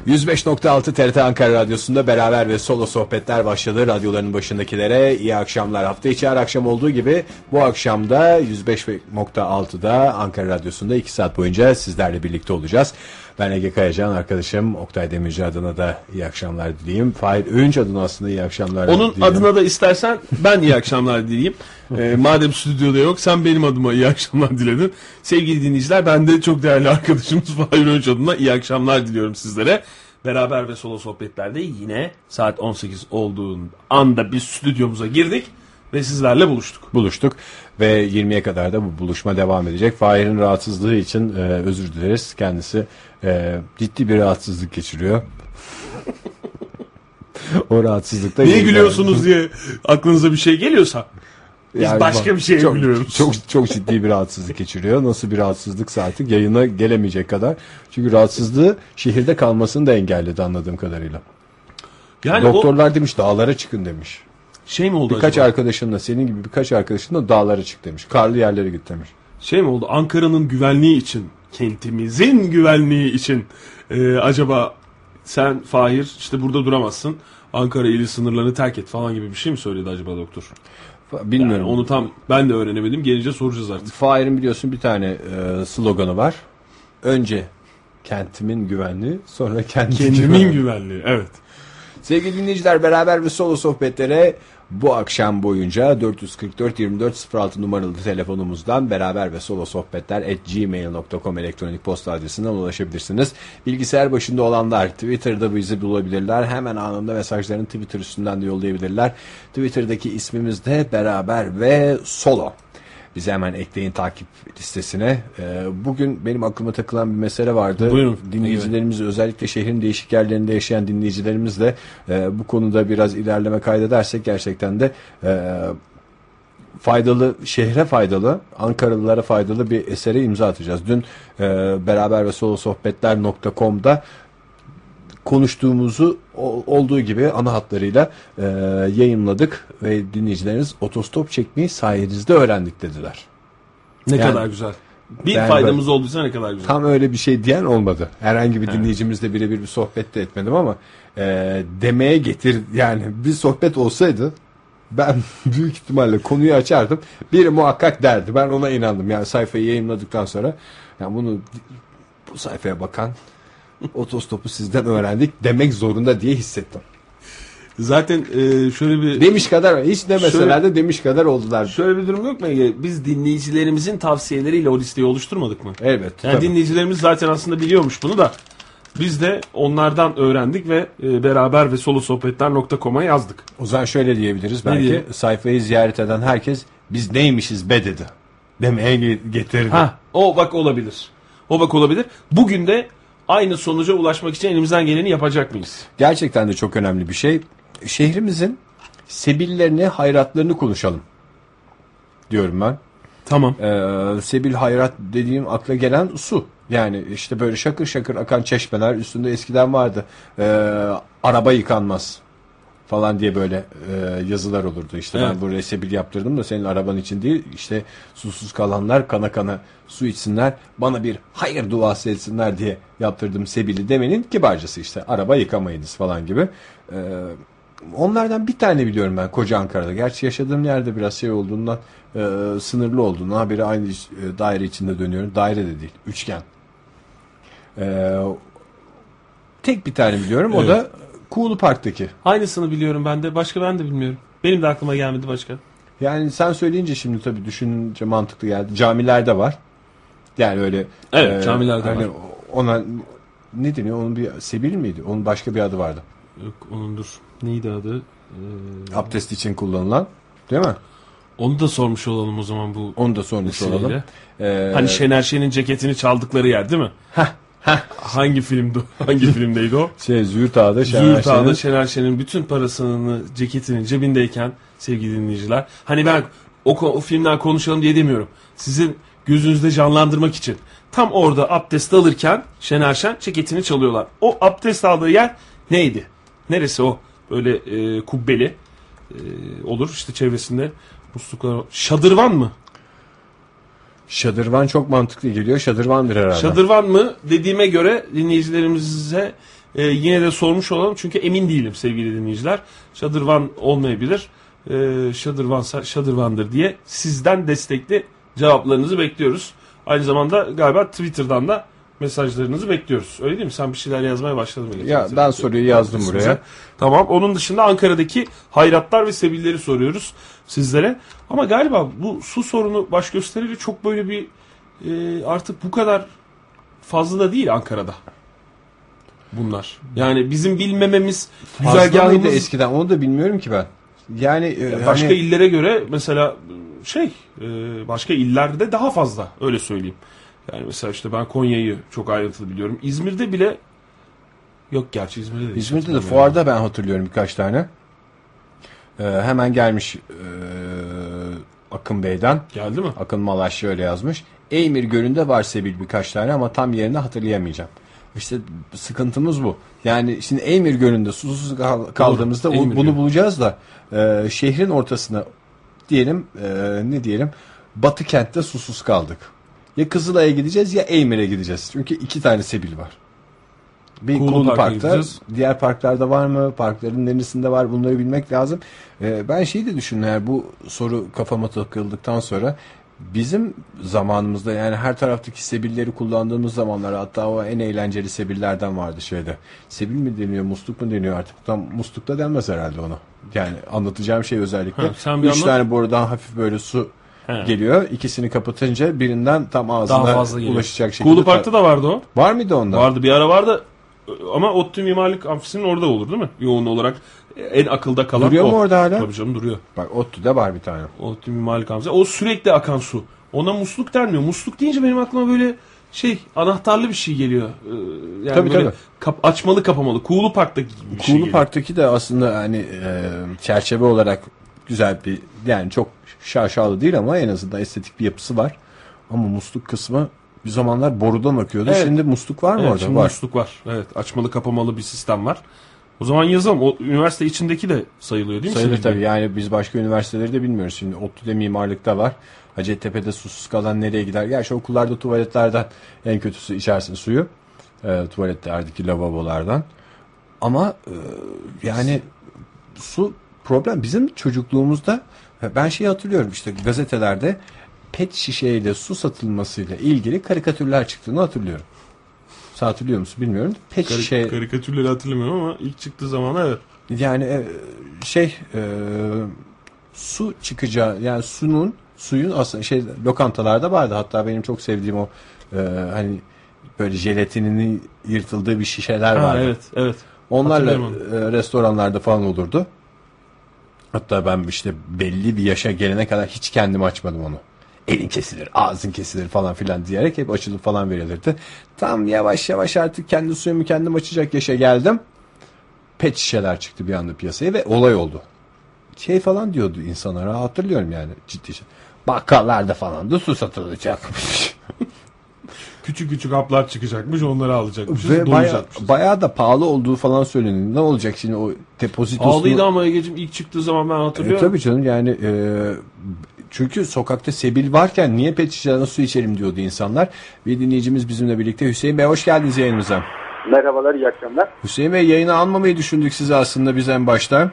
105.6 TRT Ankara Radyosu'nda beraber ve solo sohbetler başladı. Radyoların başındakilere iyi akşamlar. Hafta içi her akşam olduğu gibi bu akşam da 105.6'da Ankara Radyosu'nda 2 saat boyunca sizlerle birlikte olacağız. Ben Ege Kayacan, arkadaşım Oktay Demirci adına da iyi akşamlar dileyim. Fahir Öğünç adına aslında iyi akşamlar onun dileyim. Adına da istersen ben iyi akşamlar dileyim. Madem stüdyoda yok, sen benim adıma iyi akşamlar diledin. Sevgili dinleyiciler, ben de çok değerli arkadaşımız Fahir Öğünç adına iyi akşamlar diliyorum sizlere. Beraber ve solo sohbetlerde yine saat 18 olduğu anda biz stüdyomuza girdik ve sizlerle buluştuk. Ve 20'ye kadar da bu buluşma devam edecek. Fahir'in rahatsızlığı için özür dileriz. Kendisi ciddi bir rahatsızlık geçiriyor. O rahatsızlıkta... Niye gülüyorsunuz diye aklınıza bir şey geliyorsa biz yani başka bir şeye gülüyoruz. Çok ciddi bir rahatsızlık geçiriyor. Nasıl bir rahatsızlıksa artık yayına gelemeyecek kadar. Çünkü rahatsızlığı şehirde kalmasını da engelledi anladığım kadarıyla. Yani doktorlar demiş dağlara çıkın demiş. Şey mi oldu birkaç acaba? Arkadaşınla, senin gibi birkaç arkadaşınla dağlara çık demiş. Karlı yerlere git demiş. Şey mi oldu? Ankara'nın güvenliği için, kentimizin güvenliği için acaba sen Fahir işte burada duramazsın, Ankara ili sınırlarını terk et falan gibi bir şey mi söyledi acaba doktor? Bilmiyorum. Yani onu tam ben de öğrenemedim. Gelince soracağız artık. Fahir'in biliyorsun bir tane sloganı var. Önce kentimin güvenliği, sonra kendimin güvenliği. Evet. Sevgili dinleyiciler, beraber ve solo sohbetlere bu akşam boyunca 444-2406 numaralı telefonumuzdan beraber ve solo sohbetler @gmail.com elektronik posta adresinden ulaşabilirsiniz. Bilgisayar başında olanlar Twitter'da bizi bulabilirler. Hemen anında mesajlarını Twitter üstünden de yollayabilirler. Twitter'daki ismimiz de beraber ve solo. Bizi hemen ekleyin takip listesine. Bugün benim aklıma takılan bir mesele vardı. Buyurun. Dinleyicilerimiz, özellikle şehrin değişik yerlerinde yaşayan dinleyicilerimizle bu konuda biraz ilerleme kaydedersek gerçekten de faydalı, şehre faydalı, Ankaralılara faydalı bir esere imza atacağız. Dün beraber ve solo sohbetler.com'da konuştuğumuzu olduğu gibi ana hatlarıyla yayınladık ve dinleyicileriniz otostop çekmeyi sayenizde öğrendik dediler. Ne kadar güzel. Bir faydamız olduysa ne kadar güzel. Tam öyle bir şey diyen olmadı. Herhangi bir dinleyicimizle birebir bir sohbet de etmedim ama demeye getir, yani bir sohbet olsaydı ben büyük ihtimalle konuyu açardım. Biri muhakkak derdi. Ben ona inandım. Yani sayfayı yayınladıktan sonra yani bu sayfaya bakan otostopu sizden öğrendik demek zorunda diye hissettim. Zaten şöyle bir... Demiş kadar, hiç demeseler de demiş kadar oldular. Şöyle bir durum yok mu? Biz dinleyicilerimizin tavsiyeleriyle o listeyi oluşturmadık mı? Evet. Yani tabii. Dinleyicilerimiz zaten aslında biliyormuş bunu da. Biz de onlardan öğrendik ve beraber ve solosohbetler.com'a yazdık. O zaman şöyle diyebiliriz belki. Sayfayı ziyaret eden herkes biz neymişiz be dedi. Demeye getirdi. O bak olabilir. Bugün de aynı sonuca ulaşmak için elimizden geleni yapacak mıyız? Gerçekten de çok önemli bir şey. Şehrimizin sebillerini, hayratlarını konuşalım diyorum ben. Tamam. Sebil, hayrat dediğim akla gelen su. Yani işte böyle şakır şakır akan çeşmeler, üstünde eskiden vardı. Araba yıkanmaz falan diye böyle yazılar olurdu. İşte evet. Ben buraya sebil yaptırdım da senin araban için değil. İşte susuz kalanlar kana kana su içsinler. Bana bir hayır duası etsinler diye yaptırdım sebili demenin kibarcası işte. Araba yıkamayınız falan gibi. Onlardan bir tane biliyorum ben koca Ankara'da. Gerçi yaşadığım yerde biraz şey olduğundan sınırlı olduğundan haberi aynı daire içinde dönüyorum. Daire de değil. Üçgen. Tek bir tane biliyorum. O da Kuğulu Park'taki. Aynısını biliyorum ben de. Başka ben de bilmiyorum. Benim de aklıma gelmedi başka. Yani sen söyleyince şimdi tabii düşününce mantıklı geldi. Camilerde var. Yani öyle. Evet, camilerde hani var. Ona ne deniyor? Onun bir sebil miydi? Onun başka bir adı vardı. Yok, onun dur. Neydi adı? Abdest için kullanılan. Değil mi? Onu da sormuş olalım o zaman bu. Onu da sormuş olalım. Hani Şener Şen'in ceketini çaldıkları yer değil mi? Hangi filmdi? Hangi filmdeydi o? Züğürt Ağa'da Şener Şen'in bütün parasını ceketinin cebindeyken sevgili dinleyiciler. Hani ben o filmden konuşalım diye demiyorum. Sizin gözünüzde canlandırmak için. Tam orada abdest alırken Şener Şen ceketini çalıyorlar. O abdest aldığı yer neydi? Neresi o? Böyle kubbeli olur işte çevresinde musluklar. Şadırvan mı? Şadırvan çok mantıklı geliyor. Şadırvandır herhalde. Şadırvan mı dediğime göre dinleyicilerimize yine de sormuş olalım. Çünkü emin değilim sevgili dinleyiciler. Şadırvan olmayabilir. Şadırvansa şadırvandır diye sizden destekli cevaplarınızı bekliyoruz. Aynı zamanda galiba Twitter'dan da mesajlarınızı bekliyoruz. Öyle değil mi? Sen bir şeyler yazmaya başladın mı? Ya ben soruyu yazdım buraya. Tamam. Onun dışında Ankara'daki hayratlar ve sebilleri soruyoruz sizlere. Ama galiba bu su sorunu baş gösterici çok böyle bir artık bu kadar fazla da değil Ankara'da. Bunlar. Yani bizim bilmememiz, Fazla mıydı eskiden? Onu da bilmiyorum ki ben. Yani başka illere göre mesela başka illerde daha fazla, öyle söyleyeyim. Yani mesela işte ben Konya'yı çok ayrıntılı biliyorum. İzmir'de bile yok, gerçi İzmir'de de. İzmir'de de fuarda ben hatırlıyorum birkaç tane. Hemen gelmiş Akın Bey'den. Geldi mi? Akın Malaş şöyle yazmış. Eymir Gölü'nde var sebil birkaç tane ama tam yerini hatırlayamayacağım. İşte sıkıntımız bu. Yani şimdi Eymir Gölü'nde susuz kaldığımızda Doğru, bunu bulacağız da şehrin ortasına diyelim ne diyelim Batı kentte susuz kaldık. Ya Kızılay'a gideceğiz ya Eymir'e gideceğiz. Çünkü 2 tane sebil var. Bir Kuğulu Park'ta, diğer parklarda var mı? Parkların neresinde var? Bunları bilmek lazım. Ben şeyi de düşündüm. Yani bu soru kafama takıldıktan sonra bizim zamanımızda yani her taraftaki sebilleri kullandığımız zamanlar, hatta o en eğlenceli sebillerden vardı şeyde. Sebil mi deniyor, musluk mu deniyor artık? Tam musluk da denmez herhalde ona. Yani anlatacağım şey özellikle. 3 tane borudan hafif böyle su geliyor. İkisini kapatınca birinden tam ağzına ulaşacak şekilde. Kuğulu Park'ta da vardı o. Var mıydı onda? Vardı, bir ara vardı. Ama ODTÜ Mimarlık Amfisi'nin orada olur değil mi? Yoğun olarak en akılda kalan duruyor mu orada hala? Tabii canım, duruyor. Bak ODTÜ'de var bir tane. ODTÜ Mimarlık Amfisi. O sürekli akan su. Ona musluk denmiyor. Musluk deyince benim aklıma böyle anahtarlı bir şey geliyor. Yani tabii böyle açmalı kapamalı. Kuğulu Park'taki gibi bir şey geliyor. Kuğulu Park'taki de aslında hani çerçeve olarak güzel bir, yani çok şaşalı değil ama en azından estetik bir yapısı var. Ama musluk kısmı bir zamanlar borudan akıyordu. Evet. Şimdi musluk var mı orada? Şimdi musluk var. Evet, açmalı kapamalı bir sistem var. O zaman yazalım. O üniversite içindeki de sayılıyor değil mi? Sayılır tabii. Yani biz başka üniversiteleri de bilmiyoruz. Şimdi ODTÜ'de mimarlıkta var. Hacettepe'de susuz kalan nereye gider? Gerçi okullarda tuvaletlerden en kötüsü içersin suyu. Tuvaletlerdeki lavabolardan. Ama yani su problem. Bizim çocukluğumuzda ben hatırlıyorum, işte gazetelerde pet şişeyle su satılmasıyla ilgili karikatürler çıktığını hatırlıyorum. Sen hatırlıyor musun bilmiyorum. Pet şişe... Karikatürleri hatırlamıyorum ama ilk çıktığı zaman evet. Yani su çıkacağı, yani suyun aslında lokantalarda vardı. Hatta benim çok sevdiğim o hani böyle jelatininin yırtıldığı bir şişeler vardı. Evet. Onlarla restoranlarda falan olurdu. Hatta ben işte belli bir yaşa gelene kadar hiç kendim açmadım onu. Elin kesilir, ağzın kesilir falan filan diyerek hep açılıp falan verilirdi. Tam yavaş yavaş artık kendi suyumu kendim açacak yaşa geldim. Pet şişeler çıktı bir anda piyasaya ve olay oldu. Falan diyordu insanlara, hatırlıyorum yani ciddi şey. Bakkallarda falan da su satılacakmış. Küçük küçük haplar çıkacakmış, onları alacakmışız. Ve bayağı da pahalı olduğu falan söyleniyor. Ne olacak şimdi o depozitosunu? Pahalıydı ama Ege'cim ilk çıktığı zaman ben hatırlıyorum. Tabii canım yani çünkü sokakta sebil varken niye pet şişeden su içelim diyordu insanlar. Bir dinleyicimiz bizimle birlikte. Hüseyin Bey, hoş geldiniz yayınımıza. Merhabalar, iyi akşamlar. Hüseyin Bey, yayını almamayı düşündük size aslında biz en başta.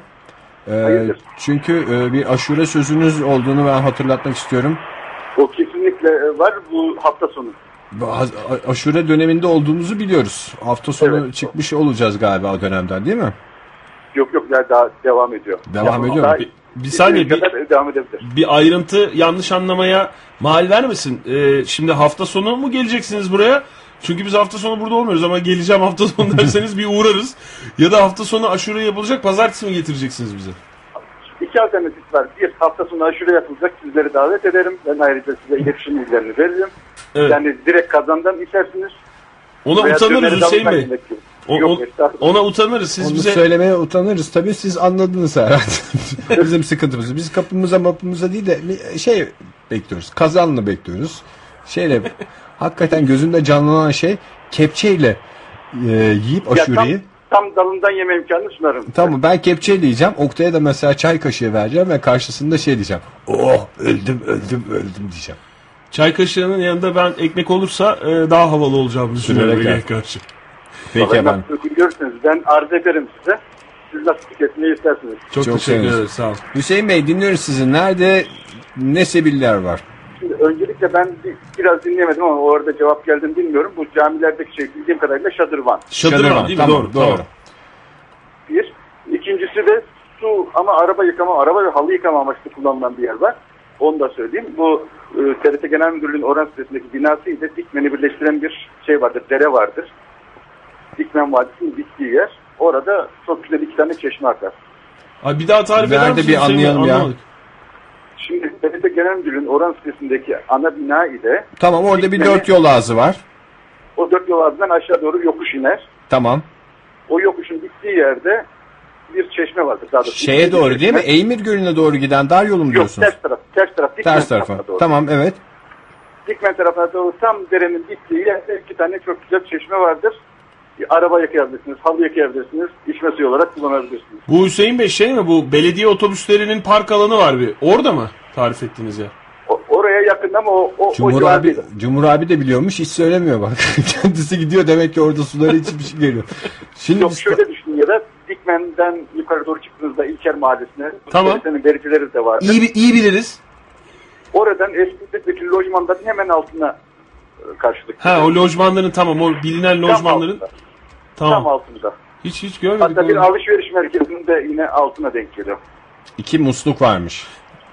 Çünkü bir aşure sözünüz olduğunu ben hatırlatmak istiyorum. O kesinlikle var bu hafta sonu. Aşure döneminde olduğumuzu biliyoruz. Hafta sonu çıkmış olacağız galiba o dönemden, değil mi? Yok daha devam ediyor. Devam ediyor. Bir saniye, devam edebilir. Bir ayrıntı yanlış anlamaya mahal vermesin. Şimdi hafta sonu mu geleceksiniz buraya? Çünkü biz hafta sonu burada olmuyoruz ama geleceğim hafta sonu derseniz bir uğrarız. Ya da hafta sonu aşure yapılacak, pazartesi mi getireceksiniz bize? 2 alternatif var. Bir, hafta sonu aşure yapılacak, sizleri davet ederim. Ben ayrıca size iletişim bilgilerini veririm. Evet. Yani direkt kazandan içersiniz. Ona utanırız Hüseyin Bey. Ona utanırız. Siz onu bize söylemeye utanırız. Tabii siz anladınız herhalde. Bizim sıkıntımız. Biz kapımıza değil de bekliyoruz. Kazanla bekliyoruz. Hakikaten gözünde canlanan kepçeyle yiyip aşureyi. Tam dalından yeme imkanını sunarım. Tamam, ben kepçeyle yiyeceğim. Oktay'a da mesela çay kaşığı vereceğim ve karşısında diyeceğim. Oh, öldüm diyeceğim. Çay kaşığının yanında ben ekmek olursa daha havalı olacağımı düşünüyorum Ege'ye karşı. Peki efendim. Görürsünüz. Ben arz ederim size. Siz nasıl tüketmeyi istersiniz? Çok teşekkür ederiz. Sağ olun. Hüseyin Bey dinliyoruz sizi. Nerede ne sebiller var? Şimdi öncelikle ben biraz dinleyemedim ama orada cevap geldi mi bilmiyorum. Bu camilerdeki şey bildiğim kadarıyla şadırvan. Şadırvan değil mi? Tamam, doğru. Bir. İkincisi de su ama araba ve halı yıkama amaçlı kullanılan bir yer var. Onu da söyleyeyim. Bu TRT Genel Müdürlüğü'nün Orhan sitesindeki binası ile Dikmen'i birleştiren bir şey vardır, dere vardır. Dikmen Vadisi'nin bittiği yer. Orada çok güzel 2 tane çeşme akar. Abi bir daha tarif eder Nerede misin? bir anlayalım ya. Şimdi TRT Genel Müdürlüğü'nün Orhan sitesindeki ana bina ile Tamam, orada bir 4 yol ağzı var. o 4 yol ağzından aşağı doğru yokuş iner. Tamam. O yokuşun bittiği yerde bir çeşme vardır. Daha doğrusu Şeye doğru değil mi? Eymir Gölü'ne doğru giden dar yolu mu Yok, diyorsunuz? ters taraf. Dikmen Ters tarafa. doğru. Tamam, evet. Dikmen tarafına doğru tam derenin bittiği yerde 2 tane çok güzel çeşme vardır. Araba yıkayabilirsiniz, halı yıkayabilirsiniz, içme suyu olarak kullanabilirsiniz. Bu Hüseyin Bey şey mi, bu belediye otobüslerinin park alanı var bir. Orada mı tarif ettiğiniz yer? Oraya yakın ama o Cumhur abi de biliyormuş, hiç söylemiyor bak. Kendisi gidiyor demek ki orada suları içip bir şey geliyor. Şimdi Yok, şöyle düşünün ya da Dikmen'den yukarı doğru çıktığınızda İlker Mahallesi'ne, tamam, vericileri de var. İyi biliriz. Oradan eski lojmanların hemen altına karşılık. Ha, o lojmanların, tamam, o bilinen lojmanların tam altında. Hiç görmedik. Hatta bir alışveriş merkezinin de yine altına denk geliyor. 2 musluk varmış.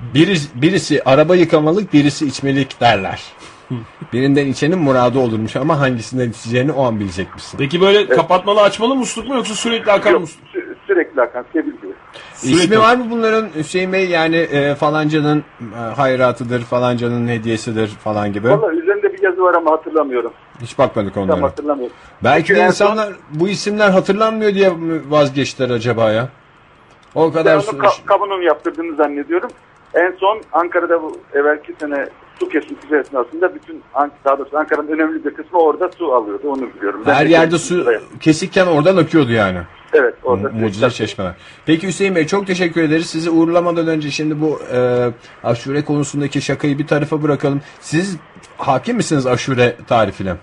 Birisi araba yıkamalık, birisi içmelik derler. Birinden içenin muradı olurmuş ama hangisinden içeceğini o an bilecekmişsin. Peki böyle kapatmalı açmalı musluk mu yoksa sürekli akan musluk? Sürekli akan, sebil gibi. İsmi var mı bunların Hüseyin Bey, yani falancanın hayratıdır, falancanın hediyesidir falan gibi? Valla üzerinde bir yazı var ama hatırlamıyorum. Hiç bakmadık onlara. Tam hatırlamıyorum. Belki çünkü de insanlar bu isimler hatırlanmıyor diye vazgeçtiler acaba ya? O kadar ben onu kabunun yaptırdığını zannediyorum. En son Ankara'da bu evvelki sene su kesintisi esnasında daha doğrusu Ankara'nın önemli bir kısmı orada su alıyordu, onu biliyorum. Her yerde su kesikken oradan akıyordu yani. Evet, orada. Mucize çeşmeler. Peki Hüseyin Bey, çok teşekkür ederiz. Sizi uğurlamadan önce şimdi bu aşure konusundaki şakayı bir tarafa bırakalım. Siz hakim misiniz aşure tarifine?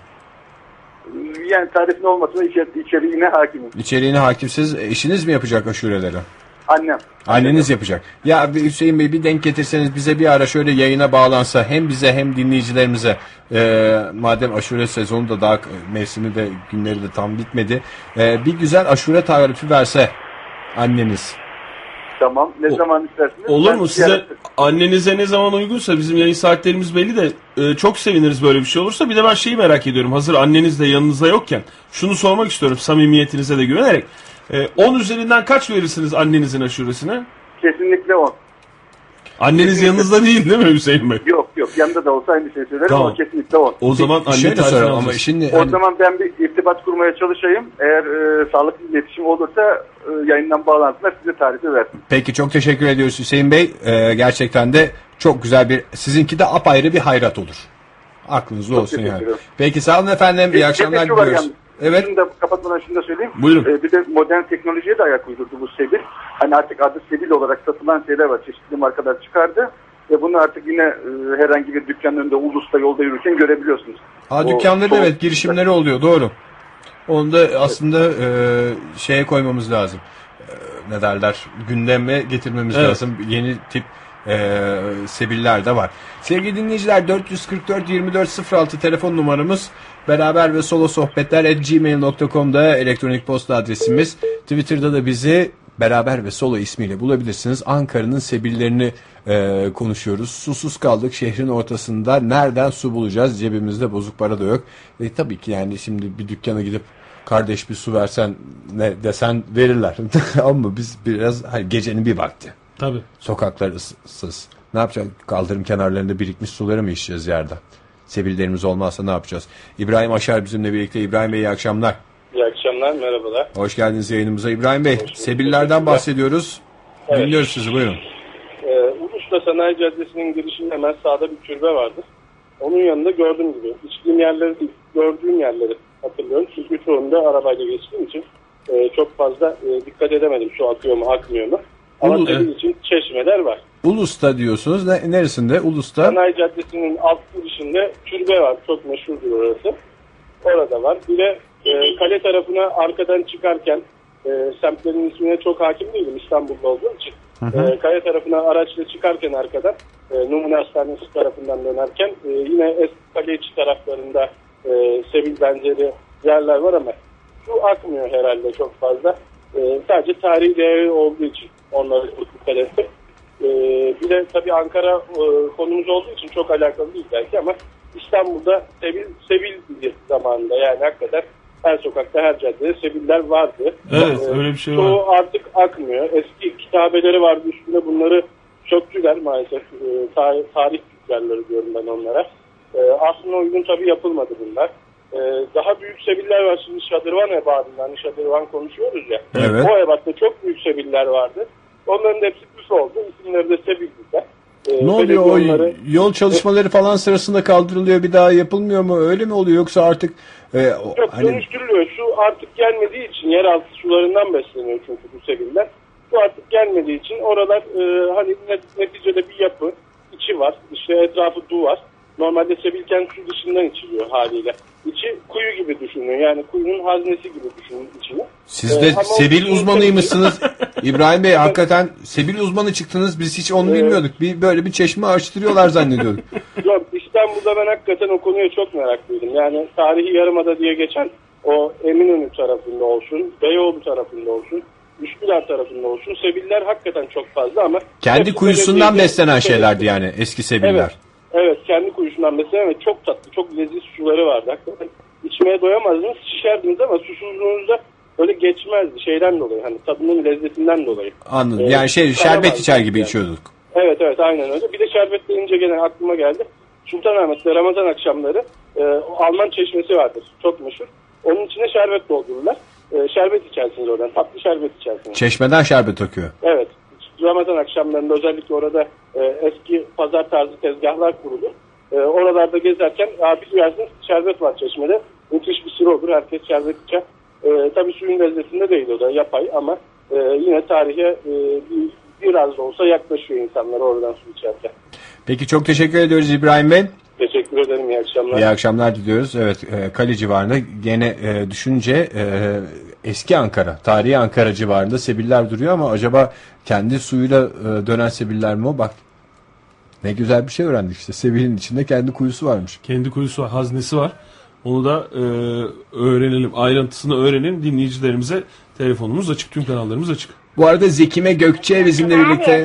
Yani tarifin olmasına içeriğine hakimim. İçeriğine hakimsiz. Eşiniz mi yapacak aşureleri? Annem. Anneniz yapacak. Ya Hüseyin Bey, bir denk getirseniz bize, bir ara şöyle yayına bağlansa, hem bize hem dinleyicilerimize, madem aşure sezonu da daha mevsimi de günleri de tam bitmedi, bir güzel aşure tarifi verse anneniz. Tamam. Ne zaman istersiniz? Olur mu? Size, annenize ne zaman uygunsa, bizim yayın saatlerimiz belli de çok seviniriz böyle bir şey olursa. Bir de ben şeyi merak ediyorum. Hazır anneniz de yanınızda yokken şunu sormak istiyorum, samimiyetinize de güvenerek. 10 üzerinden kaç verirsiniz annenizin aşuresine? Kesinlikle 10. Anneniz yanınızda değil mi Hüseyin Bey? Yok, yanında da olsa aynı şey söylerim, tamam, ama kesinlikle 10. O zaman anne tarifini ama şimdi o zaman ben bir irtibat kurmaya çalışayım. Eğer sağlıklı iletişim olursa yayından bağlantısına size tarifi versin. Peki, çok teşekkür ediyoruz Hüseyin Bey. Gerçekten de çok güzel sizinki de apayrı bir hayrat olur. Aklınızda çok olsun yani. Peki, sağ olun efendim. İyi akşamlar diliyoruz. Evet. Şunu da kapatmadan şunu da söyleyeyim. Buyurun. Bir de modern teknolojiye de ayak uydurdu bu sebil. Hani artık adı sebil olarak satılan şeyler var. Çeşitli markalar çıkardı. Ve bunu artık yine herhangi bir dükkanın önünde, Ulus'ta yolda yürürken görebiliyorsunuz. Dükkanlarda evet girişimleri oluyor, doğru. Onu da aslında şeye koymamız lazım. Ne derler? Gündeme getirmemiz lazım. Yeni tip sebiller de var. Sevgili dinleyiciler, 444-2406 telefon numaramız, beraber ve solo sohbetler @gmail.com'da elektronik posta adresimiz. Twitter'da da bizi Beraber ve Solo ismiyle bulabilirsiniz. Ankara'nın sebillerini konuşuyoruz. Susuz kaldık şehrin ortasında. Nereden su bulacağız? Cebimizde bozuk para da yok. Tabii ki yani şimdi bir dükkana gidip kardeş bir su versen ne desen verirler. Ama biz biraz gecenin bir vakti. Tabii. Sokaklar ıssız. Ne yapacağız? Kaldırım kenarlarında birikmiş suları mı içeceğiz yerde? Sebillerimiz olmazsa ne yapacağız? İbrahim Aşar bizimle birlikte. İbrahim Bey, iyi akşamlar. İyi akşamlar, merhabalar. Hoş geldiniz yayınımıza İbrahim Bey. Sebillerden bahsediyoruz. Evet. Dinliyoruz sizi, buyurun. Ulus'ta Sanayi Caddesi'nin girişinde hemen sağda bir türbe vardır. Onun yanında gördüğüm gibi, içtiğim yerleri değil, gördüğüm yerleri hatırlıyorum. Çünkü çoğunda arabayla geçtiğim için çok fazla dikkat edemedim su akıyor mu akmıyor mu. Ama Ulu- sebil için çeşmeler var. Ulus'ta diyorsunuz. Neresinde? Ulus'ta. Sanayi Caddesi'nin alt girişinde türbe var. Çok meşhurdur orası. Orada var. Bir de kale tarafına arkadan çıkarken semtlerin ismine çok hakim değilim İstanbul'da olduğum için. Kale tarafına araçla çıkarken arkadan Numune Hastanesi tarafından dönerken yine eski kale içi taraflarında sebil benzeri yerler var ama su akmıyor herhalde çok fazla. Sadece tarihi değeri olduğu için onları dikkat ettim. Bir de tabii Ankara konumuz olduğu için çok alakalı değil belki ama İstanbul'da sebil zamanında yani hakikaten her sokakta her caddede sebiller vardı. Evet öyle bir şey var. Çoğu artık akmıyor. Eski kitabeleri vardı üstünde bunları söktüler maalesef. Tarih tüccarları diyorum ben onlara. Aslında uygun tabii yapılmadı bunlar. Daha büyük sebiller var. Şimdi Şadırvan Ebatı'nda hani Şadırvan konuşuyoruz ya. Evet. O ebatta çok büyük sebiller vardı. Onların hepsi püs oldu. İsimleri de sebildiler. Ne oluyor o yol çalışmaları falan sırasında kaldırılıyor bir daha yapılmıyor mu? Öyle mi oluyor yoksa artık Yok, dönüştürülüyor. Su artık gelmediği için yeraltı sularından besleniyor çünkü bu sebiller. Su artık gelmediği için oralar hani neticede bir yapı içi var. İşte etrafı duvar. Normalde sebilken su dışından içiliyor haliyle. İçi kuyu gibi düşünün. Yani kuyunun haznesi gibi düşünün içini. Siz de sebil uzmanıymışsınız. İbrahim Bey hakikaten sebil uzmanı çıktınız. Biz hiç onu bilmiyorduk. Böyle bir çeşme açtırıyorlar zannediyorduk. Yok, İstanbul'da ben hakikaten o konuya çok meraklıydım. Yani tarihi yarımada diye geçen o Eminönü tarafında olsun, Beyoğlu tarafında olsun, Üsküdar tarafında olsun. Sebiller hakikaten çok fazla ama... Kendi kuyusundan beslenen şeylerdi yani eski sebiller. Evet, evet kendi kuyusundan beslenen ve çok tatlı, çok leziz suları vardı. Hakikaten içmeye doyamazdınız, şişerdiniz ama susuzluğunuzda öyle geçmezdi şeyden dolayı. Hani tadının lezzetinden dolayı. Anladım. Yani şerbet içer gibi içiyorduk. Evet aynen öyle. Bir de şerbet deyince gene aklıma geldi. Sultanahmet'te Ramazan akşamları Alman çeşmesi vardır. Çok meşhur. Onun içine şerbet doldururlar. Şerbet içersiniz oradan. Tatlı şerbet içersiniz. Çeşmeden şerbet akıyor. Evet. Ramazan akşamlarında özellikle orada eski pazar tarzı tezgahlar kurulur. Oralarda gezerken bir duyarsınız şerbet var çeşmede. Müthiş bir sıra olur. Herkes şerbet içer. Tabii suyun lezzetinde değil o da yapay ama yine tarihe biraz da olsa yaklaşıyor insanlar oradan su içerken. Peki çok teşekkür ediyoruz İbrahim Bey. Teşekkür ederim. İyi akşamlar. İyi akşamlar diliyoruz. Evet Kale civarında gene düşünce eski Ankara, tarihi Ankara civarında sebiller duruyor ama acaba kendi suyuyla dönen sebiller mi o? Bak ne güzel bir şey öğrendik işte. Sebilin içinde kendi kuyusu varmış. Kendi kuyusu var, haznesi var. Onu da öğrenelim. Ayrıntısını öğrenelim. Dinleyicilerimize telefonumuz açık. Tüm kanallarımız açık. Bu arada Zekime Gökçe bizimle birlikte.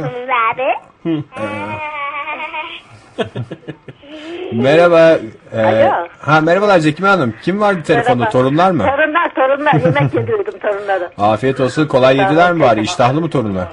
Merhaba. Merhabalar Zekime Hanım. Kim vardı telefonda? Merhaba. Torunlar mı? Torunlar. Yemek yedirdim torunları. Afiyet olsun. Kolay yediler mi bari? İştahlı mı torunlar?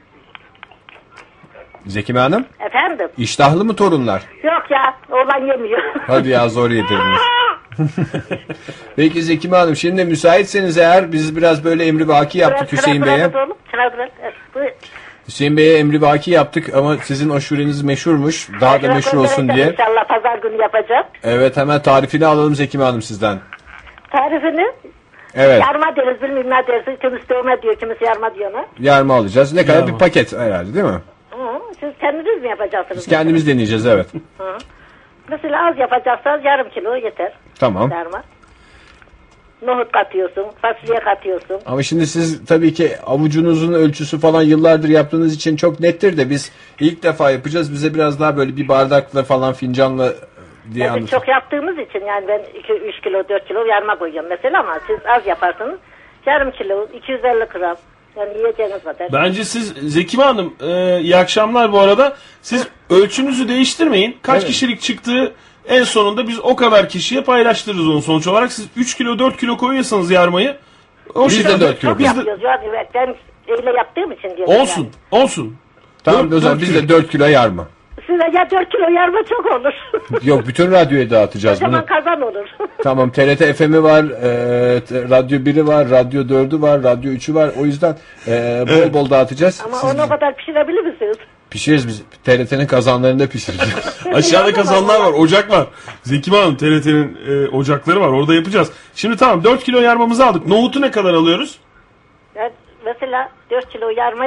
Zekime Hanım? Efendim? İştahlı mı torunlar? Yok ya. Oğlan yemiyor. Hadi ya zor yedirdiniz. Peki Zekime Hanım şimdi müsaitseniz eğer biz biraz böyle emrivaki yaptık Hüseyin Bey'e. Hüseyin Bey'e emrivaki yaptık ama sizin aşureniz meşhurmuş. Daha da meşhur olsun diye. İnşallah pazar günü yapacağım. Evet hemen tarifini alalım Zekime Hanım sizden. Tarifini? Evet. Yarma deriz, bilmem ne deriz. Kimisi dövme diyor, kimisi yarma diyor. Yarma alacağız. Ne kadar Yarma. bir paket herhalde değil mi? Siz kendiniz mi yapacaksınız? Biz kendimiz deneyeceğiz evet. Mesela az yapacaksanız yarım kilo yeter. Tamam. Yarma. Nohut katıyorsun, fasulye katıyorsun. Ama şimdi siz tabii ki avucunuzun ölçüsü falan yıllardır yaptığınız için çok nettir de biz ilk defa yapacağız. Bize biraz daha böyle bir bardakla falan fincanla diye Biz anlatın. çok yaptığımız için yani ben 2-3 kilo 4 kilo yarma koyuyorum mesela ama siz az yaparsınız yarım kilo 250 gram yani yiyeceğiniz kadar. Bence siz Zekime Hanım iyi akşamlar bu arada. Siz ölçünüzü değiştirmeyin. Kaç kişilik çıktığı en sonunda biz o kadar kişiye paylaştırırız onu sonuç olarak. Siz 3 kilo 4 kilo koyuyorsanız yarmayı o Biz de şekilde 4 kilo. Çok yapıyoruz yani ben öyle yaptığım için diyorum. olsun. Yani. Olsun. Tamam o zaman biz de 4 kilo yarma. Size ya 4 kilo yarma çok olur. Yok bütün radyoya dağıtacağız O zaman bunu. kazan olur. Tamam TRT FM'i var, Radyo 1'i var, Radyo 4'ü var, Radyo 3'ü var. O yüzden bol bol dağıtacağız. Ama Siz onu o kadar pişirebilir misiniz? pişiririz biz. TRT'nin kazanlarında pişireceğiz. Aşağıda kazanlar var, ocak var. Zekime Hanım TRT'nin ocakları var. Orada yapacağız. Şimdi tamam 4 kilo yarmamızı aldık. Nohutu ne kadar alıyoruz? Yani mesela 4 kilo yarmaya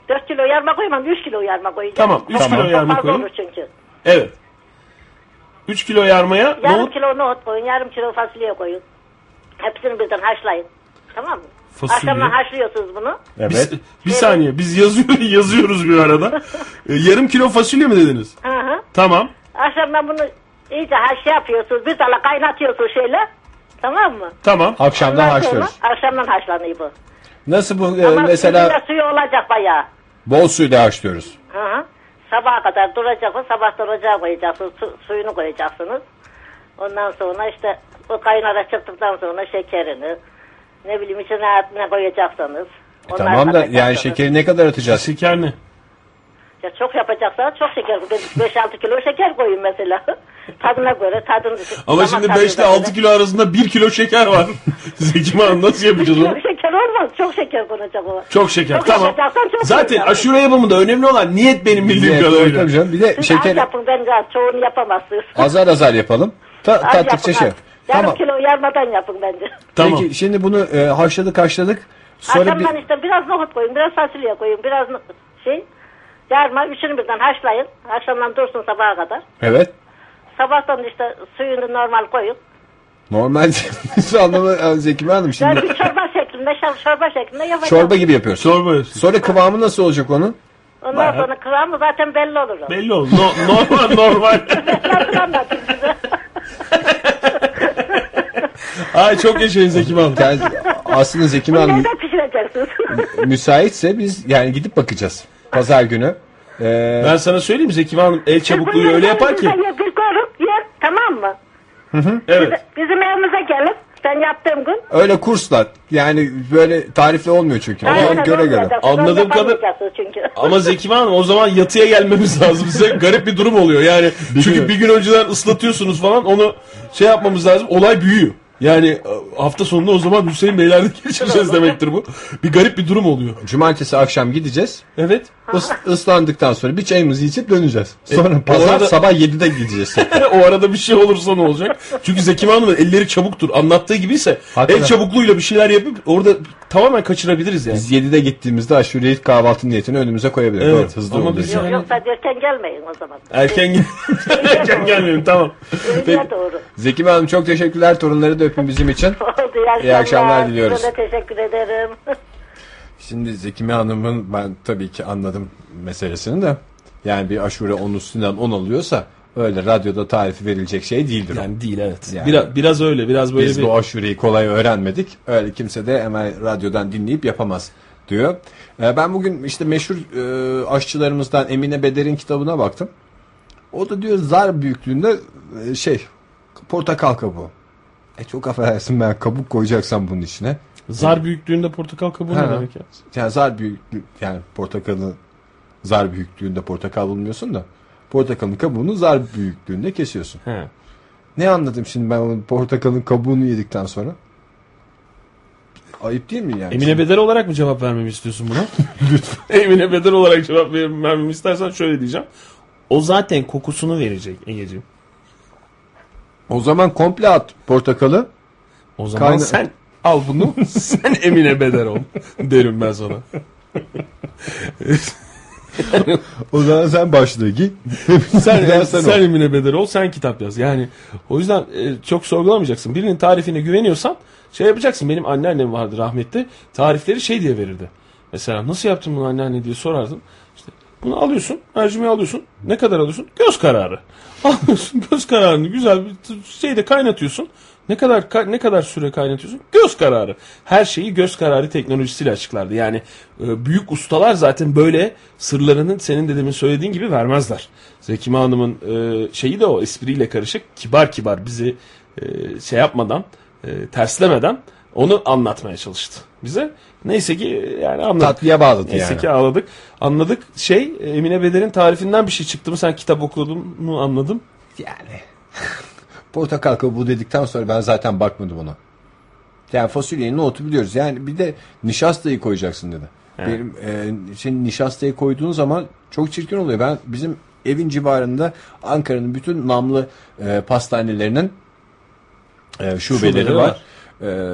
4 kilo yarma koymam, 3 kilo yarma koyacağım. Tamam, 3 kilo yarma fazla koyun. olur çünkü. Evet. 3 kilo yarmaya Yarım nohut, kilo nohut koyun, yarım kilo fasulye koyun. Hepsini birden haşlayın. Tamam mı? Fasulye. Akşamdan haşlıyorsunuz bunu. Evet. bir saniye biz yazıyoruz bir arada. Yarım kilo fasulye mi dediniz? Hı hı. Tamam. Akşamdan bunu iyice haşlı yapıyorsunuz. Bir tala kaynatıyorsunuz şöyle. Tamam mı? Tamam. Akşamdan Ondan sonra haşlıyoruz. Akşamdan haşlanıyor bu. Nasıl bu Ama mesela mesela suyu olacak bayağı. bol suyla haşlıyoruz. Hı hı. Sabaha kadar duracak o. Sabahtan ocağa koyacaksınız. Suyunu koyacaksınız. Ondan sonra işte o kaynara çıktıktan sonra şekerini, ne bileyim içine ne koyacaksanız. Tamam da yani şekeri ne kadar atacağız? Şeker ne? Ya çok yapacaksanız çok şeker. 5-6 kilo şeker koyun mesela. Tadına göre tadını. Ama şimdi 5 ile 6 kilo arasında 1 kilo şeker var. Zeki Hanım nasıl yapacağız onu? Çok şeker olmaz. Çok şeker konacak o. Çok şeker. Çok Tamam. yapacaksan çok Zaten koyacaksın. aşure yapımında önemli olan niyet benim bildiğim Evet, kadarıyla. tabii canım. Bir de Siz az şekeri yapın bence az. Çoğunu yapamazsınız. azar azar yapalım. Az Tattıkça yapın, şey. az. Yarım Tamam. kilo yarmadan yapın bence. Tamam. Peki şimdi bunu haşladık. Sonra Akşamdan işte biraz nohut koyun, biraz fasulye koyun, biraz yarma, üçünü birden haşlayın. Akşamdan dursun sabaha kadar. Evet. Sabahtan işte suyunu normal koyun. Normal anlamı Zeki Hanım şimdi Yani bir çorba şeklinde yapacağız. çorba gibi yapıyoruz. Çorba. Sonra kıvamı nasıl olacak onun? Ondan Bayağı. sonra kıvamı zaten belli olur. o. Belli oldu. Normal. Nasıl anlatayım size? Ay çok yaşayın Zeki Hanım. Yani aslında Zeki Hanım Nereden pişireceksiniz? müsaitse biz yani gidip bakacağız. Pazar günü. Ben sana söyleyeyim Zeki Hanım el çabukluğu öyle yapar ki. Bir koruk yer, tamam mı? Evet. Bizim evimize gelip ben yaptığım gün. Öyle kursla yani böyle tarifli olmuyor çünkü. Ona göre göre. Anladığım kadar- Çünkü. Ama Zeki Hanım o zaman yatıya gelmemiz lazım. Size garip bir durum oluyor. Yani çünkü bir gün önceden ıslatıyorsunuz falan onu şey yapmamız lazım. Olay büyüyor. Yani hafta sonunda o zaman Hüseyin Beyler'de geçireceğiz demektir bu. Bir garip bir durum oluyor. Cumartesi akşam gideceğiz. Evet. Islandıktan sonra bir çayımızı içip döneceğiz. Sonra pazar arada- sabah 7'de gideceğiz. O arada bir şey olursa ne olacak? Çünkü Zeki Hanım'ın elleri çabuktur. Anlattığı gibiyse Hakikaten. el çabukluğuyla bir şeyler yapıp orada tamamen kaçırabiliriz yani. Biz 7'de gittiğimizde aşureyi kahvaltı niyetini önümüze koyabiliriz. Evet. Evet, hızlı Ama oluyor. biz- Yok yoksa erken gelmeyin o zaman. Erken gelmeyin tamam. Öğleye doğru. Zeki Hanım çok teşekkürler. Torunları da öpün bizim için. Oldu, İyi akşamlar diliyoruz. Size de teşekkür ederim. Şimdi Zeki Hanım'ın ben tabii ki anladım meselesini de. Yani bir aşure 10 üstünden 10 alıyorsa öyle radyoda tarifi verilecek şey değildir. Yani değil evet. Yani- Biraz öyle biraz böyle Biz bir... bu aşureyi kolay öğrenmedik. Öyle kimse de hemen radyodan dinleyip yapamaz diyor. Ben bugün işte meşhur aşçılarımızdan Emine Beder'in kitabına baktım. O da diyor zar büyüklüğünde portakal kabuğu. Çok affedersin ben kabuk koyacaksam bunun içine. Zar büyüklüğünde portakal kabuğu ne Ha. demek ya? Yani zar büyüklüğü yani portakalın zar büyüklüğünde portakal bulmuyorsun da portakalın kabuğunu zar büyüklüğünde kesiyorsun. He. Ne anladım şimdi ben o portakalın kabuğunu yedikten sonra? Ayıp değil mi yani? Emine Beder olarak mı cevap vermemi istiyorsun buna? Lütfen. Emine Beder olarak cevap vermemi istersen şöyle diyeceğim. O zaten kokusunu verecek Egeciğim. O zaman komple at portakalı. O zaman sen al bunu sen Emine Beder ol derim ben sana. O zaman sen başla giy. Sen Emine Beder ol sen kitap yaz. Yani o yüzden çok sorgulamayacaksın. Birinin tarifine güveniyorsan şey yapacaksın. Benim anneannem vardı rahmetli. Tarifleri şey diye verirdi. Mesela nasıl yaptın bunu anneanne diye sorardın. İşte bunu alıyorsun, mercimeği alıyorsun. Ne kadar alıyorsun? Göz kararı. Alıyorsun göz kararını güzel bir şeyde kaynatıyorsun. Ne kadar süre kaynatıyorsun? Göz kararı. Her şeyi göz kararı teknolojisiyle açıklardı. Yani büyük ustalar zaten böyle sırlarını senin de demin söylediğin gibi vermezler. Zeki Hanım'ın şeyi de o espriyle karışık. Kibar bizi şey yapmadan, terslemeden onu anlatmaya çalıştı bize. Neyse ki yani anladık. Tatlıya bağladı Neyse yani. ki ağladık. Anladık. Emine Beder'in tarifinden bir şey çıktı mı? Sen kitap okudun mu anladım. Yani portakal kabuğu dedikten sonra ben zaten bakmadım ona. Yani fasulyeyi nohutu biliyoruz. Yani bir de nişastayı koyacaksın dedi. He. Benim senin nişastayı koyduğun zaman çok çirkin oluyor. Ben bizim evin civarında Ankara'nın bütün namlı pastanelerinin şubeleri var.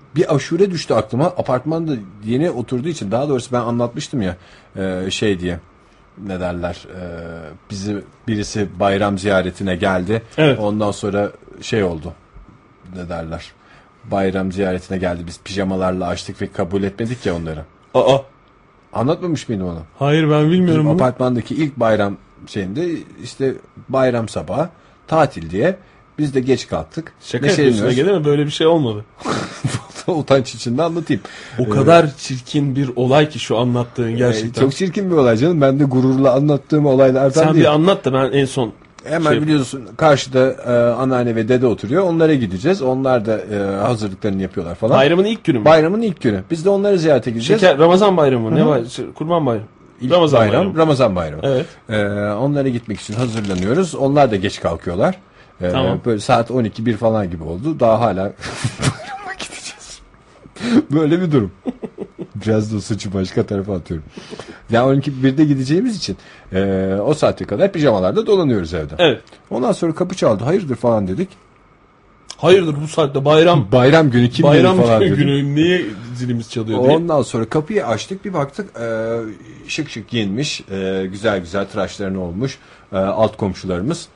bir aşure düştü aklıma. Apartmanda yeni oturduğu için, daha doğrusu ben anlatmıştım ya şey diye, ne derler, bizi birisi bayram ziyaretine geldi. Evet. Ondan sonra şey oldu, ne derler, bayram ziyaretine geldi, biz pijamalarla açtık ve kabul etmedik ya onları. Aa. Anlatmamış mıydım onu? Hayır, ben bilmiyorum bunu. Apartmandaki ilk bayram şeyinde işte bayram sabahı tatil diye biz de geç kalktık. Şaka yapıyorsun Ege, değil mi? Böyle bir şey olmadı. Utanç içinde anlatayım. O kadar çirkin bir olay ki şu anlattığın gerçekten. Çok çirkin bir olay canım. Ben de gururla anlattığım olaylardan Sen değil. bir anlat da ben en son... Hemen biliyorsun karşıda anneanne ve dede oturuyor. Onlara gideceğiz. Onlar da hazırlıklarını yapıyorlar falan. Bayramın ilk günü mü? Bayramın ilk günü. Biz de onları ziyarete gideceğiz. Ramazan bayramı. Ne var? Kurban bayramı. Ramazan bayramı. Evet. Onlara gitmek için hazırlanıyoruz. Onlar da geç kalkıyorlar. Tamam. Böyle saat 12-1 falan gibi oldu. Daha hala bayrama gideceğiz. Böyle bir durum. Biraz da suçu başka tarafa atıyorum. Yani 12-1'de gideceğimiz için o saate kadar pijamalarda dolanıyoruz evde. Evet. Ondan sonra kapı çaldı. Hayırdır falan dedik. Hayırdır bu saatte bayram. Bayram günü kim bayram falan günü dedik. niye zilimiz çalıyor diye. Ondan sonra kapıyı açtık, bir baktık şık şık giyinmiş, güzel güzel tıraşlarını olmuş alt komşularımız.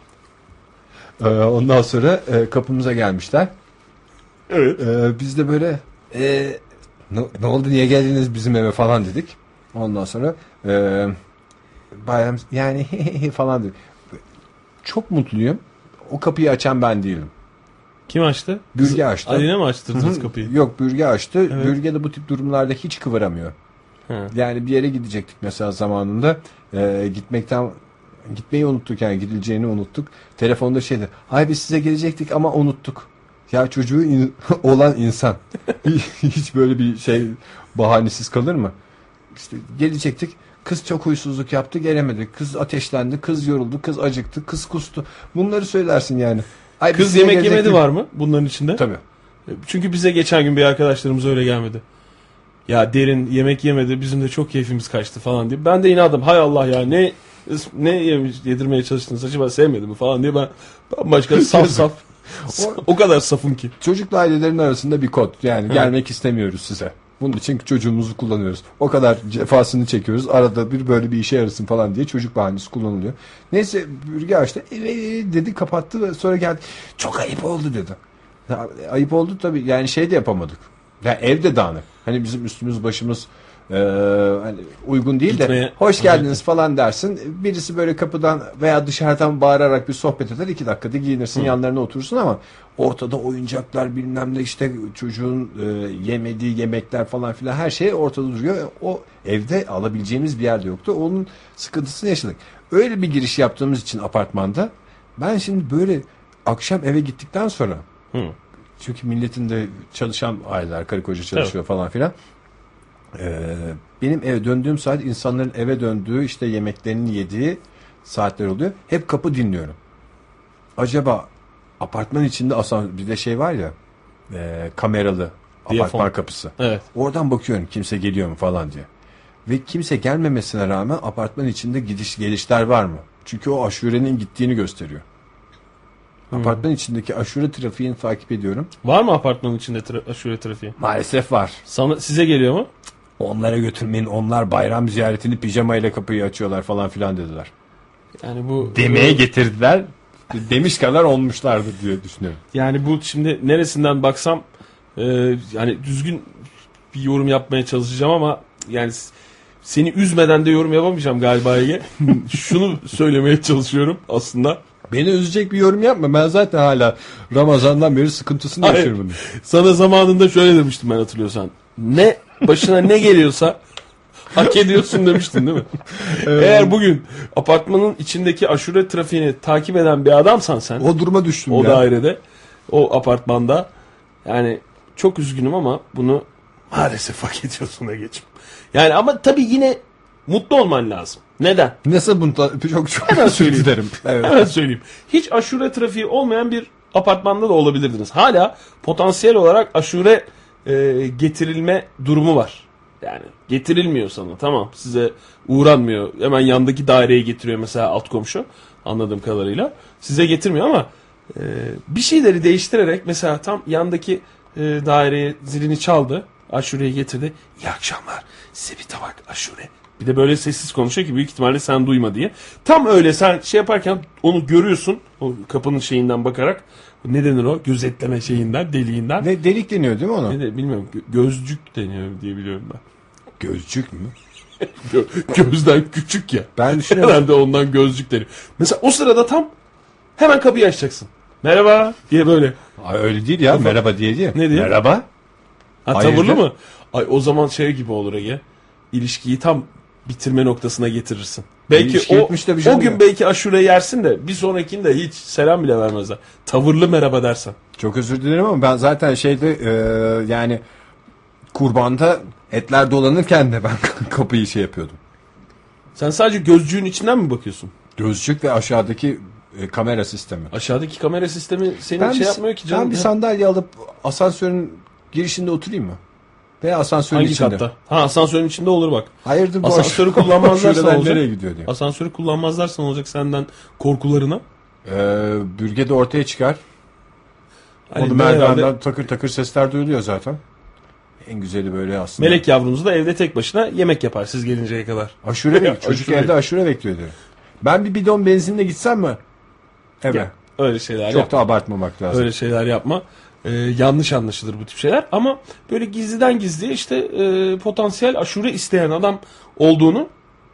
Ondan sonra kapımıza gelmişler. Evet. Biz de böyle ne oldu, niye geldiniz bizim eve falan dedik. Ondan sonra bayram yani falan dedik. Çok mutluyum. O kapıyı açan ben değilim. Kim açtı? Bürge açtı. Aline mi açtırdınız kapıyı? Yok, Bürge açtı. Evet. Bürge de bu tip durumlarda hiç kıvıramıyor. Ha. Yani bir yere gidecektik mesela zamanında. Gitmeyi unuttuk, yani gidileceğini unuttuk. Telefonda şeydi. Hay biz size gelecektik ama unuttuk. Ya çocuğu olan insan. Hiç böyle bir şey bahanesiz kalır mı? İşte gelecektik. Kız çok huysuzluk yaptı, gelemedi. Kız ateşlendi, kız yoruldu, kız acıktı, kız kustu. Bunları söylersin yani. Ay, kız yemek yemedi var mı bunların içinde? Tabii. Çünkü bize geçen gün bir arkadaşlarımız öyle gelmedi. Ya Derin yemek yemedi, bizim de çok keyfimiz kaçtı falan diye. Ben de inadım, hay Allah ya ne yedirmeye çalıştınız acaba, sevmedi mi falan diye ben başka saf o kadar safım ki. Çocukla ailelerin arasında bir kod. Yani gelmek istemiyoruz size. Bunun için çocuğumuzu kullanıyoruz. O kadar cefasını çekiyoruz. Arada bir böyle bir işe yarasın falan diye çocuk bahanesi kullanılıyor. Neyse Bürge açtı. Dedi, kapattı ve sonra geldi. Çok ayıp oldu dedi. Ya, ayıp oldu tabii. Yani şey de yapamadık. Ya evde dağınık. Hani bizim üstümüz başımız hani uygun değil de gitmeye, hoş geldiniz falan dersin. Birisi böyle kapıdan veya dışarıdan bağırarak bir sohbet eder. 2 dakikada giyinirsin, yanlarına oturursun ama ortada oyuncaklar bilmem ne, işte çocuğun yemediği yemekler falan filan, her şey ortada duruyor. O evde alabileceğimiz bir yerde yoktu. Onun sıkıntısını yaşadık. Öyle bir giriş yaptığımız için apartmanda, ben şimdi böyle akşam eve gittikten sonra çünkü milletin de çalışan aileler, karı koca çalışıyor falan filan. Benim eve döndüğüm saat insanların eve döndüğü, işte yemeklerini yediği saatler oluyor. Hep kapı dinliyorum. Acaba apartman içinde bir de şey var ya, kameralı apartman kapısı. Evet. Oradan bakıyorum kimse geliyor mu falan diye. Ve kimse gelmemesine rağmen apartman içinde gelişler var mı? Çünkü o aşurenin gittiğini gösteriyor. Apartman içindeki aşure trafiğini takip ediyorum. Var mı apartmanın içinde aşure trafiği? Maalesef var. Size geliyor mu? Onlara götürmeyin, onlar bayram ziyaretini pijamayla kapıyı açıyorlar falan filan dediler. Yani bu demeye getirdiler. Demiş kadar olmuşlardır diye düşünüyorum. Yani bu şimdi neresinden baksam yani düzgün bir yorum yapmaya çalışacağım ama yani seni üzmeden de yorum yapamayacağım galiba Ege. Şunu söylemeye çalışıyorum aslında. Beni üzecek bir yorum yapma. Ben zaten hala Ramazan'dan beri sıkıntısını yaşıyorum bunu. Sana zamanında şöyle demiştim, ben hatırlıyorsan. Ne başına ne geliyorsa hak ediyorsun demiştin değil mi? Evet. Eğer bugün apartmanın içindeki aşure trafiğini takip eden bir adamsan sen. O duruma düştüm o dairede, o apartmanda. Yani çok üzgünüm ama bunu maalesef hak ediyorsun da geçim. Yani ama tabii yine mutlu olman lazım. Neden? Nasıl bunu çok hemen söyleyeyim. Derim. Evet. Hemen söyleyeyim. Hiç aşure trafiği olmayan bir apartmanda da olabilirdiniz. Hala potansiyel olarak aşure getirilme durumu var. Yani getirilmiyor sana, tamam, size uğranmıyor. Hemen yandaki daireye getiriyor mesela alt komşu, anladığım kadarıyla. Size getirmiyor ama bir şeyleri değiştirerek mesela tam yandaki daireye zilini çaldı. Aşureyi getirdi. İyi akşamlar. Size bir tabak aşure. Bir de böyle sessiz konuşuyor ki büyük ihtimalle sen duyma diye. Tam öyle sen şey yaparken onu görüyorsun. O kapının şeyinden bakarak. Ne denir o? Gözetleme şeyinden, deliğinden. Ne delik deniyor değil mi ona? Ne de bilmiyorum. Gözcük deniyor diye biliyorum ben. Gözcük mü? Gözden küçük ya. Ben düşünüyorum. Herhalde ondan gözcük deniyor. Mesela o sırada tam hemen kapıyı açacaksın. Merhaba diye böyle. Ay, öyle değil ya. Merhaba diye diye. Ne diye? Merhaba. Ha, tavırlı mı? Ay o zaman şey gibi olur Ege. İlişkiyi tam bitirme noktasına getirirsin. Belki İlişki bitmiş de bir şey o gün olmuyor. belki aşure yersin de bir sonrakinde hiç selam bile vermezler. Tavırlı merhaba dersen. Çok özür dilerim ama ben zaten yani kurbanda etler dolanırken de ben kapıyı şey yapıyordum. Sen sadece gözcüğün içinden mi bakıyorsun? Gözcük ve aşağıdaki kamera sistemi. Aşağıdaki kamera sistemi seni şey yapmıyor ki canım. Ben bir sandalye alıp asansörün girişinde oturayım mı? Veya asansörün Hangi içinde. katta? Ha, asansörün içinde olur bak. Hayırdır bu Asansörü kullanmazlarsa Şuradan olacak. nereye gidiyor diye. Asansörü kullanmazlarsa olacak senden korkularına. Bürge de ortaya çıkar. Hani Onu herhalde merdivenden takır takır sesler duyuluyor zaten. En güzeli böyle aslında. Melek yavrunuz da evde tek başına yemek yapar siz gelinceye kadar. Aşure mi? Çocuk Aşure. evde aşure bekliyor diyor. Ben bir bidon benzinle gitsem mi? Evet. Ya, öyle şeyler Çok yapma. da abartmamak lazım. Öyle şeyler yapma. Yanlış anlaşılır bu tip şeyler. Ama böyle gizliden gizliye işte potansiyel aşure isteyen adam olduğunu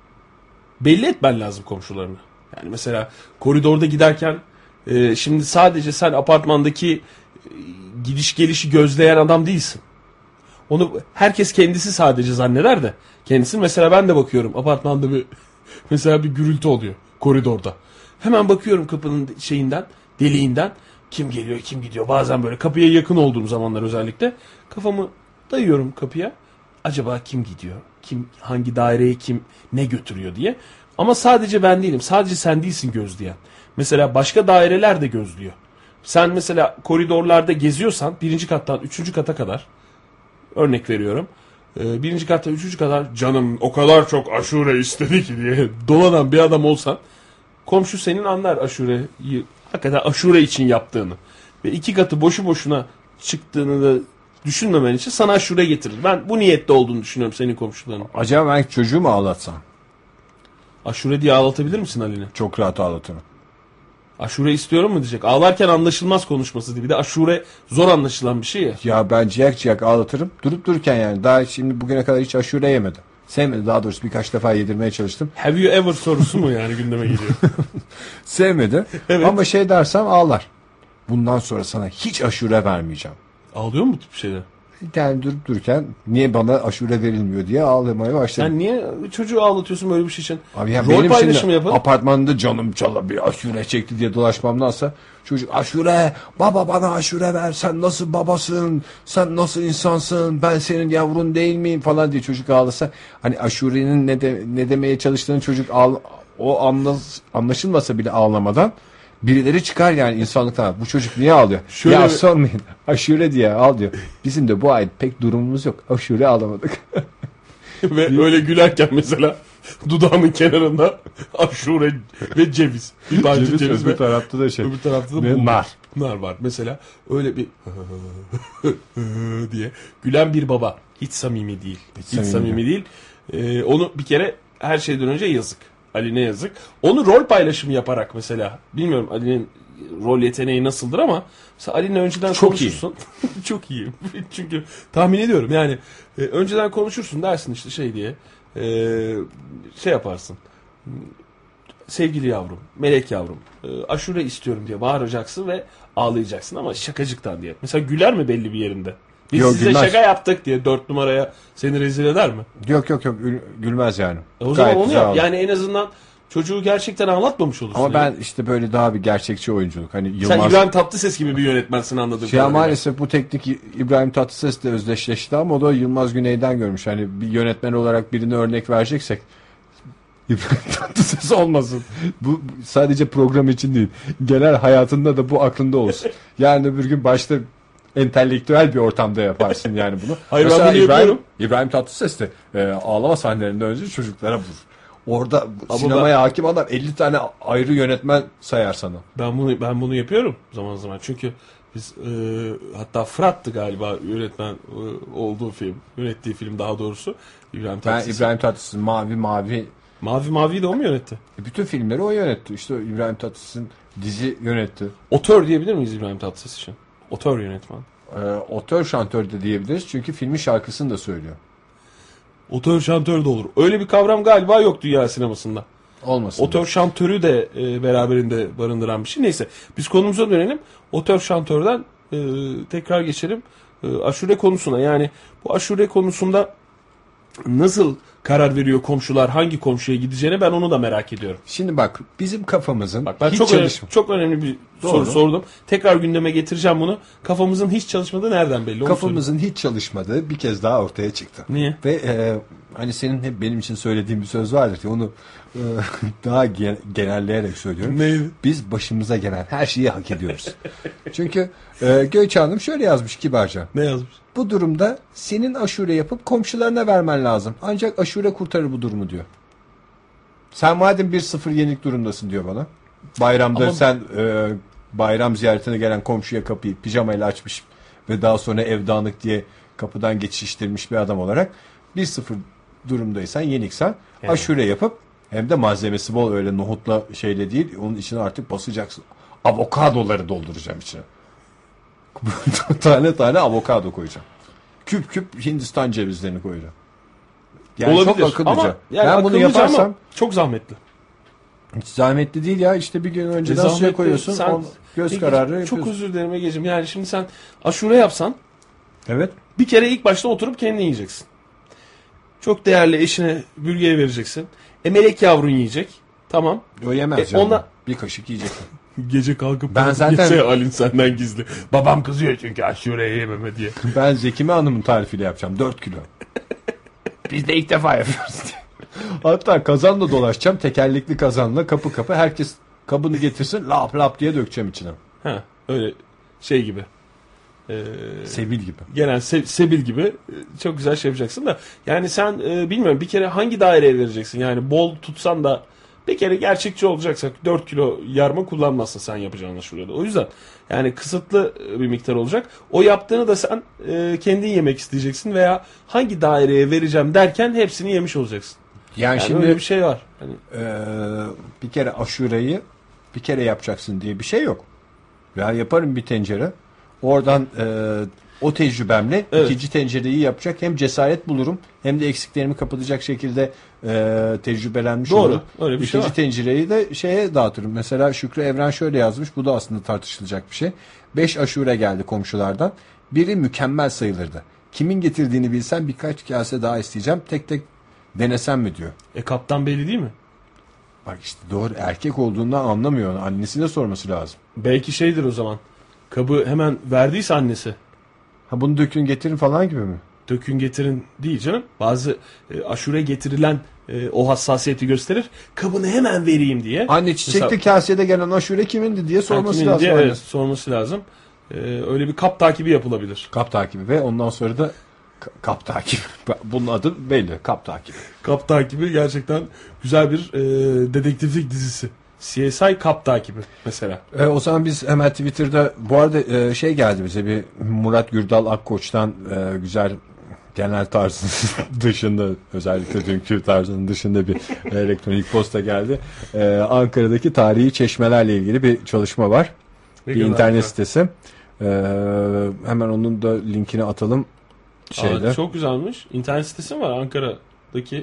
belli etmen lazım komşularına. Yani mesela koridorda giderken şimdi sadece sen apartmandaki gidiş gelişi gözleyen adam değilsin. Onu herkes kendisi sadece zanneder de. Kendisi mesela ben de bakıyorum apartmanda mesela bir gürültü oluyor koridorda. Hemen bakıyorum kapının şeyinden, deliğinden kim geliyor, kim gidiyor. Bazen böyle kapıya yakın olduğum zamanlar özellikle kafamı dayıyorum kapıya. Acaba kim gidiyor? Kim hangi daireye kim ne götürüyor diye. Ama sadece ben değilim. Sadece sen değilsin gözleyen. Mesela başka daireler de gözlüyor. Sen mesela koridorlarda geziyorsan birinci kattan üçüncü kata kadar örnek veriyorum. Birinci katta üçüncü kadar canım o kadar çok aşure istedi ki diye dolanan bir adam olsan komşu senin anlar aşureyi hakikaten aşure için yaptığını ve iki katı boşu boşuna çıktığını da düşünmemen için sana aşure getirir. Ben bu niyette olduğunu düşünüyorum senin komşularının. Acaba ben çocuğumu ağlatsam? Aşure diye ağlatabilir misin Ali'ni? Çok rahat ağlatırım. Aşure istiyorum mu diyecek. Ağlarken anlaşılmaz konuşması diye. Bir de aşure zor anlaşılan bir şey ya. Ya ben ciyak ciyak ağlatırım. Durup dururken yani. Daha şimdi bugüne kadar hiç aşure yemedim. Sevmedi, daha doğrusu birkaç defa yedirmeye çalıştım. Have you ever sorusu mu yani gündeme geliyor? Sevmedi. Evet. Ama şey dersem ağlar. Bundan sonra sana hiç aşure vermeyeceğim. Ağlıyor mu bu tip şeyler? Yani durup dururken niye bana aşure verilmiyor diye ağlamaya başladım. Sen niye çocuğu ağlatıyorsun böyle bir şey için? Abi ya Rol benim paylaşımı şimdi yapın. apartmanda canım çala bir aşure çekti diye dolaşmamdansa çocuk aşure baba bana aşure ver, sen nasıl babasın, sen nasıl insansın, ben senin yavrun değil miyim falan diye çocuk ağlasa, hani aşurenin ne demeye çalıştığını çocuk anlaşılmasa bile ağlamadan birileri çıkar yani insanlıktan. Bu çocuk niye ağlıyor? Şöyle ya sormayın. Aşure diye ağlıyor. Bizim de bu ay pek durumumuz yok. Aşure ağlamadık. Ve öyle gülerken mesela dudağının kenarında aşure ve ceviz. Bir parça ceviz ve öbür tarafta da şey. öbür tarafta da Ve bulgur. nar. Nar var. Mesela öyle bir diye gülen bir baba. Hiç samimi değil. Hiç samimi değil. Onu bir kere her şeyden önce yazık. Ali'ne yazık. Onu rol paylaşımı yaparak mesela. Bilmiyorum Ali'nin rol yeteneği nasıldır ama mesela Ali'ne önceden çok konuşursun. Çok iyi. Çünkü tahmin ediyorum yani önceden konuşursun dersin işte şey diye şey yaparsın. Sevgili yavrum, melek yavrum, aşure istiyorum diye bağıracaksın ve ağlayacaksın ama şakacıktan diye. Mesela güler mi belli bir yerinde? Biz Yok, size gülmez. şaka yaptık diye 4 numaraya seni rezil eder mi? Yok gülmez yani. O zaman Gayet onu güzel yap. oldu. Yani en azından çocuğu gerçekten ağlatmamış olursun. Ama yani. ben işte böyle daha bir gerçekçi oyunculuk. Hani Sen Yılmaz... İbrahim Tatlıses gibi bir yönetmensin anladığım Ya kadarıyla. maalesef bu teknik İbrahim Tatlıses'le özdeşleşti ama o da Yılmaz Güney'den görmüş. Hani bir yönetmen olarak birine örnek vereceksek İbrahim Tatlıses olmasın. Bu sadece program için değil. Genel hayatında da bu aklında olsun. Yani öbür gün başta entelektüel bir ortamda yaparsın yani bunu. Hayır, ben Mesela bunu yapıyorum. İbrahim Tatlıses de ağlama sahnelerinde önce çocuklara vurur. Orada Ama sinemaya hakim adam 50 tane ayrı yönetmen sayar sana. Ben bunu yapıyorum zaman zaman. Çünkü biz hatta Fırat'tı galiba yönetmen olduğu film. Yönettiği film daha doğrusu. İbrahim Tatlıses. İbrahim Tatlıses'in Mavi'yi Mavi'yi de o mu yönetti? bütün filmleri o yönetti. İşte İbrahim Tatlıses'in dizi yönetti. Otör diyebilir miyiz İbrahim Tatlıses için? Otör yönetmen. Otör şantör de diyebiliriz. Çünkü filmin şarkısını da söylüyor. Otör şantör de olur. Öyle bir kavram galiba yok dünya sinemasında. Olmasın. Otör şantörü de beraberinde barındıran bir şey. Neyse biz konumuza dönelim. Otör şantörden tekrar geçelim aşure konusuna. Yani bu aşure konusunda nasıl karar veriyor komşular, hangi komşuya gideceğine, ben onu da merak ediyorum. Şimdi bak, bizim kafamızın Ben hiç çok önemli bir soru sordum. Tekrar gündeme getireceğim bunu. Kafamızın hiç çalışmadığı nereden belli? Kafamızın hiç çalışmadığı bir kez daha ortaya çıktı. Niye? Ve hani senin hep benim için söylediğin bir söz vardır ki onu daha genelleyerek söylüyorum. Neydi? Biz başımıza gelen her şeyi hak ediyoruz. Çünkü Gökçe Hanım şöyle yazmış kibarca. Ne yazmış? Bu durumda senin aşure yapıp komşularına vermen lazım. Ancak aşure kurtarır bu durumu diyor. Sen madem 1-0 yenik durumdasın diyor bana. Bayramda Ama sen bayram ziyaretine gelen komşuya kapıyı pijamayla açmış ve daha sonra ev dağınık diye kapıdan geçiştirmiş bir adam olarak 1-0 durumdaysan, yeniksen aşure yapıp, hem de malzemesi bol, öyle nohutla şeyle değil, onun içine artık basacaksın. Avokadoları dolduracağım içine. Tane tane avokado koyacağım. Küp küp Hindistan cevizlerini koyacağım. Yani olabilir. çok akıllıca. Ama yani ben bunu yaparsam çok zahmetli. hiç zahmetli değil ya. İşte bir gün önceden suya koyuyorsun. Sen, göz kararı yapıyorsun. Çok özür dilerim Ege'ciğim. Yani şimdi sen aşure yapsan, evet. bir kere ilk başta oturup kendin yiyeceksin. Çok değerli eşine, bürgeye vereceksin. Melek yavrun yiyecek. Tamam. O yemez canım. Ona... Bir kaşık yiyecek. Gece kalkıp ben zaten gece Alin senden gizli. Babam kızıyor çünkü aşure yememe diye. Ben Zekime Hanım'ın tarifiyle yapacağım. 4 kilo. Biz de ilk defa yapıyoruz diye. Hatta kazanla dolaşacağım. Tekerlekli kazanla kapı kapı. Herkes kabını getirsin. Lap lap diye dökeceğim içine. Ha, öyle şey gibi. Sebil gibi. Genel sebil gibi çok güzel şey yapacaksın da. Yani sen bilmiyorum, bir kere hangi daireye vereceksin? Yani bol tutsan da bir kere gerçekçi olacaksak 4 kilo yarma kullanmazsın sen yapacağın aşurede. O yüzden yani kısıtlı bir miktar olacak. O yaptığını da sen kendin yemek isteyeceksin veya hangi daireye vereceğim derken hepsini yemiş olacaksın. Yani şimdi öyle bir şey var. Hani... bir kere aşureyi bir kere yapacaksın diye bir şey yok. Ya yaparım bir tencere. Oradan o tecrübemle ikinci tencereyi yapacak hem cesaret bulurum hem de eksiklerimi kapatacak şekilde tecrübelenmiş olurum. Öyle bir şey var. tencereyi de şeye dağıtırım. Mesela Şükrü Evren şöyle yazmış. Bu da aslında tartışılacak bir şey. 5 aşure geldi komşulardan. Biri mükemmel sayılırdı. Kimin getirdiğini bilsem birkaç kase daha isteyeceğim. Tek tek denesem mi diyor. Kaptan belli değil mi? Bak işte doğru, erkek olduğundan anlamıyor. Annesine sorması lazım. Belki şeydir o zaman. Kabı hemen verdiyse annesi. Ha, bunu dökün getirin falan gibi mi? Dökün getirin değil canım. Bazı aşure getirilen o hassasiyeti gösterir. Kabını hemen vereyim diye. Anne çiçekli kasede gelen aşure kimindi diye sorması lazım. Diye, evet, sorması lazım. Öyle bir kap takibi yapılabilir. Kap takibi ve ondan sonra da kap takibi. Bunun adı belli. Kap takibi. Kap takibi gerçekten güzel bir dedektiflik dizisi. CSI kap takibi mesela. O zaman biz hemen Twitter'da, bu arada şey geldi bize, bir Murat Gürdal Akkoç'tan güzel genel tarzın dışında, özellikle dünkü tarzının dışında bir elektronik posta geldi. Ankara'daki tarihi çeşmelerle ilgili bir çalışma var. Bir internet sitesi. Hemen onun da linkini atalım. Çok güzelmiş. İnternet sitesi var Ankara'daki.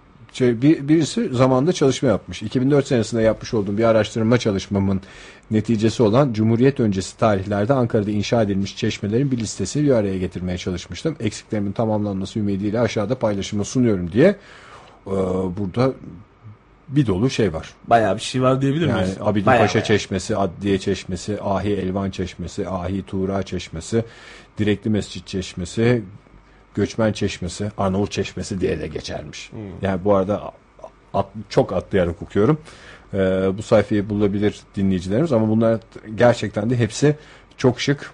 Birisi zamanında çalışma yapmış. 2004 senesinde yapmış olduğum bir araştırma çalışmamın neticesi olan Cumhuriyet öncesi tarihlerde Ankara'da inşa edilmiş çeşmelerin bir listesi bir araya getirmeye çalışmıştım. Eksiklerimin tamamlanması ümidiyle aşağıda paylaşıma sunuyorum diye. Burada bir dolu şey var. Bayağı bir şey var diyebilir miyiz? Yani Abidin Paşa Çeşmesi, Adliye Çeşmesi, Ahi Elvan Çeşmesi, Ahi Tuğra Çeşmesi, Direkli Mescit Çeşmesi, Göçmen Çeşmesi, Arnavut Çeşmesi diye de geçermiş. Yani bu arada çok atlayarak okuyorum. Bu sayfayı bulabilir dinleyicilerimiz ama bunlar gerçekten de hepsi çok şık,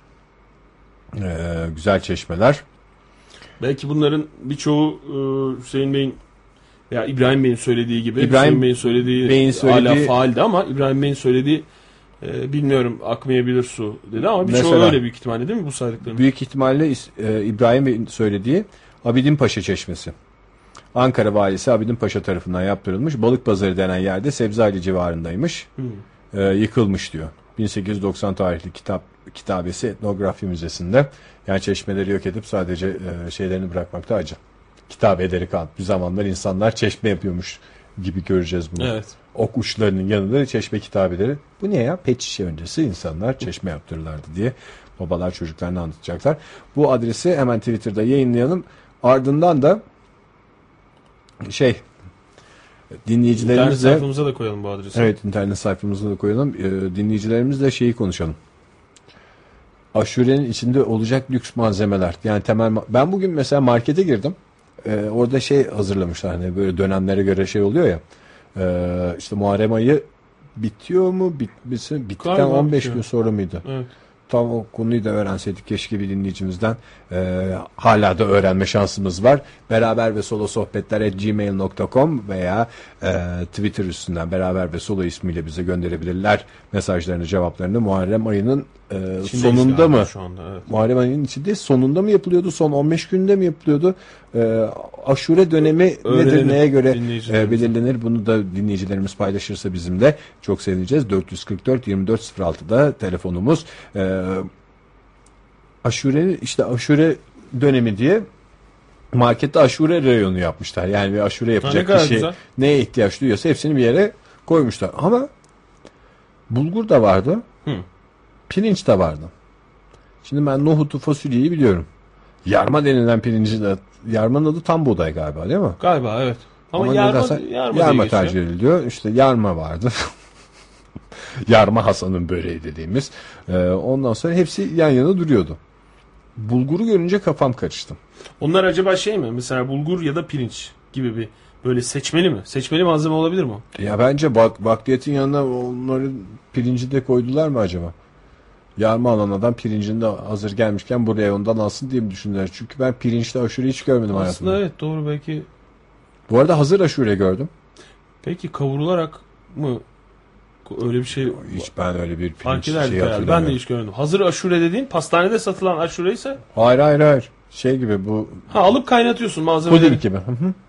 güzel çeşmeler. Belki bunların birçoğu Hüseyin Bey'in Ya İbrahim Bey'in söylediği gibi. İbrahim Bey'in söylediği hala faaldi ama İbrahim Bey'in söylediği bilmiyorum, akmayabilir su dedi ama birçoğu öyle büyük ihtimalle, değil mi bu saydıklarım? Büyük ihtimalle İbrahim Bey'in söylediği Abidin Paşa Çeşmesi. Ankara valisi Abidin Paşa tarafından yaptırılmış. Balık Pazarı denen yerde Sebzali civarındaymış. Yıkılmış diyor. 1890 tarihli kitabesi Etnografi Müzesi'nde. Yani çeşmeleri yok edip sadece şeylerini bırakmakta acı. Kitabeleri kaldı. Bir zamanlar insanlar çeşme yapıyormuş gibi göreceğiz bunu. Evet. Ok uçlarının yanında çeşme kitabeleri. Bu niye ya? Pet şişe öncesi insanlar çeşme yaptırırlardı diye babalar çocuklarına anlatacaklar. Bu adresi hemen Twitter'da yayınlayalım. Ardından da dinleyicilerimizle İnternet sayfamıza da koyalım bu adresi. Evet, internet sayfamıza da koyalım. Dinleyicilerimizle şeyi konuşalım. Aşurenin içinde olacak lüks malzemeler. Yani ben bugün mesela markete girdim. Orada hazırlamışlar, hani böyle dönemlere göre oluyor ya. İşte Muharrem ayı bitiyor mu? Bittikten Galiba 15 bitiyor. gün sonra mıydı? Evet. Tam o konuyu da öğrenseydik keşke bir dinleyicimizden. Hala da öğrenme şansımız var. Beraber ve solo sohbetler@gmail.com veya Twitter üstünden Beraber ve Solo ismiyle bize gönderebilirler mesajlarını, cevaplarını. Muharrem ayının sonunda mı? Şu anda, evet. Muharrem ayının içinde sonunda mı yapılıyordu? Son 15 günde mi yapılıyordu? Aşure dönemi nedir? Neye göre belirlenir? Bunu da dinleyicilerimiz paylaşırsa bizim de çok sevineceğiz. 444-2406'da telefonumuz. Aşure dönemi diye markette aşure reyonu yapmışlar. Yani bir aşure yapacak kişi neye ihtiyaç duyuyorsa hepsini bir yere koymuşlar. Ama bulgur da vardı. Pirinç de vardı. Şimdi ben nohutu, fasulyeyi biliyorum. Yarma denilen pirinci de, yarmanın adı tam buğday galiba, değil mi? Galiba, evet. Ama yarma tercih ediliyor. İşte yarma vardı. Yarma Hasan'ın böreği dediğimiz. Ondan sonra hepsi yan yana duruyordu. Bulguru görünce kafam karıştı. Onlar acaba mi? Mesela bulgur ya da pirinç gibi bir böyle seçmeli mi? Seçmeli malzeme olabilir mi? Ya bence bakliyetin yanına onları pirinci de koydular mı acaba? Yarma alan adam pirincini de hazır gelmişken buraya ondan alsın diye mi düşündüler? Çünkü ben pirinçli aşure hiç görmedim hayatımda. Aslında evet, doğru, belki. Bu arada hazır aşure gördüm. Peki kavrularak mı? Öyle bir şey hiç, ben öyle bir pirinç hatırlamıyorum. Ben de hiç görmedim. Hazır aşure dediğin pastanede satılan aşure ise? Hayır. Gibi bu. Alıp kaynatıyorsun malzemeleri. Puding gibi.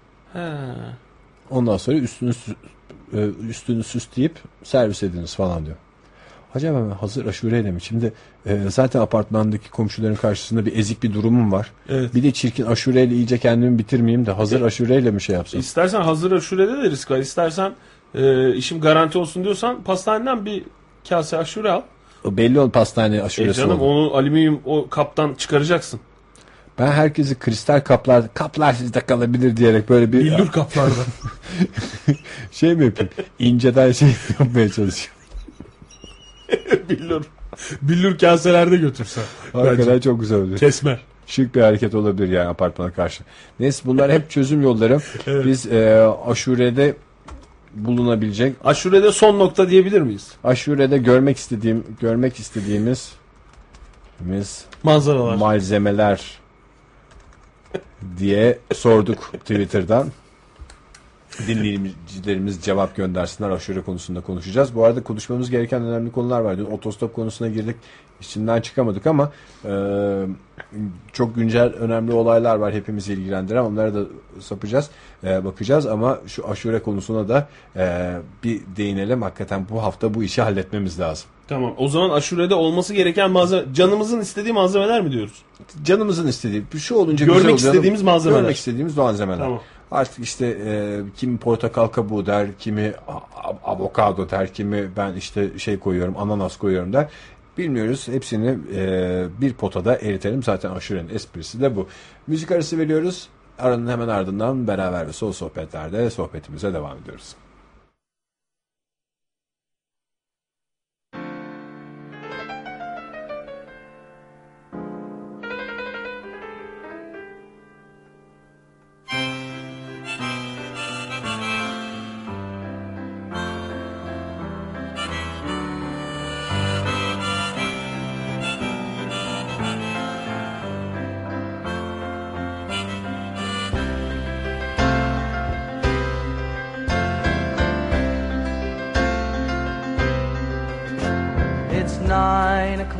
Ondan sonra üstünü süsleyip servis ediniz falan diyor. Acaba hazır aşureyle mi? Şimdi zaten apartmandaki komşuların karşısında bir ezik bir durumum var. Evet. Bir de çirkin aşureyle iyice kendimi bitirmeyeyim de hazır aşureyle mi yapsam? İstersen hazır aşurede de risk var. İstersen işim garanti olsun diyorsan pastaneden bir kase aşure al. O belli ol pastane aşuresi canım oldu. Onu alüminyum o kaptan çıkaracaksın. Ben herkesi kristal kaplar sizde kalabilir diyerek böyle bir... Billur kaplardan. mi yapayım? İnceden yapmaya çalışıyorum. Billur kaselerde götürsen. Hakikaten çok güzel oluyor. Kesmer. Şık bir hareket olabilir yani apartmana karşı. Neyse, bunlar hep çözüm yolları. Evet. Biz aşurede bulunabilecek. Aşurede son nokta diyebilir miyiz? Aşurede görmek istediğimiz manzaralar, malzemeler diye sorduk Twitter'dan. Dinleyicilerimiz cevap göndersinler, aşure konusunda konuşacağız. Bu arada konuşmamız gereken önemli konular var. Dün otostop konusuna girdik. İçinden çıkamadık ama çok güncel önemli olaylar var hepimizi ilgilendiren. Onlara da bakacağız ama şu aşure konusuna da bir değinelim. Hakikaten bu hafta bu işi halletmemiz lazım. Tamam. O zaman aşurede olması gereken malzeme, canımızın istediği malzemeler mi diyoruz? Canımızın istediği. Şu olunca görmek güzel istediğimiz malzemeler. Görmek istediğimiz malzemeler. Tamam. Artık işte kimi portakal kabuğu der, kimi avokado der, kimi ben işte koyuyorum, ananas koyuyorum der. Bilmiyoruz. Hepsini bir potada eritelim. Zaten aşurenin esprisi de bu. Müzik arası veriyoruz. Aranın hemen ardından Beraber ve Solo Sohbetler'de sohbetimize devam ediyoruz.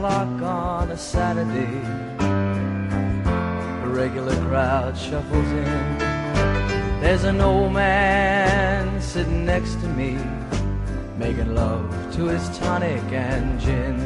o'clock on a Saturday, a regular crowd shuffles in. There's an old man sitting next to me, making love to his tonic and gin.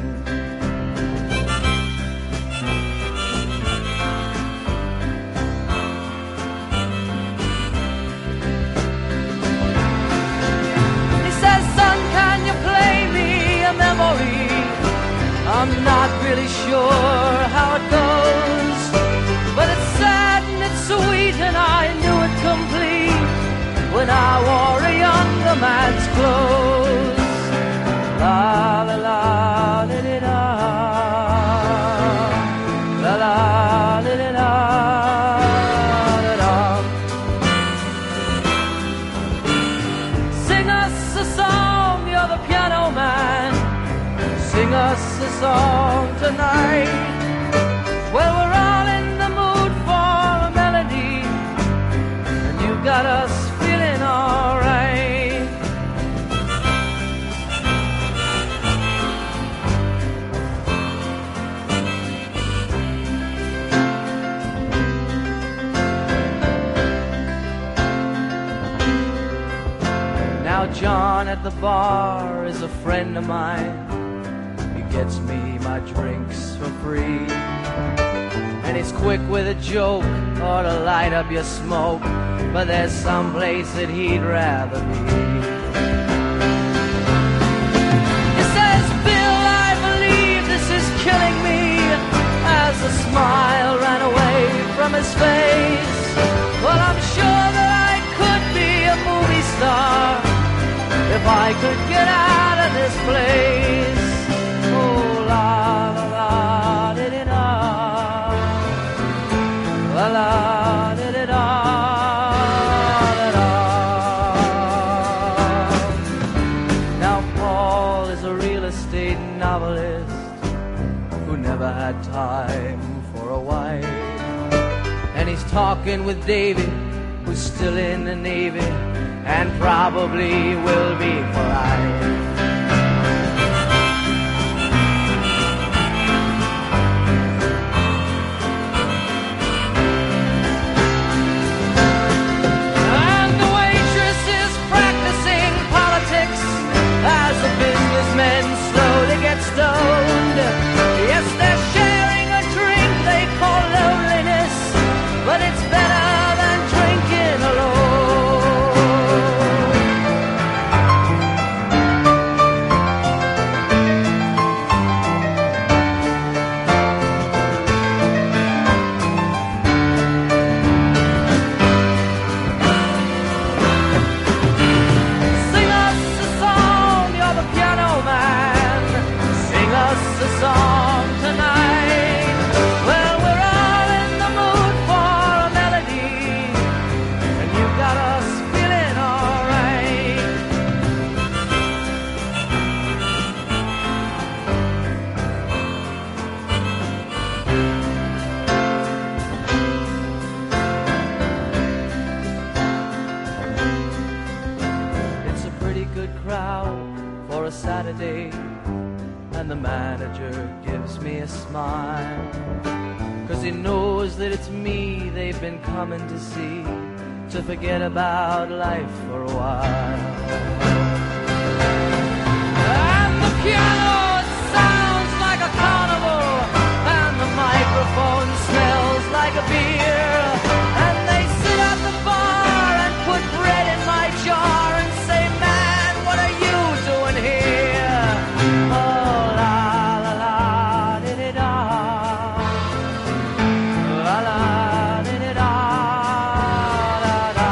He says, son, can you play me a memory? I'm not really sure how it goes, but it's sad and it's sweet and I knew it complete when I wore a younger man's clothes. La la la la la la la la la la la. Sing us a song, you're the piano man. Sing us a song tonight. Well, we're all in the mood for a melody, and you got us feeling alright. Now John at the bar is a friend of mine. He gets me my drinks for free, and he's quick with a joke or to light up your smoke, but there's some place that he'd rather be. He says, Bill, I believe this is killing me, as the smile ran away from his face. Well, I'm sure that I could be a movie star if I could get out of this place. Oh, la la la da da da, la la da da da da. Now Paul is a real estate novelist who never had time for a wife, and he's talking with David, who's still in the Navy and probably will be for life. And the waitress is practicing politics as the businessmen slowly get stoned. Yes, they're sharing a drink they call loneliness, but it's better than drinking alone. Sing us a song, you're the piano man. Sing us a song tonight. Well, we're all in the mood for a melody, and you got us feeling alright. It's a pretty good crowd for a Saturday, and the manager gives me a smile, 'cause he knows that it's me they've been coming to see, to forget about life for a while. And the piano sounds like a carnival, and the microphone smells like a beer, and they sit at the bar and put bread in my jar and say, man, what are you doing here? Oh, la la la da da da, la la da da da da da.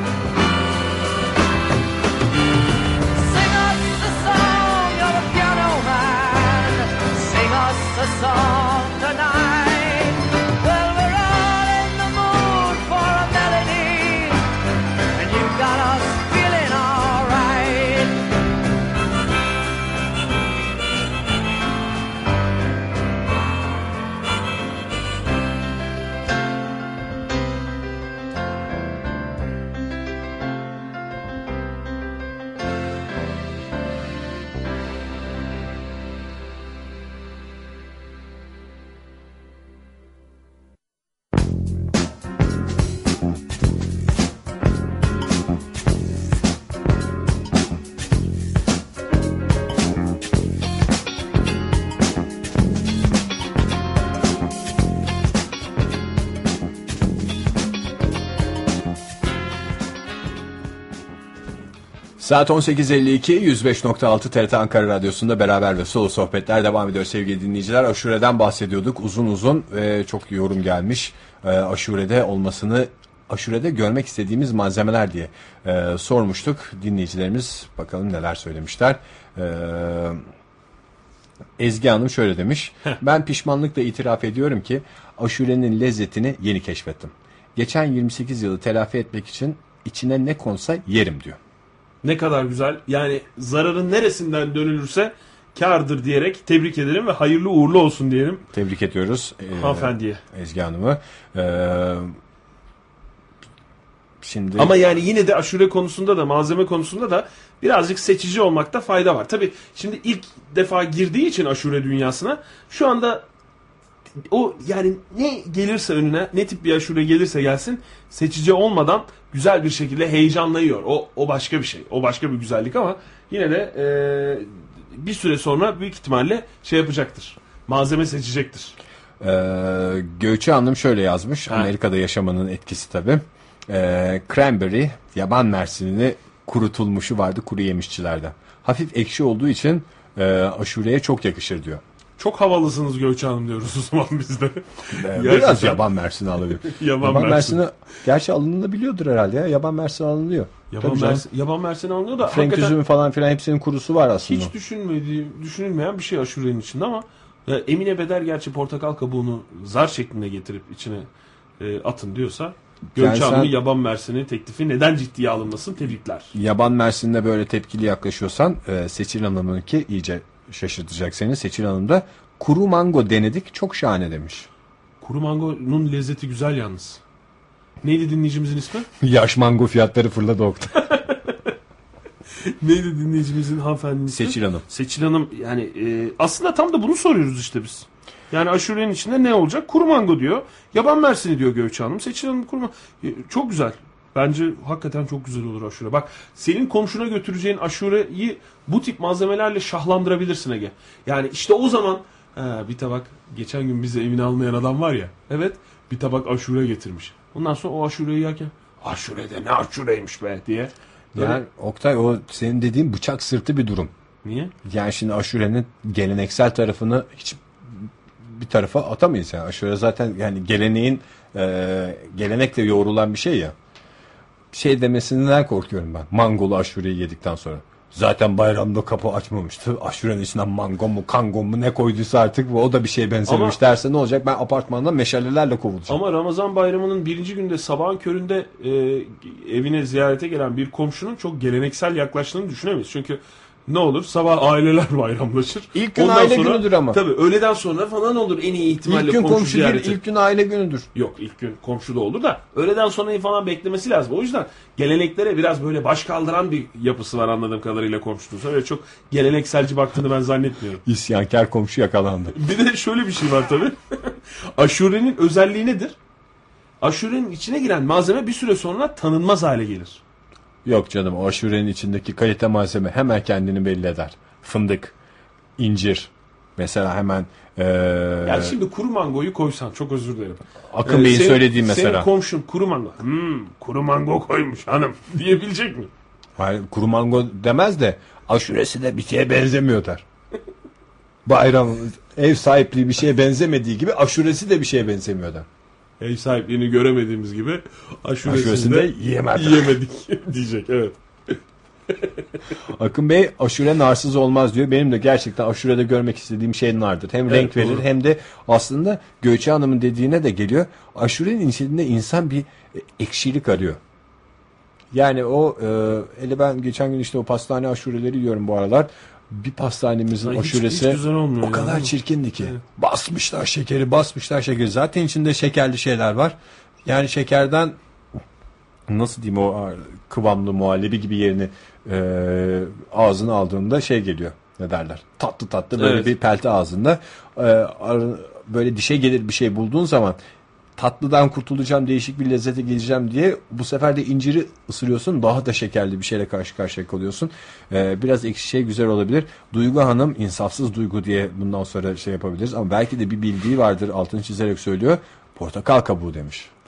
Sing us a song, you're the piano man. Sing us a song tonight. Well, we're all Saat 18.52 105.6 TRT Ankara Radyosu'nda beraber ve solo sohbetler devam ediyor sevgili dinleyiciler. Aşure'den bahsediyorduk uzun uzun ve çok yorum gelmiş. Aşure'de olmasını, aşurede görmek istediğimiz malzemeler diye sormuştuk. Dinleyicilerimiz bakalım neler söylemişler. Ezgi Hanım şöyle demiş. Ben pişmanlıkla itiraf ediyorum ki aşurenin lezzetini yeni keşfettim. Geçen 28 yılı telafi etmek için içine ne konsa yerim diyor. Ne kadar güzel. Yani zararın neresinden dönülürse kârdır diyerek tebrik ederim ve hayırlı uğurlu olsun diyelim. Tebrik ediyoruz hanımefendiye. Ezgi Hanım'ı. Şimdi ama yani yine de aşure konusunda da malzeme konusunda da birazcık seçici olmakta fayda var. Tabii şimdi ilk defa girdiği için aşure dünyasına şu anda o yani ne gelirse önüne, ne tip bir aşure gelirse gelsin seçici olmadan güzel bir şekilde heyecanla yiyor. O başka bir şey. O başka bir güzellik ama yine de bir süre sonra büyük ihtimalle şey yapacaktır. Malzeme seçecektir. Göçü Hanım şöyle yazmış. Amerika'da yaşamanın etkisi tabii. Cranberry, yaban mersinini kurutulmuşu vardı kuru yemişçilerde. Hafif ekşi olduğu için aşureye çok yakışır diyor. Çok havalısınız Göçü Hanım diyoruz o zaman biz de. Biraz yaban mersini alabilir. yaban mersini gerçi alınabiliyordur herhalde ya. Yaban mersini alınıyor. Yaban mersini alınıyor da Frank üzümü falan filan hepsinin kurusu var aslında. Hiç düşünülmeyen bir şey aşurenin içinde ama Emine Beder gerçi portakal kabuğunu zar şeklinde getirip içine atın diyorsa Göçü Hanım'ın yaban mersini teklifi neden ciddiye alınmasın, tebrikler. Yaban mersinine böyle tepkili yaklaşıyorsan Seçil Hanım'ınki iyice şaşırtacak seni. Seçil Hanım da kuru mango denedik çok şahane demiş. Kuru mangonun lezzeti güzel yalnız. Neydi dinleyicimizin ismi? Yaş mango fiyatları fırladı Oktay. Neydi dinleyicimizin hanımefendinin ismi? Seçil Hanım. Seçil Hanım yani aslında tam da bunu soruyoruz işte biz. Yani aşurenin içinde ne olacak? Kuru mango diyor. Yaban mersini diyor Göçü Hanım. Seçil Hanım kuru mango. Çok güzel. Bence hakikaten çok güzel olur aşure. Bak senin komşuna götüreceğin aşureyi bu tip malzemelerle şahlandırabilirsin Ege. Yani işte o zaman bir tabak geçen gün bize evine almayan adam var ya. Evet bir tabak aşure getirmiş. Ondan sonra o aşureyi yerken aşurede ne aşureymiş be diye. Yani Oktay o senin dediğin bıçak sırtı bir durum. Niye? Yani şimdi aşurenin geleneksel tarafını hiç bir tarafa atamayız yani. Aşure zaten yani gelenekle yoğrulan bir şey ya. Şey demesinden korkuyorum ben. Mangolu aşureyi yedikten sonra. Zaten bayramda kapı açmamıştı. Aşurenin içinden mango mu kango mu ne koyduysa artık o da bir şeye benzememiş derse ne olacak? Ben apartmandan meşalelerle kovulacağım. Ama Ramazan bayramının birinci günde sabahın köründe evine ziyarete gelen bir komşunun çok geleneksel yaklaştığını düşünemeyiz. Çünkü ne olur? Sabah aileler bayramlaşır. İlk gün aile günüdür ama. Tabii öğleden sonra falan olur en iyi ihtimalle İlk gün komşu ziyareti. değil, ilk gün aile günüdür. Yok ilk gün komşu da olur da öğleden sonrayı falan beklemesi lazım. O yüzden geleneklere biraz böyle baş kaldıran bir yapısı var anladığım kadarıyla komşunun. Öyle çok gelenekselci baktığını ben zannetmiyorum. İsyankar komşu yakalandı. Bir de şöyle bir şey var tabii. Aşurenin özelliği nedir? Aşurenin içine giren malzeme bir süre sonra tanınmaz hale gelir. Yok canım o aşurenin içindeki kalite malzeme hemen kendini belli eder. Fındık, incir mesela hemen yani şimdi kuru mangoyu koysan çok özür dilerim. Akın Bey'in söylediği mesela. Senin komşun kuru mango. Kuru mango koymuş hanım diyebilecek mi? Hayır kuru mango demez de aşuresi de bir şeye benzemiyor der. Bayram ev sahipliği bir şeye benzemediği gibi aşuresi de bir şeye benzemiyor der. Ev sahipliğini göremediğimiz gibi aşuresini de yiyemedik diyecek evet. Akın Bey aşure narsız olmaz diyor. Benim de gerçekten aşurede görmek istediğim şey nardır. Hem evet, renk verir doğru. Hem de aslında Göçe Hanım'ın dediğine de geliyor. Aşurenin içinde insan bir ekşilik arıyor. Yani o hele ben geçen gün işte o pastane aşureleri yiyorum bu aralar. Bir pastanemizin aşuresi hiç o kadar yani. Çirkindi ki. Evet. Basmışlar şekeri. Zaten içinde şekerli şeyler var. Yani şekerden nasıl diyeyim o kıvamlı muhallebi gibi yerini ağzına aldığında şey geliyor. Ne derler? Tatlı böyle evet. Bir pelte ağzında. Böyle dişe gelir bir şey bulduğun zaman tatlıdan kurtulacağım, değişik bir lezzete geleceğim diye bu sefer de inciri ısırıyorsun. Daha da şekerli bir şeyle karşı karşıya kalıyorsun. Biraz ekşi şey güzel olabilir. Duygu Hanım insafsız duygu diye bundan sonra şey yapabiliriz. Ama belki de bir bildiği vardır altını çizerek söylüyor. Portakal kabuğu demiş.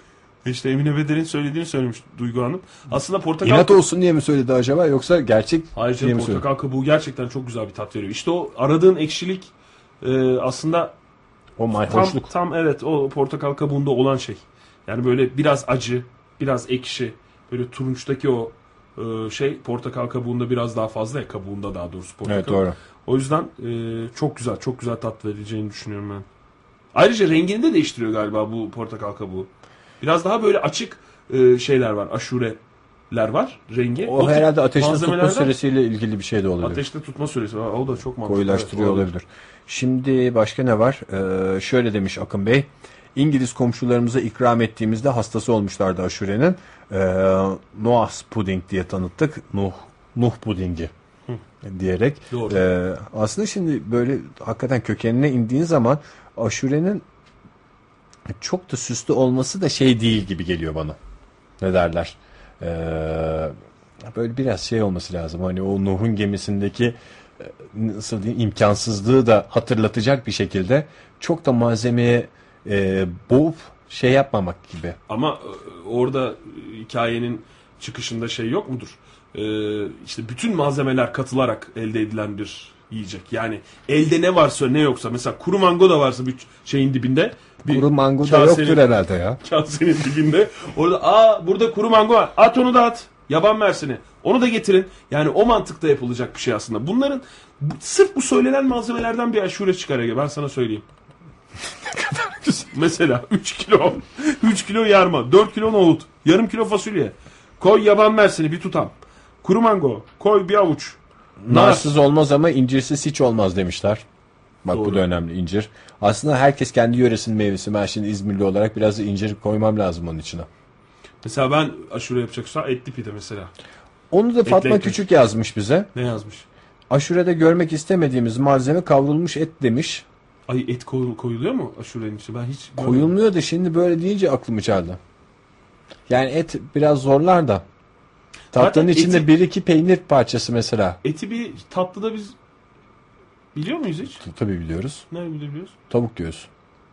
İşte Emine Beder'in söylediğini söylemiş Duygu Hanım. Aslında portakal... İnat olsun diye mi söyledi acaba yoksa gerçek Hayır diye canım, mi söyledi? portakal kabuğu gerçekten çok güzel bir tat veriyor. İşte o aradığın ekşilik aslında O mayhoşluk. tam evet o portakal kabuğunda olan şey. Yani böyle biraz acı, biraz ekşi. Böyle turunçtaki o şey portakal kabuğunda biraz daha fazla ya, kabuğunda daha doğrusu portakal. Evet, doğru. O yüzden çok güzel tat vereceğini düşünüyorum ben. Ayrıca rengini de değiştiriyor galiba bu portakal kabuğu. Biraz daha böyle açık şeyler var, aşureler var rengi. O herhalde ateşte tutma malzemelerden süresiyle ilgili bir şey de olabilir. ateşte tutma süresi var. O da çok mantıklı. Koyulaştırıyor Evet, olabilir. Şimdi başka ne var? Şöyle demiş Akın Bey. İngiliz komşularımıza ikram ettiğimizde hastası olmuşlardı aşurenin. Noah's pudding diye tanıttık. Nuh pudingi diyerek. Doğru. Aslında şimdi böyle hakikaten kökenine indiğin zaman aşurenin çok da süslü olması da şey değil gibi geliyor bana. Ne derler? Böyle biraz şey olması lazım. Hani o Nuh'un gemisindeki nasıl diyeyim, imkansızlığı da hatırlatacak bir şekilde çok da malzemeye boğup şey yapmamak gibi. Ama orada hikayenin çıkışında şey yok mudur? İşte bütün malzemeler katılarak elde edilen bir yiyecek. Yani elde ne varsa ne yoksa, mesela kuru mango da varsa bir şeyin dibinde. Kuru mango da yoktur herhalde ya. Kasenin dibinde. Orada burada kuru mango var. At onu da at. Yaban mersini. Onu da getirin. Yani o mantıkta yapılacak bir şey aslında. Bunların sırf bu söylenen malzemelerden bir aşure çıkar Ege. Ben sana söyleyeyim. Mesela 3 kilo yarma, 4 kilo nohut, yarım kilo fasulye, koy yaban mersini bir tutam, kuru mango, koy bir avuç. Narsız olmaz ama incirsiz hiç olmaz demişler. Bak Doğru. bu da önemli, incir. Aslında herkes kendi yöresinin meyvesi. Ben şimdi İzmirli olarak biraz da incir koymam lazım onun içine. Mesela ben aşure yapacaksa etli pide mesela. Onu da Fatma ekmek. Küçük yazmış bize. Ne yazmış? Aşurede görmek istemediğimiz malzeme kavrulmuş et demiş. Ay et koyuluyor mu aşurenin içine? Ben hiç Koyulmuyor da şimdi böyle deyince aklımı çaldı. Yani et biraz zorlar da. Tatlının Zaten içinde eti- bir iki peynir parçası mesela. Eti bir tatlıda biz biliyor muyuz hiç? Tabii biliyoruz. Ne biliyoruz? Tavuk göğüs.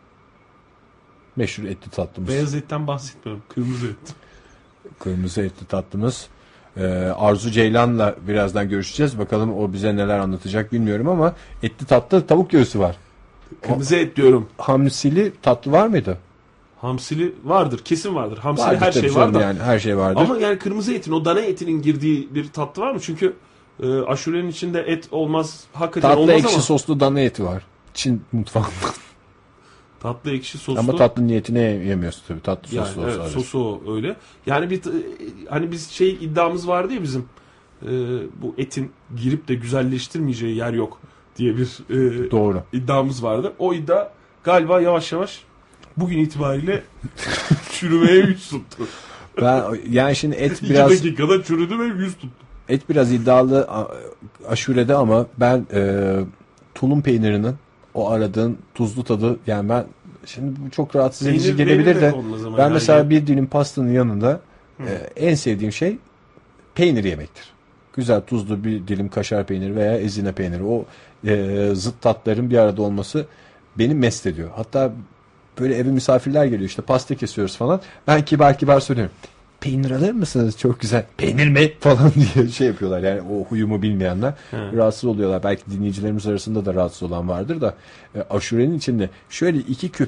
Meşhur etli tatlımız. Beyaz etten bahsetmiyorum. Kırmızı et. Kırmızı etli tatlımız. Arzu Ceylan'la birazdan görüşeceğiz. Bakalım o bize neler anlatacak bilmiyorum ama etli tatlı tavuk göğsü var. Kırmızı et diyorum. Hamsili tatlı var mıydı? Hamsili vardır. Kesin vardır. Hamsili Vardır her tabii şey canım, var da. yani her şey vardır. Ama yani kırmızı etin, o dana etinin girdiği bir tatlı var mı? Çünkü aşurenin içinde et olmaz. Hakikaten tatlı olmaz ekşi ama. soslu dana eti var. Çin mutfağında. Tatlı ekşi soslu. Ama tatlı niyetine yemiyorsun tabii. Tatlı yani, soslu evet, olsa. sosu o öyle. Yani hani biz şey iddiamız vardı ya bizim. Bu etin girip de güzelleştirmeyeceği yer yok diye bir Doğru. iddiamız vardı. O iddia galiba yavaş yavaş bugün itibariyle çürümeye yüz tuttu. Yani şimdi et 2 biraz dakikada çürüdü ve yüz tuttu. et biraz iddialı aşurede ama ben tulum peynirinin o aradığın tuzlu tadı, yani ben şimdi bu çok rahatsız edici Peynir gelebilir de de olmaz ama ben yani. mesela bir dilim pastanın yanında en sevdiğim şey peynir yemektir. Güzel tuzlu bir dilim kaşar peyniri veya ezine peyniri. O zıt tatların bir arada olması beni mest ediyor. Hatta böyle eve misafirler geliyor, işte pasta kesiyoruz falan. Ben kibar söylüyorum. Peynir alır mısınız? Çok güzel. Peynir mi? Falan diye şey yapıyorlar. Yani o huyumu bilmeyenler rahatsız oluyorlar. Belki dinleyicilerimiz arasında da rahatsız olan vardır da. Aşurenin içinde şöyle 2 küp